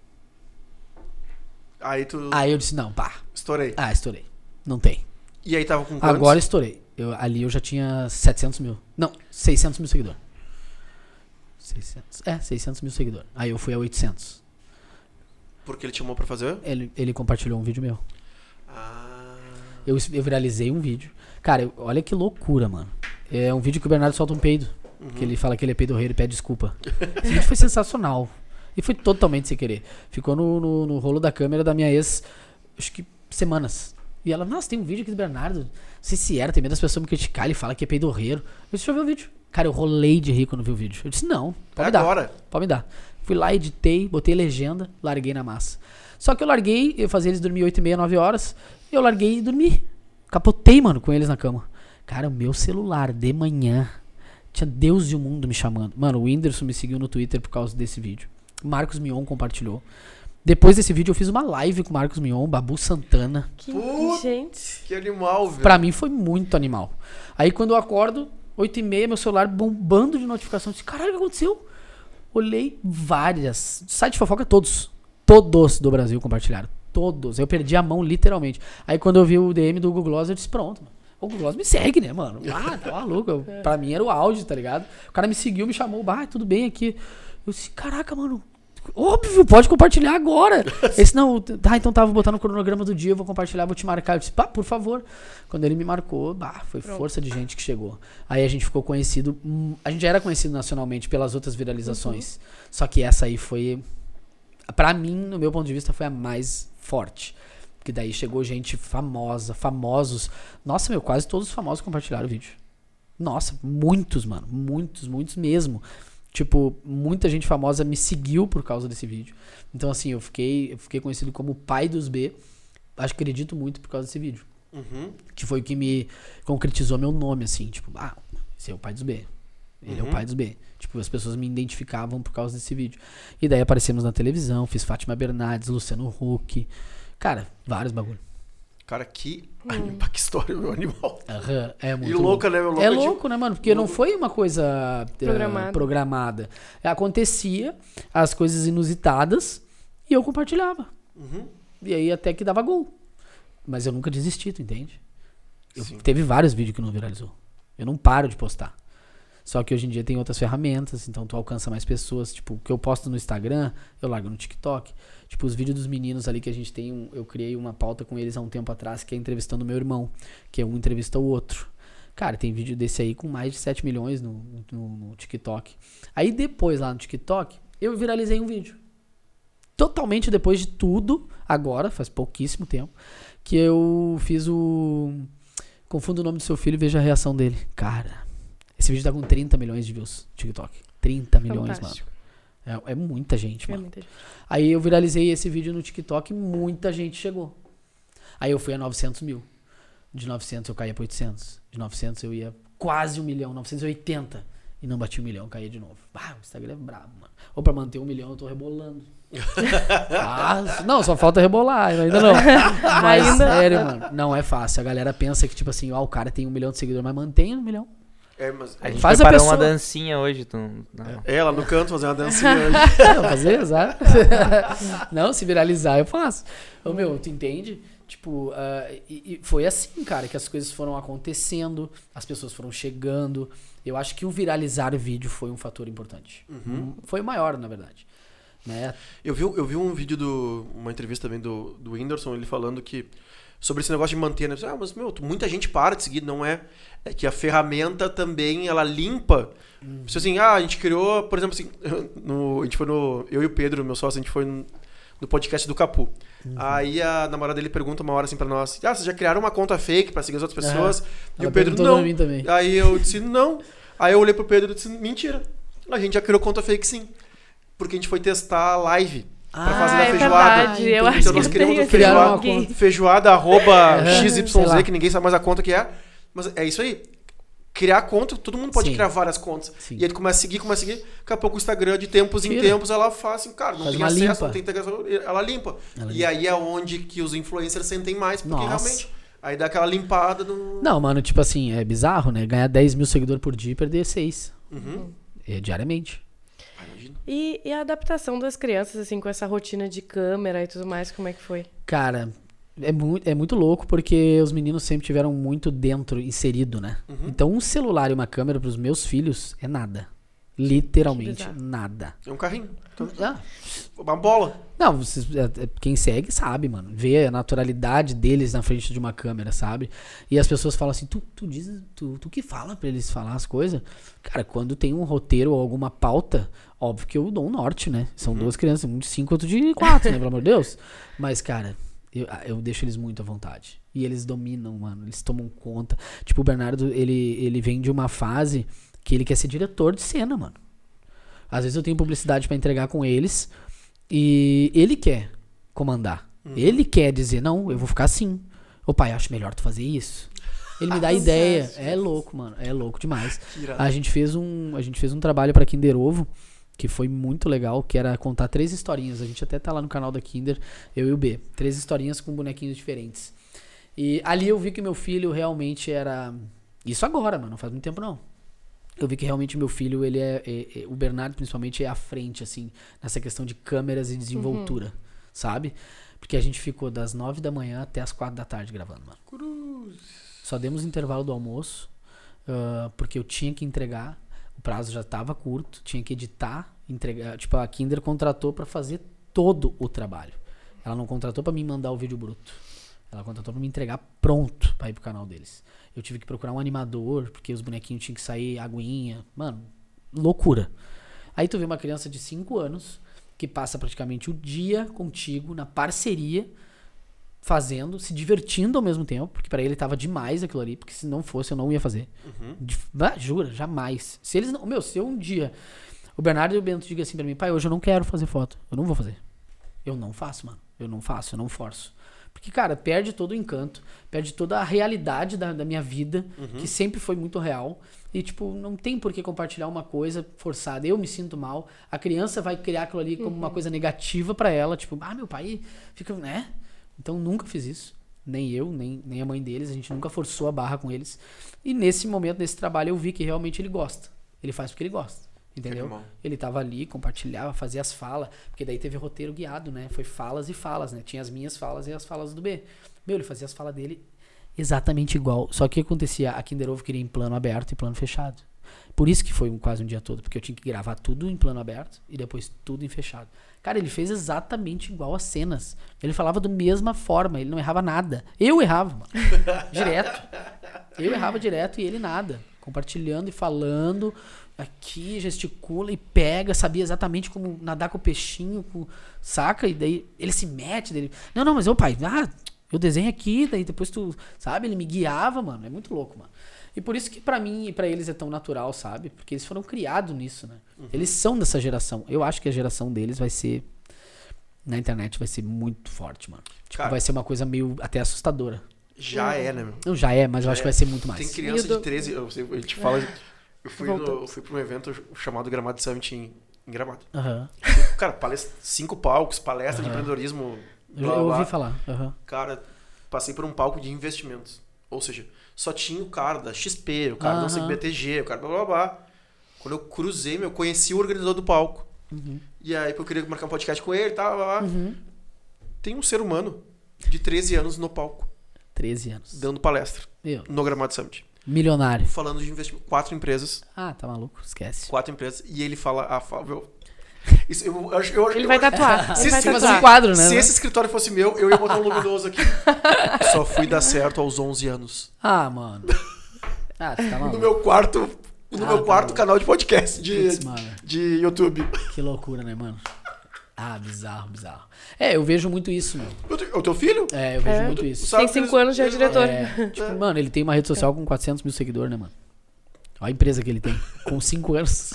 S1: Aí tu...
S3: Aí eu disse, não, pá.
S1: Estourei.
S3: Ah, estourei. Não tem.
S1: E aí tava com quantos?
S3: Agora estourei. Eu, ali eu já tinha setecentos mil. Não, seiscentos mil seguidores. seiscentos, é, seiscentos mil seguidores. Aí eu fui a oitocentos.
S1: Porque ele te chamou pra fazer?
S3: Ele, ele compartilhou um vídeo meu.
S1: Ah...
S3: Eu, eu viralizei um vídeo. Cara, eu- olha que loucura, mano. É um vídeo que o Bernardo solta um peido.
S1: Uhum.
S3: Que ele fala que ele é peidorreiro e pede desculpa. Esse vídeo foi sensacional. E foi totalmente sem querer. Ficou no, no, no rolo da câmera da minha ex, acho que semanas. E ela, nossa, tem um vídeo aqui do Bernardo. Não sei se era, tem medo das pessoas me criticar. Ele fala que é peidorreiro. Eu disse, deixa eu ver o vídeo. Cara, eu rolei de rir quando vi o vídeo. Eu disse, não, pode
S1: É
S3: me dar.
S1: agora.
S3: Pode me dar. Fui lá, editei, botei legenda, larguei na massa. Só que eu larguei, eu fazia eles dormir oito e meia, nove horas. Eu larguei e dormi. Capotei, mano, com eles na cama. Cara, o meu celular, de manhã, tinha Deus e o mundo me chamando. Mano, o Whindersson me seguiu no Twitter por causa desse vídeo. Marcos Mion compartilhou. Depois desse vídeo eu fiz uma live com o Marcos Mion, Babu Santana.
S4: Que
S1: Putz.
S4: gente.
S1: Que animal, velho.
S3: Pra mim foi muito animal. Aí quando eu acordo, oito e meia, meu celular bombando de notificação. Eu disse, caralho, o que aconteceu? Olhei várias. Site de fofoca, todos. Todos do Brasil compartilharam. Todos. Eu perdi a mão, literalmente. Aí quando eu vi o D M do Google Gloss, eu disse, pronto, mano. O Google Gloss me segue, né, mano? Ah, tá maluco. Eu, pra mim era o auge, tá ligado? O cara me seguiu, me chamou, bah, tudo bem aqui. Eu disse, caraca, mano. Óbvio, pode compartilhar agora. Esse não, tá, então tava botando o cronograma do dia, eu vou compartilhar, vou te marcar. Eu disse, pá, por favor. Quando ele me marcou, bah, foi
S4: Pronto.
S3: força de gente que chegou. Aí a gente ficou conhecido, hum, a gente já era conhecido nacionalmente pelas outras viralizações.
S4: Uhum.
S3: Só que essa aí foi, pra mim, no meu ponto de vista, foi a mais forte. Porque daí chegou gente famosa, famosos. Nossa, meu, quase todos os famosos compartilharam o vídeo. Nossa, muitos, mano. Muitos, muitos mesmo. Tipo, muita gente famosa me seguiu por causa desse vídeo. Então, assim, eu fiquei, eu fiquei conhecido como o pai dos B. Acho que acredito muito por causa desse vídeo.
S1: Uhum.
S3: Que foi o que me concretizou meu nome, assim. Tipo, ah, esse é o pai dos B. Ele é
S1: Uhum.
S3: o pai dos B. Tipo, as pessoas me identificavam por causa desse vídeo. E daí aparecemos na televisão, fiz Fátima Bernardes, Luciano Huck. Cara, vários bagulho.
S1: Cara, que,
S4: Hum.
S1: que história, meu animal.
S3: Aham, é muito
S1: E louca, né, meu louco?
S3: É
S1: de-
S3: louco, né, mano? Porque não foi uma coisa eh,
S4: Programada.
S3: programada. Acontecia as coisas inusitadas e eu compartilhava.
S1: Uhum.
S3: E aí até que dava gol. Mas eu nunca desisti, tu entende? Eu,
S1: Sim.
S3: teve vários vídeos que não viralizou. Eu não paro de postar. Só que hoje em dia tem outras ferramentas, então tu alcança mais pessoas. Tipo, o que eu posto no Instagram, eu largo no TikTok. Tipo, os vídeos dos meninos ali que a gente tem, um- eu criei uma pauta com eles há um tempo atrás, que é entrevistando o meu irmão, que é um entrevista o outro. Cara, tem vídeo desse aí com mais de sete milhões no, no, no TikTok. Aí depois, lá no TikTok, eu viralizei um vídeo. Totalmente depois de tudo, agora, faz pouquíssimo tempo, que eu fiz o... Confundo o nome do seu filho e vejo a reação dele. Cara, esse vídeo tá com trinta milhões de views no TikTok. trinta milhões,
S4: Fantástico.
S3: mano. É, é muita gente,
S4: É
S3: mano.
S4: muita gente.
S3: Aí eu viralizei esse vídeo no TikTok e muita gente chegou. Aí eu fui a novecentos mil. De novecentos eu caía pra oitocentos. De novecentos eu ia quase um milhão, novecentos e oitenta. E não bati um milhão, caía de novo. Ah, o Instagram é brabo, mano. Ou pra manter um milhão eu tô rebolando. Ah, não, só falta rebolar, ainda não. Mas
S4: Ainda.
S3: sério, mano, não é fácil. A galera pensa que, tipo assim, ó, o cara tem um milhão de seguidores, mas mantém um milhão.
S1: É, mas...
S2: A gente
S3: Faz a
S2: preparou
S3: pessoa-
S2: uma dancinha hoje. Tu... Não.
S1: É, lá no canto, fazer uma dancinha hoje.
S3: Não, fazer, exato. Não, se viralizar eu faço. Ô, meu, tu entende? Tipo, ah, e, e foi assim, cara, que as coisas foram acontecendo, as pessoas foram chegando. Eu acho que o viralizar o vídeo foi um fator importante.
S1: Uhum.
S3: Foi o maior, na verdade. Né?
S1: Eu vi, eu vi um vídeo, do uma entrevista também do, do Whindersson, ele falando que sobre esse negócio de manter, né? Ah, mas, meu, muita gente para de seguir, não é? É que a ferramenta também, ela limpa.
S3: Uhum.
S1: Se assim, ah, a gente criou, por exemplo, assim, no, a gente foi no... Eu e o Pedro, meu sócio, a gente foi no, no podcast do Capu.
S3: Uhum.
S1: Aí a namorada dele pergunta uma hora assim pra nós, ah, vocês já criaram uma conta fake pra seguir as outras pessoas?
S3: Aham.
S1: E
S3: Ela
S1: o Pedro,
S3: perguntou
S1: não.
S3: pra mim também.
S1: Aí eu disse, não. Aí eu olhei pro Pedro e disse, mentira. A gente já criou conta fake sim. Porque a gente foi testar a live pra
S3: Ah,
S1: fazer
S4: Ah,
S1: a
S4: é
S1: feijoada.
S4: verdade. Eu
S3: Então
S4: acho
S1: nós
S4: que eu
S1: criamos
S4: tenho
S1: o
S4: esse
S3: Criaram uma
S4: log.
S3: conta.
S1: Feijoada, arroba
S3: Aham, sei
S1: X Y
S3: lá.
S1: Z, que ninguém sabe mais a conta que é. Mas é isso aí. criar conta, todo mundo pode
S3: Sim.
S1: criar várias contas.
S3: Sim.
S1: E aí tu começa a seguir, começa a seguir, daqui a pouco o Instagram, de tempos em
S3: Tira.
S1: tempos, ela faz assim, cara, não
S3: Faz
S1: tem
S3: uma
S1: acesso,
S3: limpa.
S1: não tem integração, ela limpa.
S3: Ela
S1: e
S3: limpa.
S1: aí é onde que os influencers sentem mais, porque
S3: Nossa.
S1: realmente, aí dá aquela limpada no...
S3: Não, mano, tipo assim, é bizarro, né? Ganhar dez mil seguidores por dia e perder seis.
S1: Uhum.
S3: É, diariamente.
S1: Ah, imagina.
S4: E, e a adaptação das crianças, assim, com essa rotina de câmera e tudo mais, como é que foi?
S3: Cara, é muito, é muito louco porque os meninos sempre tiveram muito dentro, inserido, né?
S1: Uhum.
S3: Então um celular e uma câmera pros meus filhos é nada.
S4: Que
S3: Literalmente
S4: bizarro.
S3: nada.
S1: É um carrinho. Então,
S3: Ah,
S1: uma bola.
S3: não, vocês- é- é- quem segue sabe, mano. Vê a naturalidade deles na frente de uma câmera, sabe? E as pessoas falam assim, tu, tu diz, tu, tu que fala pra eles falar as coisas? Cara, quando tem um roteiro ou alguma pauta, óbvio que eu dou um norte, né? São duas crianças, um de cinco, outro de quatro, né? Pelo amor de Deus. Mas, cara, eu, eu deixo eles muito à vontade. E eles dominam, mano. Eles tomam conta. Tipo, o Bernardo, ele, ele vem de uma fase que ele quer ser diretor de cena, mano. Às vezes eu tenho publicidade pra entregar com eles e ele quer comandar. Ele quer dizer, não, eu vou ficar assim. Ô pai, acho melhor tu fazer isso. Ele me dá ideia. É louco, mano. É louco demais.
S1: Que irado.
S3: A gente fez um, a gente fez um trabalho pra Kinder Ovo que foi muito legal, que era contar três historinhas. A gente até tá lá no canal da Kinder, eu e o B. Três historinhas com bonequinhos diferentes. E ali eu vi que meu filho realmente era... Isso agora, mano. Não faz muito tempo, não. Eu vi que realmente meu filho, ele é, é- é- o Bernardo principalmente é à frente, assim, nessa questão de câmeras e desenvoltura, sabe? Porque a gente ficou das nove da manhã até as quatro da tarde gravando, mano.
S1: Cruz.
S3: Só demos intervalo do almoço, ah, porque eu tinha que entregar, o prazo já tava curto, tinha que editar, entregar. Tipo, a Kinder contratou pra fazer todo o trabalho. Ela não contratou pra me mandar o vídeo bruto. Ela contratou pra me entregar pronto pra ir pro canal deles. Eu tive que procurar um animador, porque os bonequinhos tinham que sair aguinha. Mano, loucura. Aí tu vê uma criança de cinco anos que passa praticamente o dia contigo, na parceria, fazendo, se divertindo ao mesmo tempo, porque pra ele tava demais aquilo ali, porque se não fosse eu não ia fazer. De- ah, jura, jamais. Se eles não, meu, se eu um dia o Bernardo e o Bento digam assim pra mim, pai, hoje eu não quero fazer foto, eu não vou fazer. Eu não faço, mano. Eu não faço, eu não forço. Porque, cara, perde todo o encanto, perde toda a realidade da, da minha vida, que sempre foi muito real. E, tipo, não tem por que compartilhar uma coisa forçada. Eu me sinto mal. A criança vai criar aquilo ali como uma coisa negativa pra ela. Tipo, ah, meu pai fica, né? Então, nunca fiz isso. Nem eu, nem, nem a mãe deles. A gente nunca forçou a barra com eles. E nesse momento, nesse trabalho, eu vi que realmente ele gosta. Ele faz porque ele gosta. Entendeu?
S1: animal.
S3: Ele tava ali, compartilhava, fazia as falas, porque daí teve roteiro guiado, né? Foi falas e falas, né? Tinha as minhas falas e as falas do B. Meu, ele fazia as falas dele exatamente igual. Só que o que acontecia? A Kinder Ovo queria em plano aberto e plano fechado. Por isso que foi um, quase um dia todo, porque eu tinha que gravar tudo em plano aberto e depois tudo em fechado. Cara, ele fez exatamente igual as cenas. Ele falava da mesma forma, ele não errava nada. Eu errava, mano. Direto. Eu errava direto e ele nada. Compartilhando e falando... Aqui, gesticula e pega, sabia exatamente como nadar com o peixinho, com, saca? E daí ele se mete, dele. Não, não, mas ô pai, ah, eu desenho aqui, daí depois tu, sabe? Ele me guiava, mano, é muito louco, mano. E por isso que pra mim e pra eles é tão natural, sabe? Porque eles foram criados nisso, né? Eles são dessa geração. Eu acho que a geração deles vai ser, na internet, vai ser muito forte, mano. Tipo,
S1: Cara,
S3: vai ser uma coisa meio até assustadora.
S1: Já é, né, meu?
S3: Não, já é, mas eu
S1: Já
S3: acho
S1: é.
S3: que vai ser muito mais.
S1: Tem criança
S4: E o do-
S1: de treze, eu, sei- eu te falo, eu fui, no,
S4: Voltando.
S1: eu fui pra um evento chamado Gramado Summit em, em Gramado.
S3: Aham.
S1: Cara, palestra, cinco palcos, palestra de
S3: Aham.
S1: empreendedorismo.
S3: Eu,
S1: blá,
S3: eu
S1: blá.
S3: ouvi falar. Aham.
S1: Cara, passei por um palco de investimentos. Ou seja, só tinha o cara da X P, o cara da não sei o
S3: Aham.
S1: B T G, o cara blá blá blá. Quando eu cruzei, meu, eu conheci o organizador do palco.
S3: Uhum.
S1: E aí eu queria marcar um podcast com ele e tal, blá, blá.
S3: Uhum.
S1: Tem um ser humano de treze anos no palco,
S3: treze anos.
S1: dando palestra
S3: Meu,
S1: no Gramado Summit.
S3: milionário.
S1: Falando de investimento. Quatro empresas.
S3: Ah, tá maluco, esquece.
S1: Quatro empresas. E ele fala, ah, fala, meu, isso, eu, acho- eu, acho-
S4: Ele
S1: eu,
S4: vai
S1: acho-
S4: tatuar.
S1: Se
S4: Ele vai
S1: esse-
S3: Fazer um
S4: tatuar.
S3: quadro, né?
S1: Se esse escritório fosse meu, eu ia botar um luminoso aqui. Só fui dar certo aos onze anos.
S3: Ah, mano. Ah, tu tá maluco.
S1: No meu quarto, no
S3: Ah,
S1: meu
S3: tá
S1: quarto
S3: maluco.
S1: canal de podcast de,
S3: Putz, mano.
S1: de YouTube.
S3: Que loucura, né, mano? Ah, bizarro, bizarro. É, eu vejo muito isso, meu.
S1: O teu- o teu filho?
S3: É, eu vejo
S4: É.
S3: muito isso.
S1: Sabe
S4: Tem
S1: que
S4: cinco anos, já é
S1: ele-
S4: diretor.
S3: É, tipo, mano, ele tem uma rede social com quatrocentos mil seguidores, né, mano? Olha a empresa que ele tem. Com cinco anos.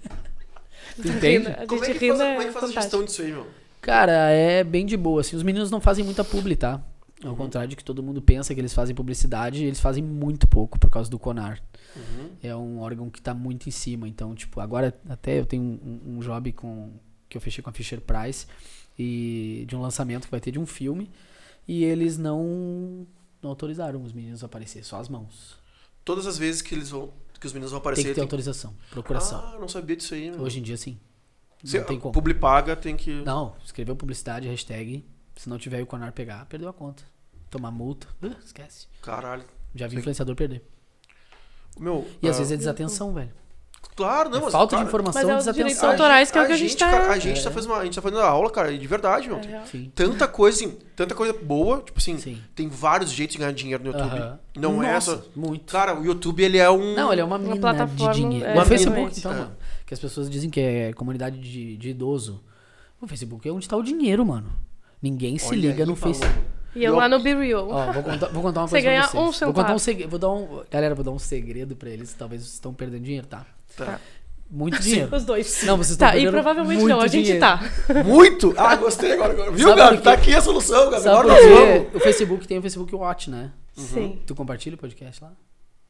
S3: Tu entende?
S4: A
S1: Como é
S4: gente
S1: que faz,
S4: rindo
S1: como é
S4: é
S1: que faz a
S4: fantástico.
S1: gestão disso aí, meu?
S3: Cara, é bem de boa, assim. Os meninos não fazem muita publi, tá? Ao contrário de que todo mundo pensa que eles fazem publicidade, eles fazem muito pouco por causa do CONAR.
S1: Uhum.
S3: É um órgão que tá muito em cima. Então, tipo, agora até eu tenho um, um job com, que eu fechei com a Fisher Price e de um lançamento que vai ter de um filme e eles não, não autorizaram os meninos a aparecer, só as mãos.
S1: Todas as vezes que eles vão, que os meninos vão
S3: Tem
S1: aparecer...
S3: que ter autorização, procuração.
S1: Ah, não sabia disso aí. Meu.
S3: Hoje em dia, sim.
S1: Se
S3: Não tem como.
S1: publi paga, tem que...
S3: Não, escreveu publicidade, hashtag, se não tiver e o CONAR pegar, perdeu a conta. Tomar multa, uh, esquece.
S1: Caralho.
S3: Já vi
S1: Sim.
S3: influenciador perder.
S1: Meu,
S3: E às
S1: ah,
S3: vezes é desatenção, velho.
S1: Claro, não,
S3: É
S1: mas...
S3: falta
S1: cara,
S3: de informação
S4: Mas
S3: e
S4: é os direitos
S3: desatenção.
S4: autorais que é o que a gente tá-
S1: cara, a gente
S3: É.
S1: tá fazendo uma, a gente tá fazendo a aula, cara, e de verdade, meu.
S4: É real.
S3: Sim.
S1: Tanta coisa, assim, tanta coisa boa, tipo assim,
S3: Sim.
S1: tem vários jeitos de ganhar dinheiro no YouTube.
S3: Aham.
S1: Não é
S3: Nossa,
S1: essa...
S3: muito.
S1: Cara, o YouTube, ele é um...
S3: Não, ele é uma mina
S4: plataforma,
S3: de dinheiro.
S4: é,
S3: o Facebook,
S4: exatamente.
S3: então,
S1: É.
S3: mano. Que as pessoas dizem que é comunidade de, de idoso. O Facebook é onde tá o dinheiro, mano. Ninguém se
S1: Olha
S3: liga
S1: aí,
S3: no
S1: falou.
S3: Facebook.
S4: E eu
S1: Eu-
S4: lá no Be Real.
S3: Ó, vou contar, vou contar uma
S4: Você
S3: coisa
S4: ganha
S3: pra vocês.
S4: um
S3: vou contar um
S4: centavo.
S3: segredo. Vou dar um. Galera, vou dar um segredo pra eles. Talvez vocês estão perdendo dinheiro, tá?
S1: Tá.
S3: Muito dinheiro.
S4: Os dois.
S3: Não, vocês estão
S4: Tá, e
S3: perdendo
S4: provavelmente
S3: muito
S4: não, a gente
S3: dinheiro.
S4: tá.
S1: Muito? Ah, gostei agora. agora. Viu,
S3: Sabe
S1: Gabi?
S3: por
S1: Tá
S3: quê?
S1: aqui a solução, Gabi.
S3: Sabe
S1: Agora
S3: por
S1: nós
S3: quê?
S1: vamos.
S3: O Facebook tem o Facebook Watch, né?
S4: Sim.
S3: Tu compartilha o podcast lá?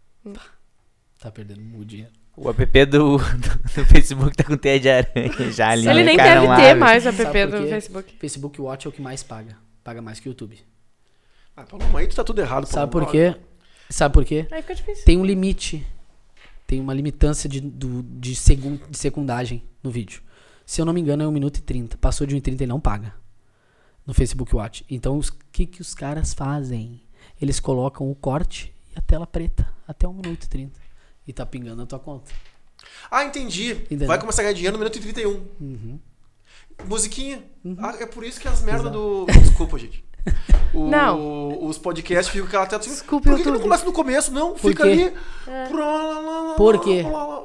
S3: Tá perdendo muito dinheiro.
S2: O app do, do, do Facebook tá com teia de aranha já ali.
S4: Ele
S2: né?
S4: nem
S2: Cara,
S4: deve
S2: não
S4: ter
S2: abre.
S4: mais
S3: Sabe
S4: app
S3: por
S4: do
S3: quê?
S4: Facebook.
S3: Facebook Watch é o que mais paga. Paga mais que o YouTube.
S1: Ah, Paloma, aí tu tá tudo errado.
S3: Sabe
S1: Paloma.
S3: por quê? Sabe por quê?
S4: Aí fica difícil.
S3: Tem um limite. Tem uma limitância de, do, de, segun, de secundagem no vídeo. Se eu não me engano, é um minuto e trinta. Passou de um e trinta e não paga. No Facebook Watch. Então, o que, que os caras fazem? Eles colocam o corte e a tela preta. Até um minuto e trinta. E tá pingando na tua conta.
S1: Ah, entendi.
S3: Entendeu?
S1: Vai começar a ganhar dinheiro no minuto e trinta e um.
S3: Uhum.
S1: Musiquinha.
S3: Uhum.
S1: Ah, é por isso que as merdas
S3: Exato.
S1: do... Desculpa, gente. O-
S4: Não.
S1: Os podcasts ficam aquela tela assim.
S4: Desculpa,
S1: Por que, que não
S4: YouTube.
S1: começa no começo? Não,
S3: Por
S1: fica
S3: quê?
S1: ali.
S4: É.
S3: Por quê?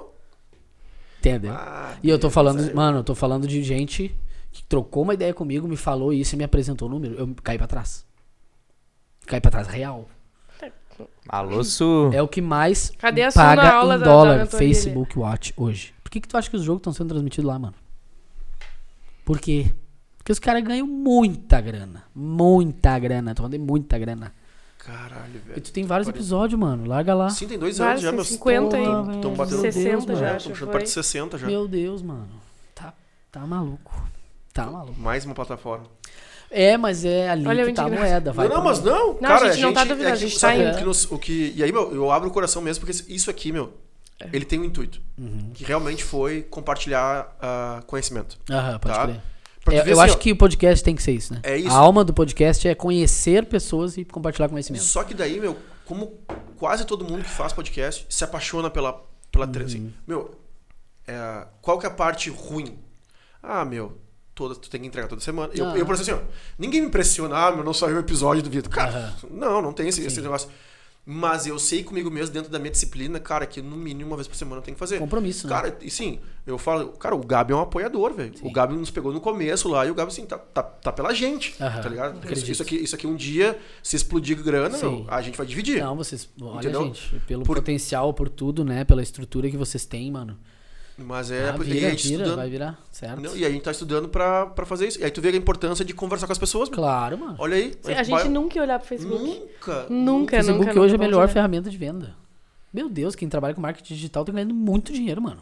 S3: Entendeu?
S1: Ah,
S3: E eu tô falando,
S1: Deus, é.
S3: mano, eu tô falando de gente que trocou uma ideia comigo, me falou isso e me apresentou o número. Eu caí pra trás. Caí pra trás, real.
S2: Alô, Su.
S3: É o que mais
S4: Cadê a Su na
S3: paga
S4: aula
S3: em
S4: da- da
S3: dólar
S4: mentoria
S3: Facebook Watch hoje. Por que, que tu acha que os jogos estão sendo transmitidos lá, mano? Por quê? Porque os caras ganham muita grana. Muita grana. Tô falando de muita grana.
S1: Caralho,
S3: E
S1: velho.
S3: tu tem vários
S1: Parece-
S3: episódios, mano. Larga lá.
S1: Sim, tem dois
S4: Vários,
S1: anos já,
S4: tem
S1: meus.
S4: cinquenta
S3: aí.
S1: Estão batendo...
S4: sessenta
S3: Deus,
S4: já,
S3: mano.
S4: acho que
S1: Estão
S4: foi.
S1: perto de sessenta já.
S3: Meu Deus, mano. Tá, tá maluco. Tá maluco.
S1: Mais uma plataforma.
S3: É, mas é ali
S4: Olha
S3: que
S4: o
S3: tá a
S4: indignação.
S3: moeda. Vai
S1: não, não,
S3: pra-
S1: mas não.
S4: Não,
S1: cara,
S4: a gente não tá duvidando,
S1: é
S4: a
S1: que,
S4: gente
S1: sabe
S4: tá
S1: o
S4: indo.
S1: que nos- o que E aí, meu, eu abro o coração mesmo, porque isso aqui, meu,
S4: É.
S1: ele tem um intuito.
S3: Uhum.
S1: Que realmente foi compartilhar ah, conhecimento.
S3: Aham, pode
S1: Tá?
S3: crer.
S1: Pra tu
S3: É,
S1: ver
S3: eu
S1: assim,
S3: acho
S1: ó,
S3: que o podcast tem que ser isso, né?
S1: É isso.
S3: A alma do podcast é conhecer pessoas e compartilhar conhecimento.
S1: Só que daí, meu, como quase todo mundo que faz podcast se apaixona pela, pela
S3: Uhum.
S1: trend, assim. Meu, é, qual que é a parte ruim? Ah, meu, toda, tu tem que entregar toda semana. Eu,
S3: Ah.
S1: eu por exemplo, assim, ó, ninguém me impressiona, ah, meu, não saiu o episódio do Vitor. Cara,
S3: Aham.
S1: não, não tem esse, esse
S3: Sim.
S1: negócio. Mas eu sei comigo mesmo, dentro da minha disciplina, cara, que no mínimo uma vez por semana eu tenho que fazer.
S3: Compromisso, né?
S1: Cara, e sim, eu falo, cara, o Gabi é um apoiador, velho.
S3: Sim.
S1: O Gabi nos pegou no começo lá e o Gabi, assim, tá, tá, tá pela gente,
S3: Aham,
S1: tá ligado? Isso,
S3: acredito.
S1: isso aqui, isso aqui um dia, se explodir grana,
S3: Sim.
S1: meu, a gente vai dividir.
S3: Não, vocês. Olha,
S1: Entendeu?
S3: gente, pelo
S1: Por-
S3: potencial, por tudo, né? Pela estrutura que vocês têm, mano.
S1: Mas é,
S3: Ah,
S1: e
S3: vira,
S1: a gente
S3: vira,
S1: estudando.
S3: vai virar, certo?
S1: Não, e a gente tá estudando pra, pra fazer isso. E aí tu vê a importância de conversar com as pessoas, meu.
S3: Claro, mano.
S1: Olha aí.
S4: Sim, a gente
S1: vai-
S4: nunca ia olhar pro Facebook.
S1: Nunca.
S4: Nunca,
S3: Facebook
S4: nunca.
S3: hoje é a
S4: nunca
S3: melhor
S4: vamos olhar.
S3: ferramenta de venda. Meu Deus, quem trabalha com marketing digital tá ganhando muito dinheiro, mano.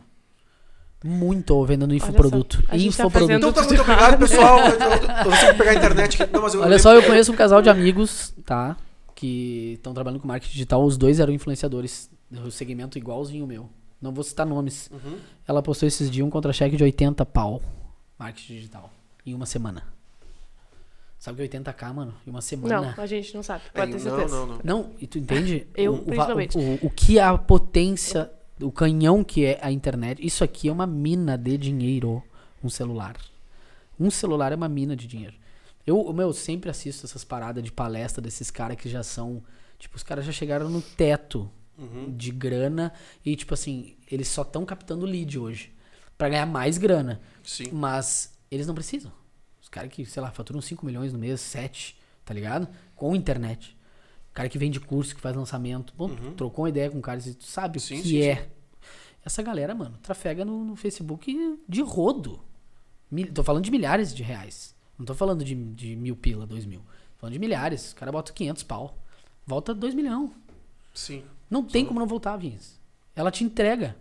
S3: Muito vendendo infoproduto.
S4: só, a gente tá
S3: Infoproduto.
S4: fazendo-
S1: Então tá, muito
S4: Tudo
S1: obrigado,
S4: errado.
S1: pessoal. Eu, eu, eu vou sempre pegar a internet aqui. Não, mas eu,
S3: Olha só, eu conheço um casal de amigos, tá? Que estão trabalhando com marketing digital. Os dois eram influenciadores. O segmento igualzinho o meu. Não vou citar nomes.
S1: Uhum.
S3: Ela postou esses dias um contra-cheque de oitenta pau. Marketing digital. Em uma semana. Sabe o que é oitenta k, mano? Em uma semana.
S4: Não, a gente não sabe.
S1: É,
S4: Pode ter
S1: não,
S4: certeza.
S1: não, não.
S3: Não, e tu entende?
S4: Eu,
S3: o, o, va-
S4: principalmente.
S3: o, o, o que a potência, o canhão que é a internet. Isso aqui é uma mina de dinheiro. Um celular. Um celular é uma mina de dinheiro. Eu, meu, eu sempre assisto essas paradas de palestra desses caras que já são. Tipo, os caras já chegaram no teto
S1: Uhum.
S3: de grana. E, tipo assim, eles só estão captando lead hoje. Pra ganhar mais grana.
S1: Sim.
S3: Mas eles não precisam. Os caras que, sei lá, faturam cinco milhões no mês, sete, tá ligado? Com internet. O cara que vende curso, que faz lançamento. Bom, tu trocou uma ideia com o cara e tu sabe o
S1: Uhum. Sim,
S3: que
S1: sim,
S3: é.
S1: sim.
S3: Essa galera, mano, trafega no, no Facebook de rodo. Mil, tô falando de milhares de reais. Não tô falando de, de mil pila, dois mil. Falando de milhares. O cara bota quinhentos pau. Volta dois milhões.
S1: Sim.
S3: Não tem
S1: Sim.
S3: como não voltar, Vinhas. Ela te entrega.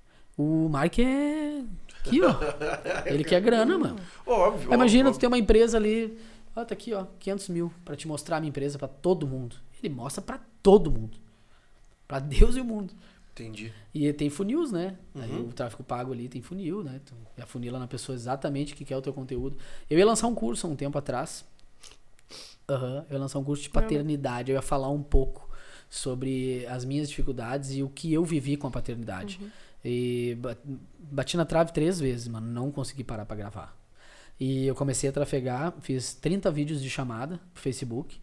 S3: O Mark é... Aqui, ó. Ele quer grana, mano.
S1: Óbvio.
S3: Aí imagina,
S1: óbvio.
S3: tu tem uma empresa ali... Ó, tá aqui, ó. quinhentos mil pra te mostrar a minha empresa pra todo mundo. Ele mostra pra todo mundo. Pra Deus e o mundo.
S1: Entendi.
S3: E tem funis, né?
S1: Uhum.
S3: Aí o tráfego pago ali tem funil, né? Tu afunila na pessoa exatamente o que quer o teu conteúdo. Eu ia lançar um curso há um tempo atrás. Aham. Eu ia lançar um curso de paternidade. Eu ia falar um pouco sobre as minhas dificuldades e o que eu vivi com a paternidade.
S4: Uhum.
S3: E ba- bati na trave três vezes, mano. Não consegui parar pra gravar. E eu comecei a trafegar, fiz trinta vídeos de chamada pro Facebook.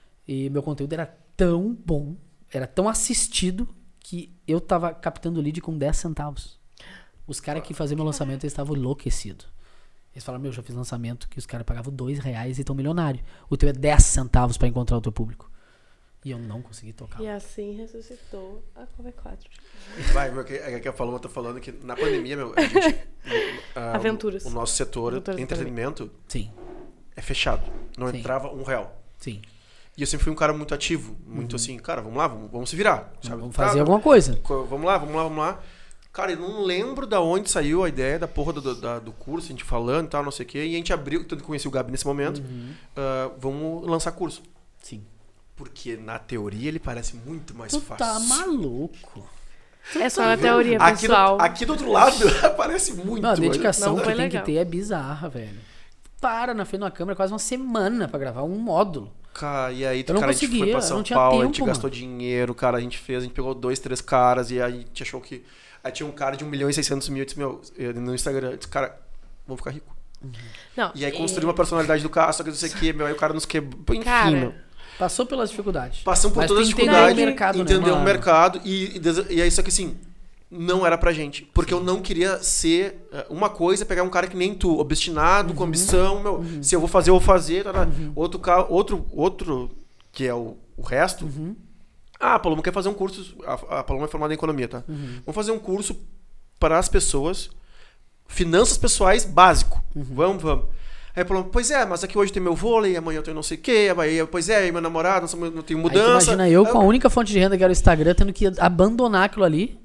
S3: E meu conteúdo era tão bom, era tão assistido, que eu tava captando lead com dez centavos. Os caras que faziam meu lançamento, eles estavam enlouquecidos. Eles falaram, meu, já fiz lançamento que os caras pagavam dois reais e estão milionário. O teu é dez centavos pra encontrar o teu público. E eu não consegui tocar.
S4: E assim ressuscitou a Cover quatro.
S1: Vai, meu, que, é que a Paloma tá falando que na pandemia, meu, a gente... a-
S4: Aventuras.
S1: O, o nosso setor
S4: Aventuras
S1: de entretenimento
S3: Sim,
S1: é fechado. Não
S3: Sim.
S1: entrava um real.
S3: sim.
S1: E eu sempre fui um cara muito ativo. Muito assim, cara, vamos lá, vamos, vamos se virar. Sabe?
S3: Vamos
S1: Tá,
S3: fazer alguma coisa.
S1: co- Vamos lá, vamos lá, vamos lá. Cara, eu não lembro da onde saiu a ideia da porra do, do, da- do curso, a gente falando e tal, não sei o quê. E a gente abriu, tanto que conheci o Gabi nesse momento. ah, vamos lançar curso.
S3: Sim.
S1: Porque na teoria ele parece muito mais
S3: Tu
S1: fácil.
S3: tá maluco.
S4: É só na teoria,
S1: Aqui do,
S4: pessoal.
S1: aqui do outro lado parece muito.
S3: Não, a dedicação
S4: Não
S3: que
S4: foi
S3: tem
S4: legal.
S3: que ter é bizarra, velho. Para na frente de uma câmera quase uma semana pra gravar um módulo.
S1: Cara, e aí,
S3: Eu não
S1: cara, a gente foi
S3: conseguia,
S1: pra
S3: eu
S1: São
S3: não tinha
S1: Paulo, a
S3: tempo,
S1: gente gastou
S3: mano.
S1: dinheiro, cara, a gente fez, a gente pegou dois, três caras e aí a gente achou que... Aí tinha um cara de um milhão e seiscentos mil, eu disse, meu, eu- no Instagram, eu disse, cara, vamos ficar rico.
S4: Não,
S1: E aí construiu uma personalidade do cara, só que não sei o que, meu, aí o cara nos quebrou, enfim,
S4: Cara,
S1: meu.
S3: Passou pelas dificuldades.
S1: Passamos por
S3: Mas
S1: todas as
S3: tem que entender
S1: dificuldades,
S3: o mercado, né,
S1: entender o
S3: mano?
S1: mercado e, e, des- e aí só que assim, não era pra gente. Porque eu não queria ser eh, uma coisa, pegar um cara que nem tu, obstinado,
S3: Uhum.
S1: com ambição, meu, se eu vou fazer, eu vou fazer. Tá, tá. Outro, ca- outro, outro, que é o, o resto.
S3: Uhum.
S1: Ah, a Paloma quer fazer um curso. A, a Paloma é formada em economia, tá?
S3: Uhum.
S1: Vamos fazer um curso para as pessoas, finanças pessoais básico.
S3: Uhum.
S1: Vamos, vamos. Aí a Paloma, pois é, mas aqui hoje tem meu vôlei, amanhã eu tenho não sei o quê, aí, pois é, aí meu namorado, nós somos- não tem
S3: Aí tu
S1: mudança.
S3: imagina eu
S1: Aí
S3: com a única fonte de renda que era o Instagram, tendo que abandonar aquilo ali.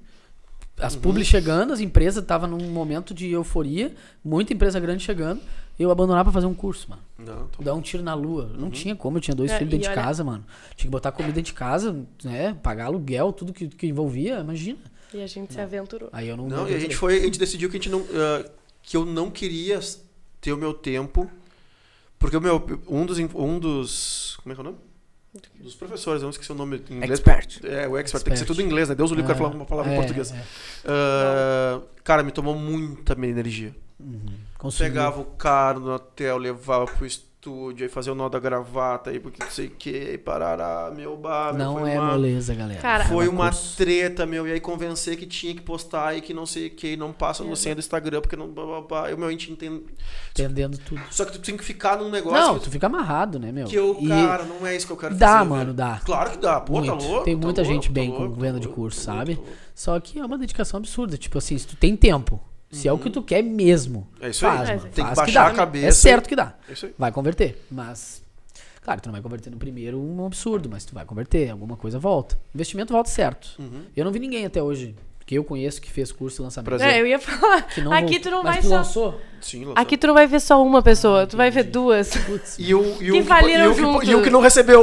S3: As
S1: Uhum.
S3: publi chegando, as empresas estavam num momento de euforia, muita empresa grande chegando. Eu abandonar pra fazer um curso, mano.
S1: Não, tô...
S3: Dar um tiro na lua. Não
S1: Uhum.
S3: tinha como, eu tinha dois
S4: É,
S3: filhos dentro
S4: e
S3: de
S4: olha-
S3: casa, mano. Tinha que botar comida dentro de casa, né? Pagar aluguel, tudo que, que envolvia, imagina.
S4: e a gente se aventurou.
S3: Aí eu não.
S1: Não,
S3: me
S1: e a gente
S3: aventurei.
S1: foi, a gente decidiu que a gente não, ah, que eu não queria ter o meu tempo, porque o meu, um dos, um dos, como é que é o nome? Dos professores, eu não esqueci o nome em inglês.
S2: Expert.
S1: É, o expert, tem que ser
S3: Expert.
S1: tudo em inglês, né? Deus o livre, quero
S3: Ah,
S1: falar uma palavra
S3: é,
S1: em português.
S3: é.
S1: Ah, cara, me tomou muita minha energia.
S3: Uhum. Consumiu.
S1: Pegava o cara no hotel, levava pro estúdio, aí fazia o nó da gravata, aí porque não sei o que, aí parará, meu bar, meu,
S3: Não
S1: foi
S3: é
S1: uma-
S3: moleza, galera.
S4: Cara,
S1: Foi
S3: É
S1: uma
S3: curso.
S1: treta, meu, e aí convencer que tinha que postar e que não sei o que, não passa no
S4: É.
S1: senha do Instagram, porque não. Blá, blá, blá. Eu, meu, a gente entende.
S3: Entendendo tudo.
S1: Só que tu tem que ficar num negócio
S3: Não,
S1: que,
S3: tu fica amarrado, né, meu?
S1: que eu,
S3: E
S1: cara, não é isso que eu quero
S3: dá,
S1: fazer.
S3: mano,
S1: velho.
S3: dá.
S1: Claro que dá, pô, tá
S3: Muito.
S1: louco.
S3: Tem
S1: tá
S3: muita
S1: louco,
S3: gente
S1: tá
S3: bem
S1: louco,
S3: com
S1: tá
S3: venda de
S1: louco,
S3: curso,
S1: tá louco,
S3: sabe?
S1: tá louco.
S3: Só que é uma dedicação absurda. Tipo assim, se tu tem tempo, se é o que tu quer mesmo,
S1: É isso aí.
S3: faz,
S4: É,
S3: mano.
S1: tem que
S3: faz
S1: baixar
S3: dá.
S1: a cabeça.
S3: É certo que dá.
S1: É isso aí.
S3: Vai converter. Mas, claro, tu não vai converter no primeiro um absurdo, mas tu vai converter. Alguma coisa volta. Investimento volta certo.
S1: Uhum.
S3: Eu não vi ninguém até hoje que eu conheço que fez curso de lançamento.
S1: Prazer.
S4: É, eu ia falar.
S3: Que não
S4: Aqui
S3: voltou.
S4: tu não
S3: Mas
S4: vai
S3: tu
S4: só.
S3: lançou?
S1: Sim, lançou.
S4: Aqui tu não vai ver só uma pessoa, tu vai ver
S3: entendi.
S4: duas.
S3: Putz,
S1: E o, e o
S4: Que faliram
S1: e o que,
S4: juntos.
S1: e o que não recebeu.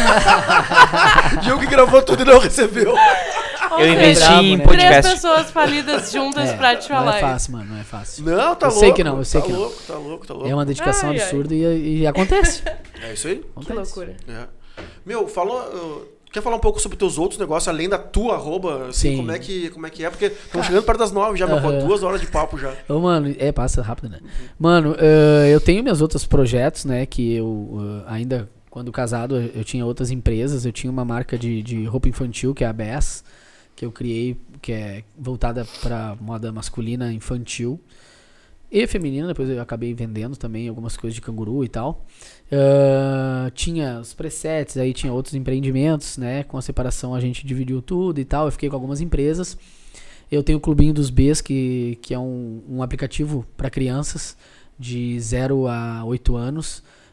S1: E o que gravou tudo e não recebeu.
S4: Ou
S2: Eu
S4: seja,
S2: investi
S3: brabo,
S2: em
S3: né?
S4: três
S2: podcast.
S4: pessoas falidas juntas
S3: é,
S4: pra te
S3: não
S4: falar
S3: é
S4: isso.
S3: fácil, mano, não é fácil.
S1: Não, tá
S3: Eu
S1: louco.
S3: sei que não, eu sei
S1: tá
S3: que não.
S1: louco, Tá louco, tá louco.
S3: É uma dedicação
S4: Ai, ai.
S3: absurda e, e acontece.
S1: É isso aí.
S4: Que
S3: acontece.
S4: loucura.
S1: É. Meu, fala. uh, quer falar um pouco sobre teus outros negócios, além da tua arroba? Assim,
S3: Sim.
S1: como é que, como é que é? Porque estamos chegando perto das nove já, meu, pô,
S3: Aham.
S1: duas horas de papo já.
S3: Ô, mano, é, passa rápido, né? Mano, eh, eu tenho meus outros projetos, né? Que eu eh, ainda, quando casado, eu, eu tinha outras empresas. Eu tinha uma marca de, de roupa infantil, que é a Bess, que eu criei, que é voltada pra moda masculina infantil e feminina. Depois eu acabei vendendo também algumas coisas de canguru e tal. Ah, tinha os presets, aí tinha outros empreendimentos, né? Com a separação a gente dividiu tudo e tal. Eu fiquei com algumas empresas. Eu tenho o Clubinho dos Bs, que, que é um, um aplicativo para crianças de zero a oito anos.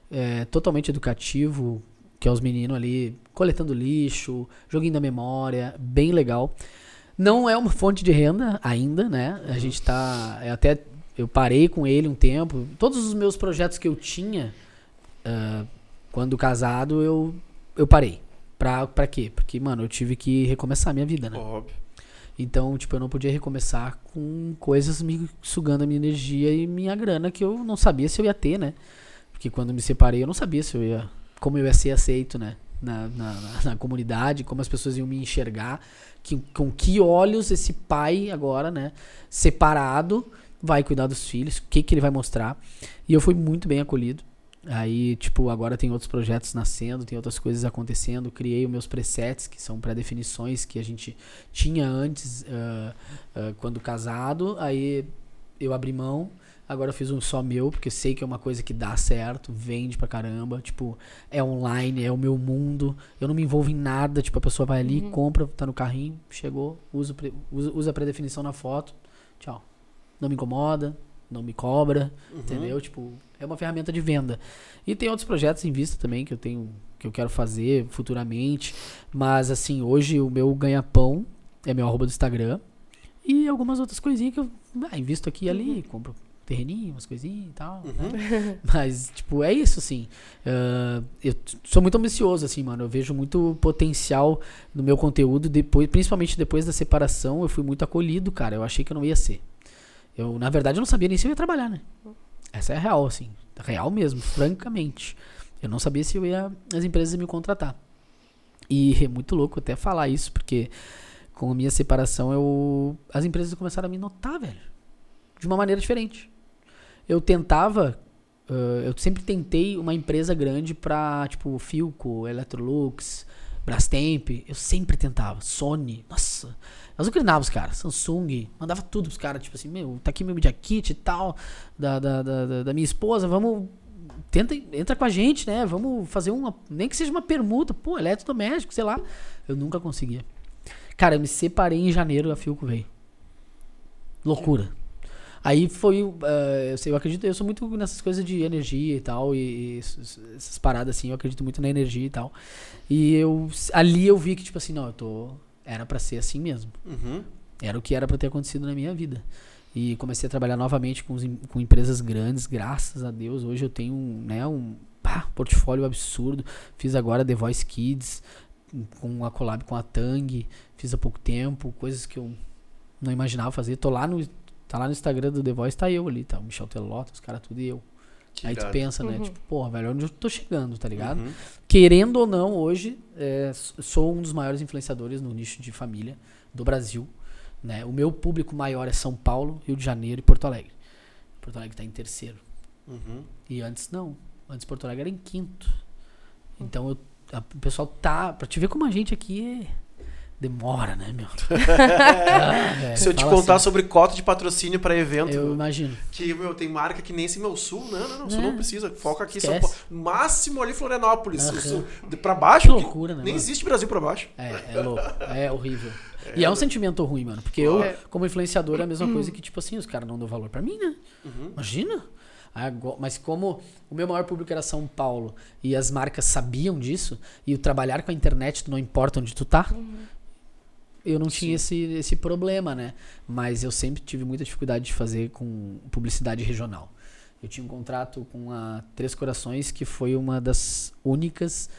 S3: é, totalmente educativo, que é os meninos ali coletando lixo, joguinho da memória, bem legal. Não é uma fonte de renda ainda, né? A gente tá... é até eu parei com ele um tempo. Todos os meus projetos que eu tinha, uh, quando casado, eu, eu parei. Pra, pra quê? Porque, mano, eu tive que recomeçar a minha vida, né?
S1: Óbvio.
S3: Então, tipo, eu não podia recomeçar com coisas me sugando a minha energia e minha grana que eu não sabia se eu ia ter, né? Porque quando eu me separei, eu não sabia se eu ia... como eu ia ser aceito, né? Na, na, na, na comunidade, como as pessoas iam me enxergar, que, com que olhos esse pai agora, né? Separado, vai cuidar dos filhos, o que que ele vai mostrar. E eu fui muito bem acolhido. Aí, tipo, agora tem outros projetos nascendo, tem outras coisas acontecendo. Criei os meus presets, que são pré-definições que a gente tinha antes, uh, uh, quando casado. Aí eu abri mão. Agora eu fiz um só meu, porque sei que é uma coisa que dá certo, vende pra caramba. Tipo, é online, é o meu mundo. Eu não me envolvo em nada. Tipo, a pessoa vai ali, uhum. compra, tá no carrinho, chegou, usa, usa, usa a pré-definição na foto. Tchau. Não me incomoda, não me cobra, uhum. entendeu? Tipo, é uma ferramenta de venda. E tem outros projetos em vista também que eu tenho, que eu quero fazer futuramente. Mas, assim, hoje o meu ganha-pão é meu arroba do Instagram. E algumas outras coisinhas que eu ah, invisto aqui e ali, uhum. compro terreninho, umas coisinhas e tal, uhum. né? Mas, tipo, é isso, assim. Uh, eu sou muito ambicioso, assim, mano. Eu vejo muito potencial no meu conteúdo, depois, principalmente depois da separação, eu fui muito acolhido, cara. Eu achei que eu não ia ser. Eu, na verdade, eu não sabia nem se eu ia trabalhar, né? Essa é a real, assim. Real mesmo, francamente. Eu não sabia se eu ia, as empresas iam me contratar. E é muito louco até falar isso, porque com a minha separação, eu, as empresas começaram a me notar, velho. De uma maneira diferente. Eu tentava, uh, eu sempre tentei uma empresa grande pra, tipo, Philco, Electrolux, Brastemp. Eu sempre tentava. Sony, nossa. Mas eu grinava os caras. Samsung, mandava tudo pros caras. Tipo assim, meu, tá aqui meu Media Kit e tal, da, da, da, da minha esposa, vamos... Tenta, entra com a gente, né? Vamos fazer uma... Nem que seja uma permuta. Pô, eletrodoméstico, sei lá. Eu nunca conseguia. Cara, eu me separei em janeiro, a Philco veio. Loucura. Aí foi, uh, eu, sei, eu acredito, eu sou muito nessas coisas de energia e tal, e, e essas paradas assim, eu acredito muito na energia e tal. E eu, ali eu vi que, tipo assim, não, eu tô, era pra ser assim mesmo. Uhum. Era o que era pra ter acontecido na minha vida. E comecei a trabalhar novamente com, os, com empresas grandes, graças a Deus. Hoje eu tenho um, né, um pá, portfólio absurdo. Fiz agora The Voice Kids, com a collab com a Tang, fiz há pouco tempo, coisas que eu não imaginava fazer. Tô lá no... Tá lá no Instagram do The Voice, tá eu ali, tá o Michel Telotto, os caras tudo e eu. Que Aí irado. Tu pensa, né? Uhum. Tipo, porra, velho, onde eu tô chegando, tá ligado? Uhum. Querendo ou não, hoje, é, sou um dos maiores influenciadores no nicho de família do Brasil, né? O meu público maior é São Paulo, Rio de Janeiro e Porto Alegre. Porto Alegre tá em terceiro. Uhum. E antes não. Antes Porto Alegre era em quinto. Então, eu, a, o pessoal tá... Pra te ver como a gente aqui é... Demora, né, meu?
S1: ah, é, Se eu te contar assim, sobre cota de patrocínio para evento...
S3: Eu
S1: meu,
S3: imagino.
S1: Que, meu, tem marca que nem esse meu sul. Não, não, não.
S3: É,
S1: Sul não precisa. Foca aqui.
S3: São
S1: Paulo. Máximo ali Florianópolis.
S3: Uhum.
S1: Sul, pra baixo...
S3: Que loucura, né,
S1: nem
S3: mano?
S1: existe Brasil pra baixo.
S3: É, é louco. É horrível. É, e é um sentimento ruim, mano. Porque eu, é. como influenciador, é a mesma coisa que, tipo assim, os caras não dão valor pra mim, né? Uhum. Imagina. Mas como o meu maior público era São Paulo e as marcas sabiam disso, e o trabalhar com a internet, tu não importa onde tu tá... Uhum. Eu não tinha esse, esse problema, né? Mas eu sempre tive muita dificuldade de fazer com publicidade regional. Eu tinha um contrato com a Três Corações, que foi uma das únicas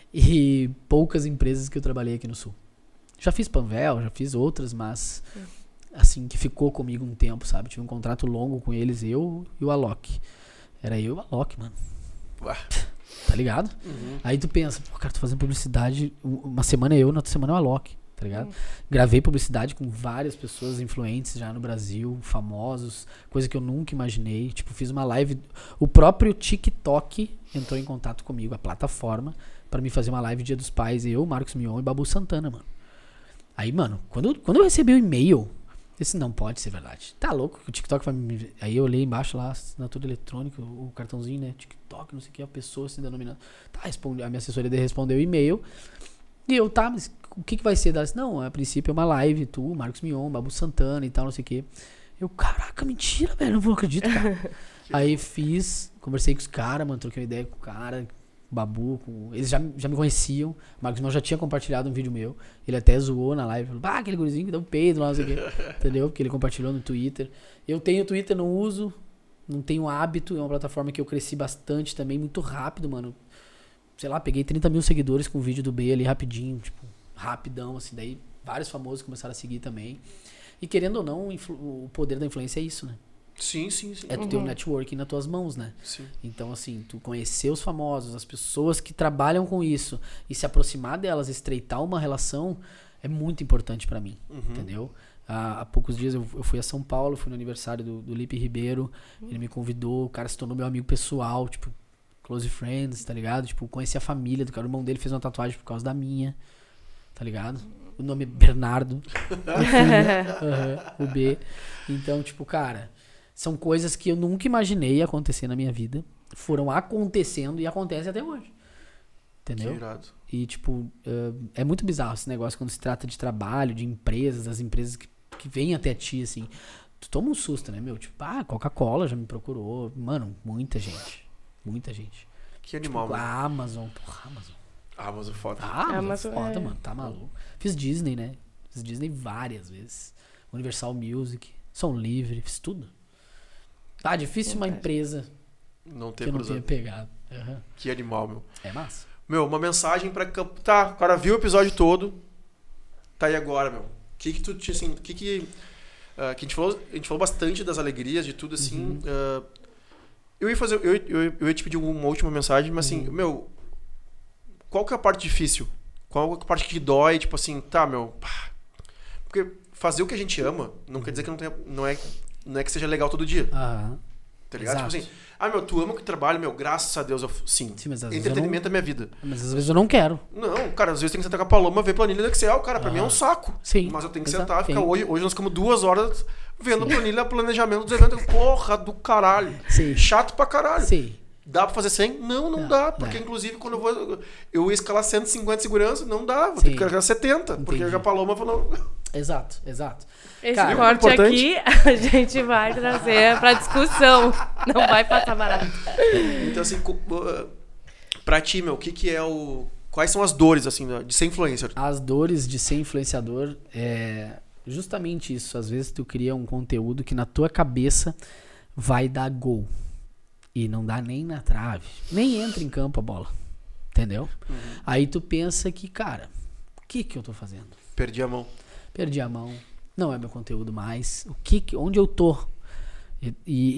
S3: e poucas empresas que eu trabalhei aqui no Sul. Já fiz Panvel, já fiz outras, mas assim, que ficou comigo um tempo, sabe? Tive um contrato longo com eles, eu e o Alok. Era eu e o Alok, mano. Ué. Tá ligado? Uhum. Aí tu pensa, pô, cara, tô fazendo publicidade, uma semana é eu, na outra semana é o Alok. Tá ligado? Hum. Gravei publicidade com várias pessoas influentes já no Brasil, famosos, coisa que eu nunca imaginei. Tipo, fiz uma live. O próprio TikTok entrou em contato comigo, a plataforma, pra me fazer uma live Dia dos Pais. Eu, Marcos Mion e Babu Santana, mano. Aí, mano, quando, quando eu recebi o e-mail, eu disse, não pode ser verdade. Tá louco que o TikTok vai me. Aí eu olhei embaixo lá, assinatura eletrônica, o cartãozinho, né? TikTok, não sei o que, a pessoa se denominando. Tá, responde, a minha assessoria respondeu o e-mail. E eu, tá, mas o que que vai ser? Disse, não, a princípio é uma live, tu, Marcos Mion, Babu Santana e tal, não sei o que. Eu, caraca, mentira, velho, não vou acreditar, cara. Aí fiz, conversei com os caras, mano, troquei uma ideia com o cara, o Babu, com... eles já, já me conheciam. O Marcos Irmão já tinha compartilhado um vídeo meu. Ele até zoou na live, falou, ah, aquele gurizinho que dá um peido lá, não sei o quê. Entendeu? Porque ele compartilhou no Twitter. Eu tenho Twitter, não uso, não tenho hábito, é uma plataforma que eu cresci bastante também, muito rápido, mano. Sei lá, peguei trinta mil seguidores com o vídeo do B ali rapidinho, tipo, rapidão, assim, daí vários famosos começaram a seguir também. E querendo ou não, o poder da influência é isso, né?
S1: Sim, sim, sim.
S3: É tu ter um networking nas tuas mãos, né?
S1: Sim.
S3: Então, assim, tu conhecer os famosos, as pessoas que trabalham com isso e se aproximar delas, estreitar uma relação, é muito importante pra mim,
S1: Uhum.
S3: entendeu? Há, há poucos dias eu, eu fui a São Paulo, fui no aniversário do, do Lipe Ribeiro, ele me convidou, o cara se tornou meu amigo pessoal, tipo, close friends, tá ligado? Tipo, conheci a família do cara, o irmão dele fez uma tatuagem por causa da minha, tá ligado? O nome é Bernardo, uhum, o B. Então, tipo, cara, são coisas que eu nunca imaginei acontecer na minha vida, foram acontecendo e acontecem até hoje, entendeu?
S1: Que irado.
S3: E, tipo, uh, é muito bizarro esse negócio quando se trata de trabalho, de empresas, das empresas que, que vêm até ti, assim. Tu toma um susto, né, meu? Tipo, ah, Coca-Cola já me procurou. Mano, muita gente. Muita gente.
S1: Que animal,
S3: Tipo,
S1: mano.
S3: a Amazon, porra, Amazon.
S1: Ah, mas é foda.
S3: A Amazon,
S4: Amazon,
S3: foda,
S4: é.
S3: mano, tá maluco. Fiz Disney, né? Fiz Disney várias vezes. Universal Music, Som Livre, fiz tudo. Tá difícil uma
S4: Verdade.
S3: empresa
S1: Não
S3: que
S1: tem
S3: eu não tenha
S1: cruzado.
S3: pegado. Uhum.
S1: Que animal, meu.
S3: É massa.
S1: Meu, uma mensagem pra... camp- Tá, o cara viu o episódio todo. Tá aí agora, meu. O que que tu tinha, assim... O que que... ah, que a gente falou, a gente falou bastante das alegrias, de tudo, assim.
S3: Uhum.
S1: ah, eu ia fazer... Eu, eu, eu ia te pedir uma última mensagem, mas assim,
S3: Uhum.
S1: meu... Qual que é a parte difícil? Qual que é a parte que dói? Tipo assim, tá, meu... pá. Porque fazer o que a gente ama não quer dizer que não, tenha, não, é, não é que seja legal todo dia.
S3: Aham.
S1: Tá ligado?
S3: Exato.
S1: Tipo assim... Ah, meu, tu ama o que trabalho, meu, graças a Deus, eu, sim.
S3: Sim, mas às vezes eu
S1: Entretenimento é minha vida.
S3: Mas às vezes eu não quero.
S1: Não, cara, às vezes tem que sentar com a Paloma, ver planilha do Excel, cara, pra
S3: Ah.
S1: mim é um saco.
S3: Sim.
S1: Mas eu tenho que
S3: Exato.
S1: sentar e ficar
S3: Sim.
S1: hoje. Hoje nós ficamos duas horas vendo planilha, planejamento dos eventos. Porra do caralho.
S3: Sim.
S1: Chato pra caralho.
S3: Sim.
S1: Dá pra fazer cem? Não, não,
S3: Não,
S1: dá. Porque,
S3: dá.
S1: inclusive, quando eu vou. Eu ia escalar cento e cinquenta de segurança, não dá. Vou
S3: Sim.
S1: ter que carregar setenta. Porque
S3: Entendi.
S1: a Paloma falou.
S3: Exato, exato.
S4: Esse
S3: Cara,
S4: corte
S1: importante.
S4: aqui a gente vai trazer pra discussão. Não vai passar barato.
S1: Então, assim, co- uh, pra ti, meu, o que, que é o. Quais são as dores, assim, de ser influencer?
S3: As dores de ser influenciador é justamente isso. Às vezes tu cria um conteúdo que na tua cabeça vai dar gol. E não dá nem na trave. Nem entra em campo a bola. Entendeu?
S1: Uhum.
S3: Aí tu pensa que, cara, o que que eu tô fazendo?
S1: Perdi a mão.
S3: Perdi a mão. Não é meu conteúdo mais. O que, que onde eu tô? E,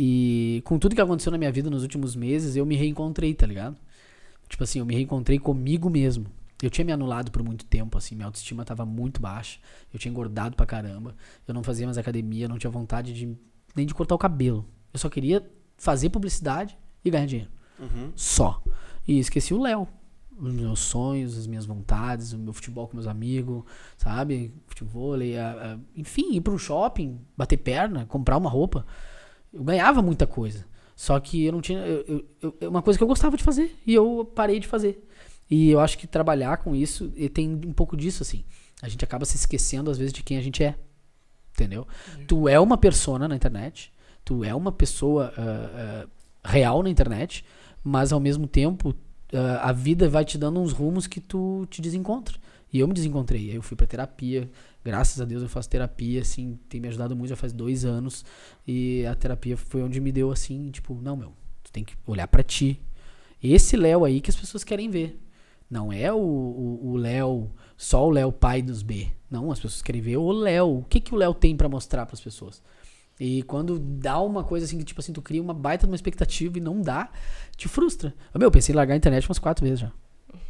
S3: e- e com tudo que aconteceu na minha vida nos últimos meses, eu me reencontrei, tá ligado? Tipo assim, eu me reencontrei comigo mesmo. Eu tinha me anulado por muito tempo, assim, minha autoestima tava muito baixa. Eu tinha engordado pra caramba. Eu não fazia mais academia, eu não tinha vontade de nem de cortar o cabelo. Eu só queria fazer publicidade e ganhar dinheiro.
S1: Uhum.
S3: Só. E esqueci o Léo. Os meus sonhos, as minhas vontades, o meu futebol com meus amigos, sabe? Futebol, a, a, enfim, ir pro shopping, bater perna, comprar uma roupa. Eu ganhava muita coisa. Só que eu não tinha. Eu, eu, eu, uma coisa que eu gostava de fazer. E eu parei de fazer. E eu acho que trabalhar com isso e tem um pouco disso, assim. A gente acaba se esquecendo, às vezes, de quem a gente é. Entendeu? Uhum. Tu é uma persona na internet. Tu é uma pessoa uh, uh, real na internet. Mas, ao mesmo tempo, uh, a vida vai te dando uns rumos que tu te desencontra. E eu me desencontrei. Aí eu fui pra terapia. Graças a Deus eu faço terapia, assim, tem me ajudado muito, já faz dois anos. E a terapia foi onde me deu, assim, tipo, não, meu, tu tem que olhar pra ti. Esse Léo aí que as pessoas querem ver. Não é o Léo, só o Léo pai dos B. Não, as pessoas querem ver o Léo. O que, que o Léo tem pra mostrar pras pessoas? E quando dá uma coisa assim, que tipo assim, tu cria uma baita de uma expectativa e não dá, te frustra. Meu, eu pensei em largar a internet umas quatro vezes já.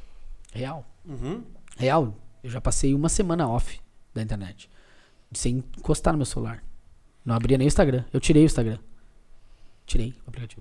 S3: Real.
S1: Uhum.
S3: Real. Eu já passei uma semana off da internet. Sem encostar no meu celular. Não abria nem o Instagram. Eu tirei o Instagram. Tirei o aplicativo.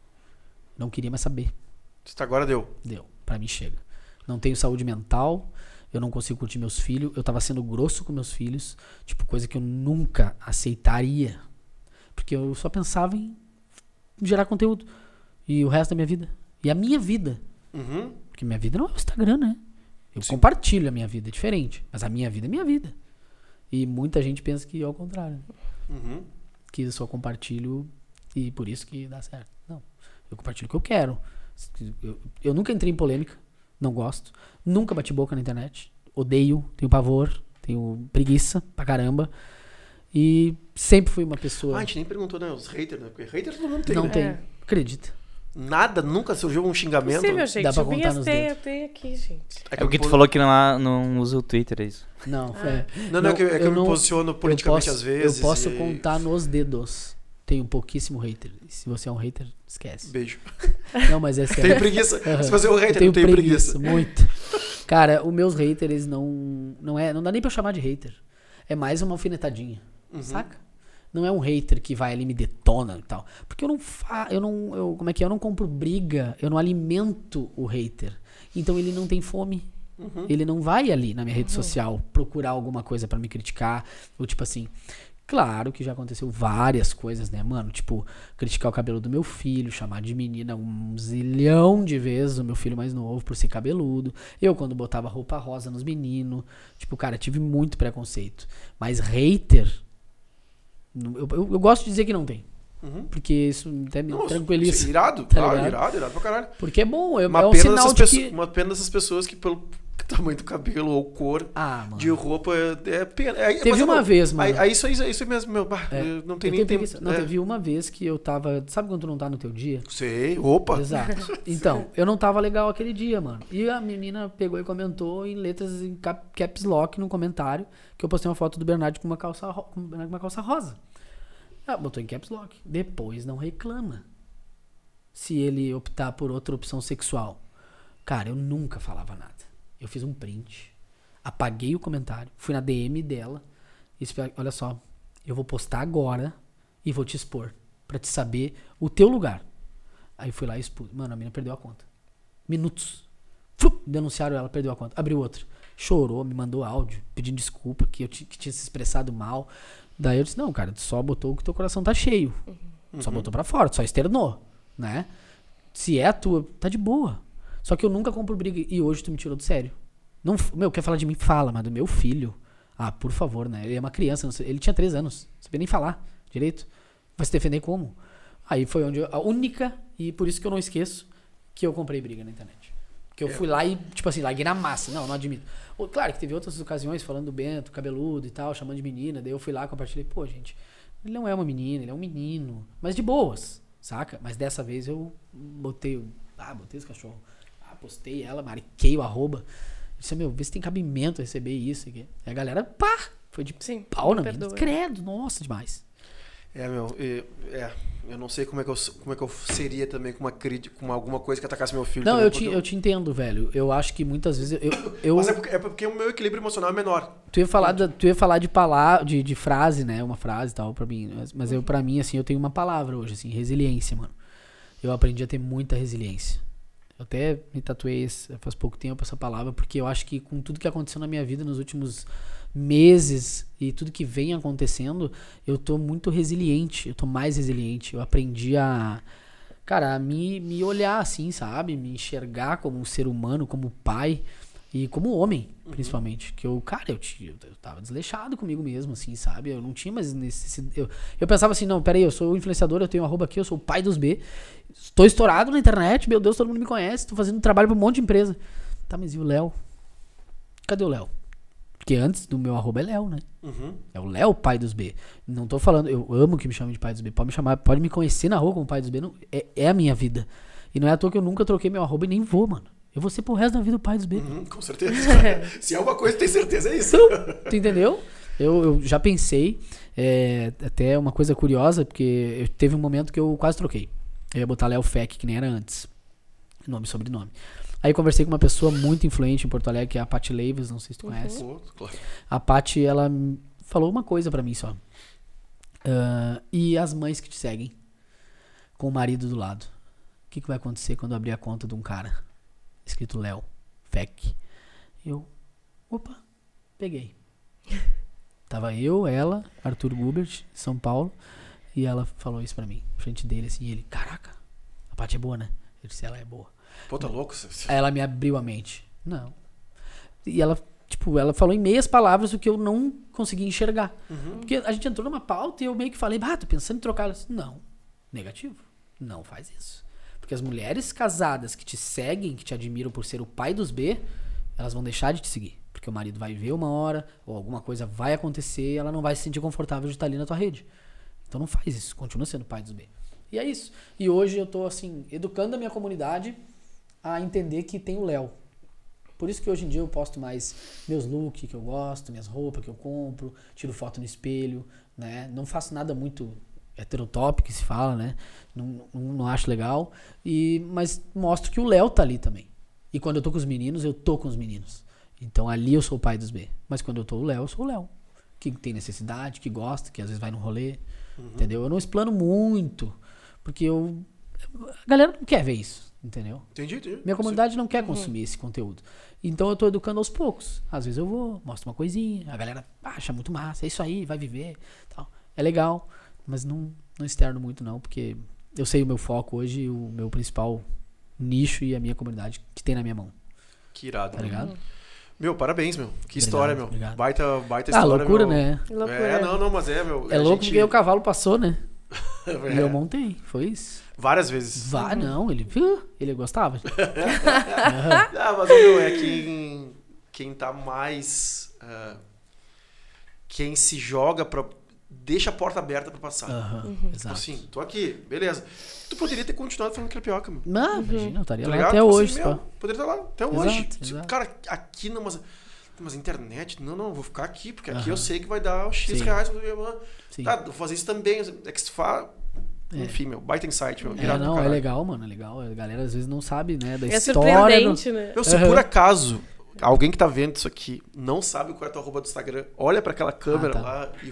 S3: Não queria mais saber.
S1: Agora deu.
S3: Deu. Pra mim chega. Não tenho saúde mental. Eu não consigo curtir meus filhos. Eu tava sendo grosso com meus filhos. Tipo, coisa que eu nunca aceitaria. Porque eu só pensava em gerar conteúdo. E o resto da minha vida. E a minha vida.
S1: Uhum.
S3: Porque minha vida não é o Instagram, né? Eu
S1: Sim.
S3: compartilho a minha vida, é diferente. Mas a minha vida é minha vida. E muita gente pensa que é o contrário.
S1: Uhum.
S3: Que eu só compartilho E por isso que dá certo. Não. Eu compartilho o que eu quero. Eu, eu nunca entrei em polêmica. Não gosto. Nunca bati boca na internet. Odeio. Tenho pavor. Tenho preguiça pra caramba. E sempre fui uma pessoa...
S1: Ah, a gente nem perguntou, né? Os haters, né? Porque hater todo mundo tem,
S3: não
S1: né?
S3: tem.
S4: É.
S3: Acredita.
S1: Nada, nunca surgiu um xingamento.
S4: Possível, gente.
S3: Dá pra
S4: eu vim
S3: contar nos
S4: ter,
S3: dedos.
S4: eu tenho aqui, gente.
S1: É
S2: É o que tu
S1: eu-
S2: falou que não, não usa o Twitter, é isso.
S3: Não, é.
S1: Não, não, é que, é que eu, me
S3: não-
S1: posiciono politicamente
S3: eu posso,
S1: às vezes.
S3: Eu posso
S1: e-
S3: contar nos dedos. Tenho pouquíssimo hater. E se você é um hater, esquece.
S1: Beijo.
S3: Não, mas é sério.
S1: Tenho preguiça. Se você é um
S3: Eu
S1: hater,
S3: tenho
S1: não tenho preguiça.
S3: muito. Cara, os meus haters, eles não... Não, é, não dá nem pra chamar de hater. É mais uma alfinetadinha.
S1: Uhum.
S3: Saca? Não é um hater que vai ali e me detona e tal. Porque eu não fa... Eu não... Eu, como é que é? Eu não compro briga. Eu não alimento o hater. Então ele não tem fome.
S1: Uhum.
S3: Ele não vai ali na minha rede social procurar alguma coisa pra me criticar. Ou tipo assim... Claro que já aconteceu várias coisas, né, mano? Tipo, criticar o cabelo do meu filho, chamar de menina um zilhão de vezes o meu filho mais novo por ser cabeludo. Eu, quando botava roupa rosa nos meninos. Tipo, cara, tive muito preconceito. Mas hater... Eu, eu, eu gosto de dizer que não tem.
S1: Uhum.
S3: Porque isso até me
S1: Nossa,
S3: tranquiliza.
S1: isso é irado,
S3: Tá
S1: claro,
S3: ligado?
S1: irado, irado pra caralho.
S3: Porque é bom, é,
S1: Uma,
S3: é um
S1: pena
S3: sinal
S1: dessas
S3: de
S1: pessoas,
S3: que...
S1: uma pena dessas pessoas que pelo tamanho do cabelo ou cor
S3: Ah, mano.
S1: de roupa é, é pena. É,
S3: Teve
S1: mas é
S3: uma
S1: bom.
S3: vez, mano.
S1: Aí, aí isso, isso, isso mesmo, meu. Bah,
S3: É,
S1: eu não tem
S3: eu
S1: nem
S3: tenho
S1: tempo.
S3: preguiça. Não,
S1: é.
S3: teve uma vez que eu tava... Sabe quando tu não tá no teu dia?
S1: Sei, opa.
S3: Exato. Então, eu não tava legal aquele dia, mano. E a menina pegou e comentou em letras em cap- caps lock no comentário que eu postei uma foto do Bernardo com uma calça, ro- com uma calça rosa. Ela botou em caps lock. Depois não reclama se ele optar por outra opção sexual. Cara, eu nunca falava nada. Eu fiz um print, apaguei o comentário, fui na D M dela e disse, olha só, eu vou postar agora e vou te expor pra te saber o teu lugar. Aí fui lá e expus. Mano, a menina perdeu a conta. Minutos. Flup, denunciaram ela, perdeu a conta. Abriu outra. Chorou, me mandou áudio, pedindo desculpa, que eu t- que tinha se expressado mal. Daí eu disse, não, cara, tu só botou que teu coração tá cheio.
S1: Uhum.
S3: Só botou pra fora, tu só externou, né? Se é a tua, tá de boa. Só que eu nunca compro briga e hoje tu me tirou do sério. Não, f- meu, quer falar de mim? Fala, mas do meu filho. Ah, por favor, né? Ele é uma criança, não sei- ele tinha três anos. Não sabia nem falar direito. Vai se defender como? Aí foi onde eu, a única, e por isso que eu não esqueço, que eu comprei briga na internet. Que eu fui lá e, tipo assim, larguei na massa. Não, não admito. Ô, claro que teve outras ocasiões falando do Bento, cabeludo e tal, chamando de menina. Daí eu fui lá, compartilhei. Pô, gente, ele não é uma menina, ele é um menino. Mas de boas, saca? Mas dessa vez eu botei, o- ah, botei os cachorros. Ah, postei ela, marquei o arroba. Disse, meu, vê se tem cabimento receber isso aqui. E a galera, pá, foi de
S4: Sim,
S3: pau na
S4: perdoa.
S3: vida. Credo, nossa, demais.
S1: É, meu, e- é, eu não sei como é que eu, como é que eu seria também com uma crítica, com alguma coisa que atacasse meu filho.
S3: Não,
S1: também,
S3: eu te,
S1: porque
S3: eu te entendo, velho. Eu acho que muitas vezes eu... eu
S1: Mas é porque, é porque o meu equilíbrio emocional é menor.
S3: Tu ia falar, da, tu ia falar de palavra, de, de frase, né? Uma frase e tal pra mim. Mas, mas eu, pra mim, assim, eu tenho uma palavra hoje, assim, resiliência, mano. Eu aprendi a ter muita resiliência. Eu até me tatuei esse- faz pouco tempo essa palavra, porque eu acho que com tudo que aconteceu na minha vida nos últimos meses e tudo que vem acontecendo, eu tô muito resiliente. Eu tô mais resiliente. Eu aprendi a, cara, a me, me olhar assim, sabe? Me enxergar como um ser humano, como pai. E como homem, principalmente. Que eu, cara, eu, tinha, eu tava desleixado comigo mesmo, assim, sabe? Eu não tinha mais necessidade. Eu, eu pensava assim, não, peraí, eu sou influenciador, eu tenho um arroba aqui, eu sou o pai dos B. Estou estourado na internet, meu Deus, todo mundo me conhece, tô fazendo trabalho pra um monte de empresa. Tá, mas e o Léo? Cadê o Léo? Porque antes do meu arroba é Léo, né?
S1: Uhum.
S3: É o Léo, pai dos B. Não tô falando, eu amo que me chamem de pai dos B. Pode me chamar, pode me conhecer na rua como pai dos B. Não, é, é a minha vida. E não é à toa que eu nunca troquei meu arroba e nem vou, mano. Eu vou ser pro resto da vida o pai dos B.
S1: Uhum, com certeza. Se é uma coisa, tem certeza, é isso.
S3: Tu entendeu? Eu, eu já pensei, é, até uma coisa curiosa, porque eu, teve um momento que eu quase troquei. Eu ia botar Léo Fec, que nem era antes. Nome e sobrenome. Aí conversei com uma pessoa muito influente em Porto Alegre, que é a Paty Leivas, não sei se tu conhece.
S1: Pô, claro.
S3: A Paty, ela m- falou uma coisa pra mim só. Ah, e as mães que te seguem, com o marido do lado. O que, que vai acontecer quando eu abrir a conta de um cara? Escrito Léo Fec. Eu, opa, peguei. Tava eu, ela, Arthur Gubert, São Paulo, e ela falou isso pra mim, frente dele, assim, e ele, caraca, a Paty é boa, né? Eu disse, ela é boa.
S1: Pô, tá louco?
S3: Aí ela me abriu a mente. Não. E ela, tipo, ela falou em meias palavras o que eu não consegui enxergar.
S1: Uhum.
S3: Porque a gente entrou numa pauta e eu meio que falei, ah, tô pensando em trocar. Ela disse, não. Negativo. Não faz isso. Porque as mulheres casadas que te seguem, que te admiram por ser o pai dos B, elas vão deixar de te seguir. Porque o marido vai ver uma hora, ou alguma coisa vai acontecer, e ela não vai se sentir confortável de estar ali na tua rede. Então não faz isso. Continua sendo pai dos B. E é isso. E hoje eu tô, assim, educando a minha comunidade a entender que tem o Léo. Por isso que hoje em dia eu posto mais meus looks que eu gosto, minhas roupas que eu compro, tiro foto no espelho, né? Não faço nada muito heterotópico que se fala, né? Não, não, não acho legal. E, mas mostro que o Léo tá ali também. E quando eu tô com os meninos, eu tô com os meninos. Então ali eu sou o pai dos B. Mas quando eu tô o Léo, eu sou o Léo. Que tem necessidade, que gosta, que às vezes vai no rolê. Uhum. Entendeu? Eu não explano muito. Porque eu... A galera não quer ver isso. Entendeu?
S1: Entendi, entendi.
S3: Minha comunidade
S1: Sim.
S3: não quer consumir uhum. esse conteúdo. Então eu tô educando aos poucos. Às vezes eu vou, mostro uma coisinha, a galera acha muito massa, é isso aí, vai viver, tal. É legal, mas não, não externo muito não, porque eu sei o meu foco hoje, o meu principal nicho e a minha comunidade que tem na minha mão.
S1: Que irado.
S3: Tá ligado?
S1: Uhum. Meu, parabéns, meu. Que
S3: obrigado,
S1: história, meu.
S3: Obrigado.
S1: Baita, baita
S3: ah,
S1: história,
S3: loucura,
S1: meu.
S3: né?
S4: Loucura.
S1: É, não, não, mas é, meu.
S3: É louco
S1: gente...
S3: porque o cavalo passou, né?
S1: É.
S3: E eu montei, foi isso.
S1: Várias vezes.
S3: Vá, não, ele viu, ele gostava.
S1: uhum. Ah, mas meu, é quem, quem tá mais... Uh, quem se joga pra... Deixa a porta aberta pra passar.
S3: Uhum,
S1: uhum.
S3: Exato.
S1: Assim, tô aqui, beleza. Tu poderia ter continuado falando crepioca, meu.
S3: Não,
S1: uhum.
S3: imagina, eu estaria
S1: tá
S3: lá
S1: ligado?
S3: até
S1: Tipo
S3: hoje.
S1: assim, meu, poderia estar lá até
S3: exato,
S1: hoje.
S3: exato.
S1: Cara, aqui não, mas... Mas internet, não, não, vou ficar aqui, porque aqui
S3: uhum.
S1: eu sei que vai dar X
S3: Sim.
S1: reais.
S3: Sim.
S1: Tá, vou fazer isso também. É que se faz... É. Enfim, meu, baita insight, meu.
S3: É, não, é legal, mano, é legal. A galera às vezes não sabe, né, da
S4: é
S3: história.
S4: É surpreendente,
S3: do...
S4: né?
S1: Meu, se uhum. por acaso alguém que tá vendo isso aqui não sabe qual é a tua arroba do Instagram, olha pra aquela câmera ah, tá. lá e...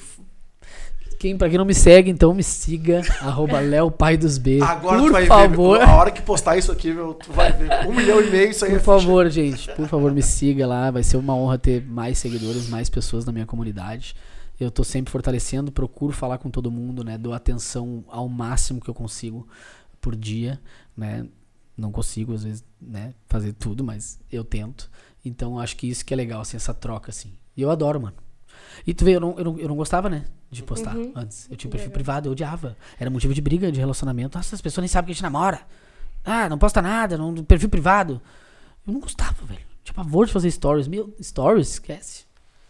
S3: Quem, pra quem não me segue, então me siga, arroba Léo Pai dos B.
S1: Agora
S3: por
S1: tu vai
S3: favor.
S1: ver, a hora que postar isso aqui, meu, tu vai ver um milhão e meio isso aí.
S3: Por favor, gente, por favor, me siga lá. Vai ser uma honra ter mais seguidores, mais pessoas na minha comunidade. Eu tô sempre fortalecendo, procuro falar com todo mundo, né? Dou atenção ao máximo que eu consigo por dia, né? Não consigo, às vezes, né, fazer tudo, mas eu tento. Então, acho que isso que é legal, assim, essa troca, assim. E eu adoro, mano. E tu vê, eu não, eu não, eu não gostava, né, de postar uhum. antes. Eu tinha um perfil é. privado, eu odiava. Era motivo de briga, de relacionamento. Nossa, as pessoas nem sabem que a gente namora. Ah, não posta nada, não, perfil privado. Eu não gostava, velho. Tinha pavor de fazer stories. Meu, stories, esquece.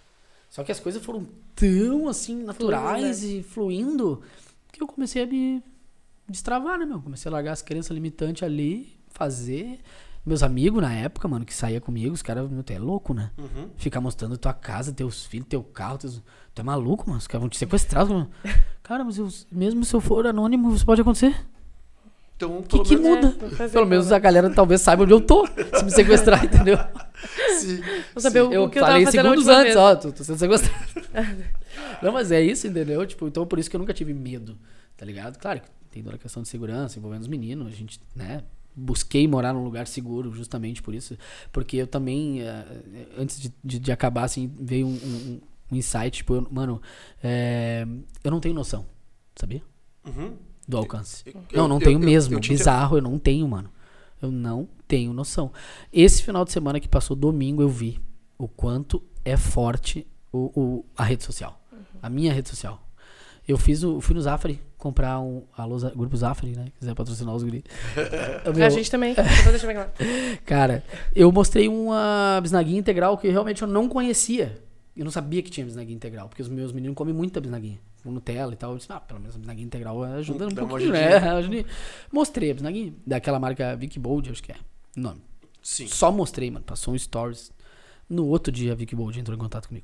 S3: Só que as coisas foram tão, assim, naturais Fluindo, né? e fluindo, que eu comecei a me destravar, né, meu? Comecei a largar as crenças limitantes ali, fazer... Meus amigos na época, mano, que saía comigo, os caras, meu, tu é louco, né? Uhum. Ficar mostrando tua casa, teus filhos, teu carro, teus... tu é maluco, mano, os caras vão te sequestrar. Mano. Cara, mas eu, mesmo se eu for anônimo, isso pode acontecer.
S1: Então,
S3: o que, que muda? É, pelo menos a galera talvez saiba onde eu tô, se me sequestrar, entendeu?
S1: Sim.
S4: Vou saber
S3: sim.
S4: o, o que eu
S3: falei
S4: tava fazendo
S3: segundos antes,
S4: vez.
S3: ó, tô, tô sendo sequestrado. Não, mas é isso, entendeu? Tipo, então por isso que eu nunca tive medo, tá ligado? Claro que tem toda a questão de segurança envolvendo os meninos, a gente, né... Busquei morar num lugar seguro justamente por isso. Porque eu também, uh, antes de, de, de acabar, assim, veio um, um, um insight, tipo, eu, mano, é, eu não tenho noção, sabia? Uhum. Do alcance. Eu, não, não eu, tenho eu, mesmo. Eu, eu Bizarro, eu não tenho, mano. Eu não tenho noção. Esse final de semana que passou, domingo, eu vi o quanto é forte o, o, a rede social. Uhum. A minha rede social. Eu fiz o, fui no Zafari comprar um... Alô, Grupo Zafari, né? Quiser patrocinar os guris.
S4: A gente também. Vou deixar bem claro.
S3: Cara, eu mostrei uma bisnaguinha integral que realmente eu não conhecia. Eu não sabia que tinha bisnaguinha integral, porque os meus meninos comem muita bisnaguinha. Com Nutella e tal. Eu disse, ah, pelo menos a bisnaguinha integral ajuda um, um pouquinho, né? Mostrei a bisnaguinha. Daquela marca Vic Bold, acho que é o nome.
S1: Sim.
S3: Só mostrei, mano. Passou um stories. No outro dia, a Vic Bold entrou em contato comigo.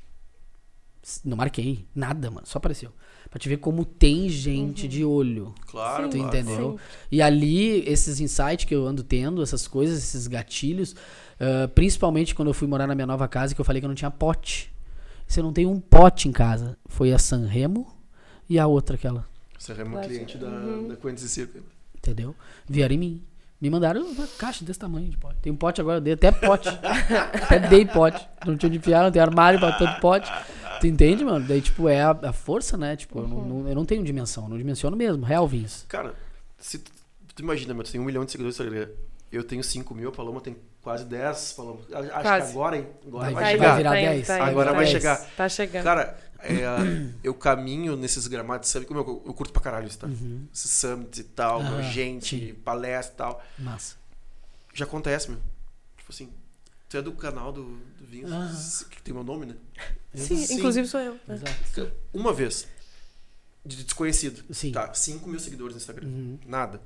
S3: Não marquei, nada, mano, só apareceu. Pra te ver como tem gente uhum. de olho.
S1: Claro,
S3: tu
S1: claro,
S3: entendeu?
S1: Sim.
S3: E ali, esses insights que eu ando tendo, essas coisas, esses gatilhos, uh, principalmente quando eu fui morar na minha nova casa, que eu falei que eu não tinha pote. Você não tem um pote em casa. Foi a Sanremo e a outra aquela.
S1: Sanremo é cliente da, uhum. da Quentes e Circa.
S3: Entendeu? Vieram em mim. Me mandaram uma caixa desse tamanho de pote. Tem um pote agora, eu dei até pote. Até dei pote. Não tinha onde enfiar, não tem armário pra tanto pote. Tu entende, mano? Daí, tipo, é a, a força, né? Tipo, uhum. eu, não, não, eu não tenho dimensão, eu não dimensiono mesmo. Real, Vinhos.
S1: Cara, se tu, tu imagina, meu, tu tem um milhão de seguidores no Instagram. Eu tenho cinco mil, a Paloma tem quase dez. Paloma. Acho quase. que agora, hein? Agora vai, vai chegar.
S3: Vai virar
S4: tá
S3: dez.
S4: Tá
S1: agora
S4: tá
S1: vai
S4: dez.
S1: chegar.
S4: Tá chegando.
S1: Cara, é, eu caminho nesses gramados, sabe como eu, eu curto pra caralho isso, tá?
S3: Uhum.
S1: Esses summits e tal,
S3: Ah,
S1: meu, gente,
S3: sim.
S1: palestra e tal.
S3: Massa.
S1: Já acontece, meu. Tipo assim, tu é do canal do, do Vinhos,
S3: Aham.
S1: que tem meu nome, né?
S4: Sim,
S1: Sim.
S4: inclusive sou eu.
S3: Exato.
S1: Uma vez, de desconhecido.
S3: Sim.
S1: Tá, cinco mil seguidores no Instagram.
S3: Uhum.
S1: Nada.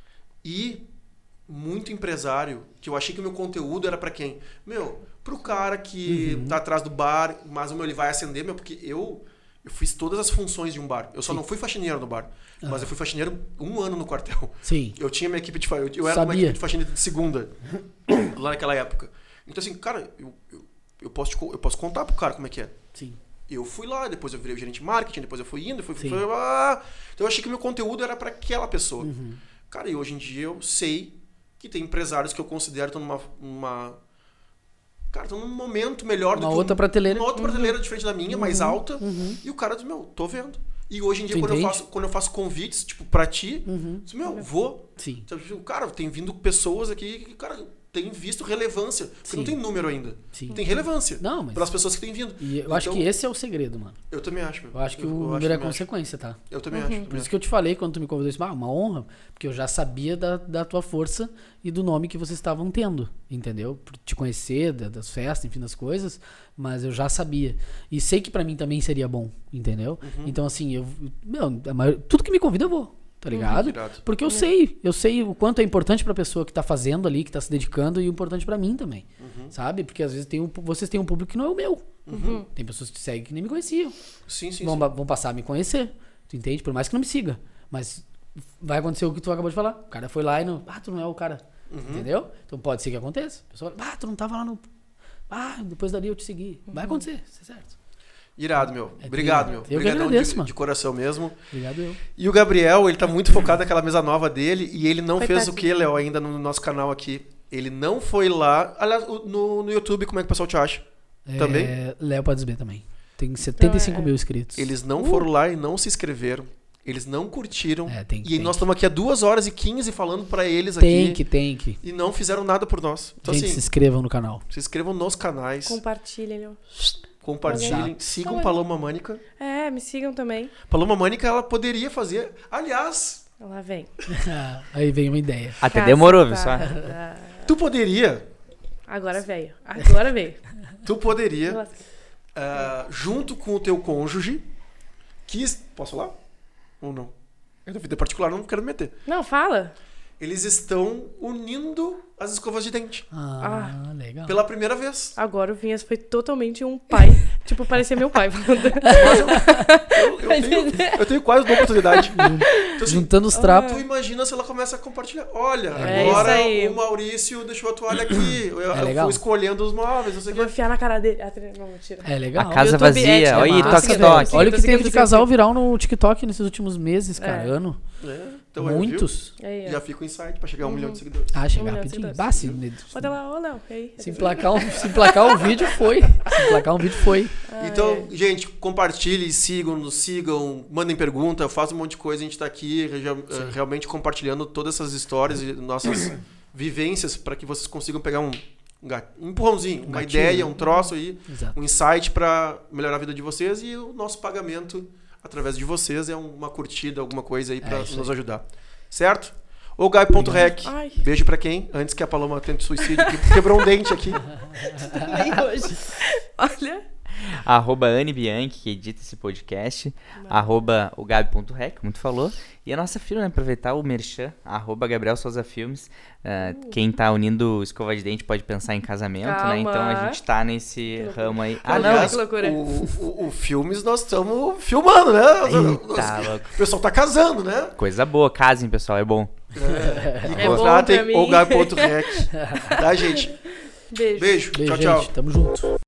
S1: E muito empresário, que eu achei que o meu conteúdo era pra quem? Meu, pro cara que
S3: Uhum.
S1: tá atrás do bar, mas o meu, ele vai acender, meu, porque eu, eu fiz todas as funções de um bar. Eu só
S3: Sim.
S1: não fui faxineiro no bar,
S3: Ah.
S1: mas eu fui faxineiro um ano no quartel.
S3: Sim.
S1: Eu tinha minha equipe de fa- eu, eu era uma
S3: Sabia.
S1: equipe de faxineiro de segunda, lá naquela época. Então assim, cara, eu, eu, eu, posso te co- eu posso contar pro cara como é que é.
S3: Sim.
S1: Eu fui lá, depois eu virei o gerente de marketing, depois eu fui indo, fui, fui,
S3: Sim.
S1: fui ah, então eu achei que o meu conteúdo era pra aquela pessoa.
S3: Uhum.
S1: Cara, e hoje em dia eu sei que tem empresários que eu considero estão numa, numa cara, estão num momento melhor do
S3: Uma
S1: que
S3: outra
S1: um,
S3: prateleira.
S1: uma outra prateleira diferente da minha, mais alta.
S3: Uhum.
S1: E o cara diz, meu, tô vendo. E hoje em dia
S3: Tu
S1: quando eu,
S3: entende?
S1: faço, quando eu faço convites, tipo, pra ti,
S3: Uhum.
S1: diz, meu, vou.
S3: Sim.
S1: Sabe, cara, tem vindo pessoas aqui que, cara, tem visto relevância. Porque
S3: Sim.
S1: não tem número ainda.
S3: Sim.
S1: Tem relevância.
S3: Não, mas...
S1: Pelas pessoas que têm vindo.
S3: E eu acho
S1: Então,
S3: que esse é o segredo, mano.
S1: Eu também acho, meu.
S3: Eu acho que o
S1: eu
S3: número é
S1: também acho.
S3: consequência, tá?
S1: Eu também
S4: Uhum.
S1: acho.
S3: Por
S1: também
S3: isso que eu te falei quando tu me convidou, isso, ah, uma honra, porque eu já sabia da, da tua força e do nome que vocês estavam tendo, entendeu? Por te conhecer, da- das festas, enfim, das coisas, mas eu já sabia. E sei que pra mim também seria bom, entendeu?
S1: Uhum.
S3: Então, assim, eu, meu, a maior- tudo que me convida eu vou, tá ligado?
S1: Irado.
S3: Porque eu sei, eu sei o quanto é importante pra pessoa que tá fazendo ali, que tá se dedicando, e o importante pra mim também,
S1: Uhum.
S3: sabe? Porque às vezes tem um, vocês têm um público que não é o meu.
S1: Uhum.
S3: Tem pessoas que te seguem que nem me conheciam.
S1: Sim, sim,
S3: Vão,
S1: sim.
S3: ba- vão passar a me conhecer. Tu entende? Por mais que não me siga. Mas vai acontecer o que tu acabou de falar. O cara foi lá e não. Ah, tu não é o cara.
S1: Uhum.
S3: Entendeu? Então pode ser que aconteça. A pessoa fala, ah, tu não tava lá no. Ah, depois dali eu te segui. Vai acontecer, isso é certo.
S1: Irado, meu.
S3: É
S1: Obrigado,
S3: tudo.
S1: meu.
S3: Eu que
S1: Obrigadão
S3: agradeço,
S1: de,
S3: mano.
S1: de coração mesmo.
S3: Obrigado eu.
S1: E o Gabriel, ele tá muito focado naquela mesa nova dele e ele não fez o
S4: Coitadinho.
S1: que, Léo, ainda no nosso canal aqui. Ele não foi lá. Aliás, o- no, no YouTube, como é que o pessoal te acha? Também?
S3: É, Léo Pades B também. Tem setenta e cinco
S4: Então, é-
S3: mil inscritos.
S1: Eles não
S3: Uh.
S1: foram lá e não se inscreveram. Eles não curtiram.
S3: É, tem que-
S1: e
S3: tem
S1: nós
S3: que.
S1: estamos aqui há duas horas e quinze falando pra eles
S3: Tem
S1: aqui.
S3: que, tem que.
S1: E não fizeram nada por nós. Então,
S3: Gente,
S1: assim,
S3: se inscrevam no canal.
S1: se inscrevam nos canais,
S4: Compartilhem. ó.
S1: compartilhem,
S3: Exato.
S1: sigam Paloma Mânica.
S4: É, me sigam também.
S1: Paloma Mânica, ela poderia fazer. Aliás,
S4: Lá vem.
S3: Aí vem uma ideia.
S2: Até
S4: Caça
S2: demorou, viu só?
S4: tá-
S1: tu poderia.
S4: Agora veio. Agora veio.
S1: Tu poderia.
S4: Nossa.
S1: ah, junto com o teu cônjuge, quis. Posso falar? Ou não? É da vida particular, não quero me meter.
S4: Não, fala.
S1: Eles estão unindo as escovas de dente.
S3: Ah, legal.
S1: Pela primeira vez.
S4: Agora o Vinhas foi totalmente um pai. Tipo, parecia meu pai falando.
S1: Eu, eu tenho, eu tenho quase uma oportunidade. Então, assim,
S3: Juntando os trapos.
S1: tu imagina se ela começa a compartilhar. Olha,
S4: É
S1: agora
S4: isso aí.
S1: o Maurício deixou a toalha aqui. Eu, eu
S3: legal.
S1: fui escolhendo os móveis, não sei
S4: Eu
S1: o
S4: vou
S1: quê.
S4: enfiar na cara dele. Ah, não, mentira.
S3: É legal.
S2: A casa
S4: YouTube
S2: vazia.
S4: é,
S2: Olha aí,
S3: é massa,
S2: toque,
S3: velho.
S2: toque.
S3: Olha o que
S4: Consegui,
S3: teve de
S4: consegui.
S3: casal viral no TikTok nesses últimos meses, cara.
S4: É.
S3: Ano.
S1: É, então, aí, viu?
S3: Muitos.
S4: Aí, ó.
S1: Já fica o insight pra chegar a um milhão de seguidores.
S3: Ah,
S4: Um
S3: chegar
S4: milhão de
S3: rapidinho.
S4: seguidores.
S3: Bah, se,
S4: Bota lá, ô Léo. e aí?
S3: se, emplacar um, se emplacar um vídeo, foi. Se emplacar um vídeo, foi.
S1: Então, gente, compartilhem, sigam, nos sigam, mandem pergunta, façam um monte de coisa. A gente tá aqui reja- eh, realmente compartilhando todas essas histórias e nossas vivências para que vocês consigam pegar um, um gat- um empurrãozinho, uma
S3: gatilho,
S1: ideia,
S3: né?
S1: um troço aí,
S3: Exato.
S1: um insight para melhorar a vida de vocês e o nosso pagamento através de vocês é uma curtida, alguma coisa aí para
S3: É isso
S1: nos
S3: aí.
S1: ajudar. Certo? O Gai ponto rec.
S4: Ai.
S1: Beijo pra quem? Antes que a Paloma tente suicídio, que quebrou um dente aqui.
S4: Nem hoje. Olha.
S2: Arroba Anne Bianchi, que edita esse podcast. Arroba o Gabi.rec, como tu falou. E a nossa filha, né? Aproveitar o merchan. Arroba Gabriel Souza Filmes. Ah, quem tá unindo escova de dente pode pensar em casamento,
S4: Calma.
S2: né? Então a gente tá nesse
S4: loucura.
S2: ramo aí. Ah,
S4: Olha,
S2: não.
S1: Aliás,
S4: que loucura.
S1: O, o, o filmes nós estamos filmando, né?
S2: Eita, louco.
S1: O pessoal tá casando, né?
S2: Coisa boa. Casem, pessoal. É bom.
S1: É, e
S4: É bom
S1: contratem
S4: pra mim.
S1: o Gai ponto rec. Tá, gente?
S4: Beijo.
S1: Beijo.
S3: Beijo,
S1: Tchau, tchau.
S3: gente. Tamo junto.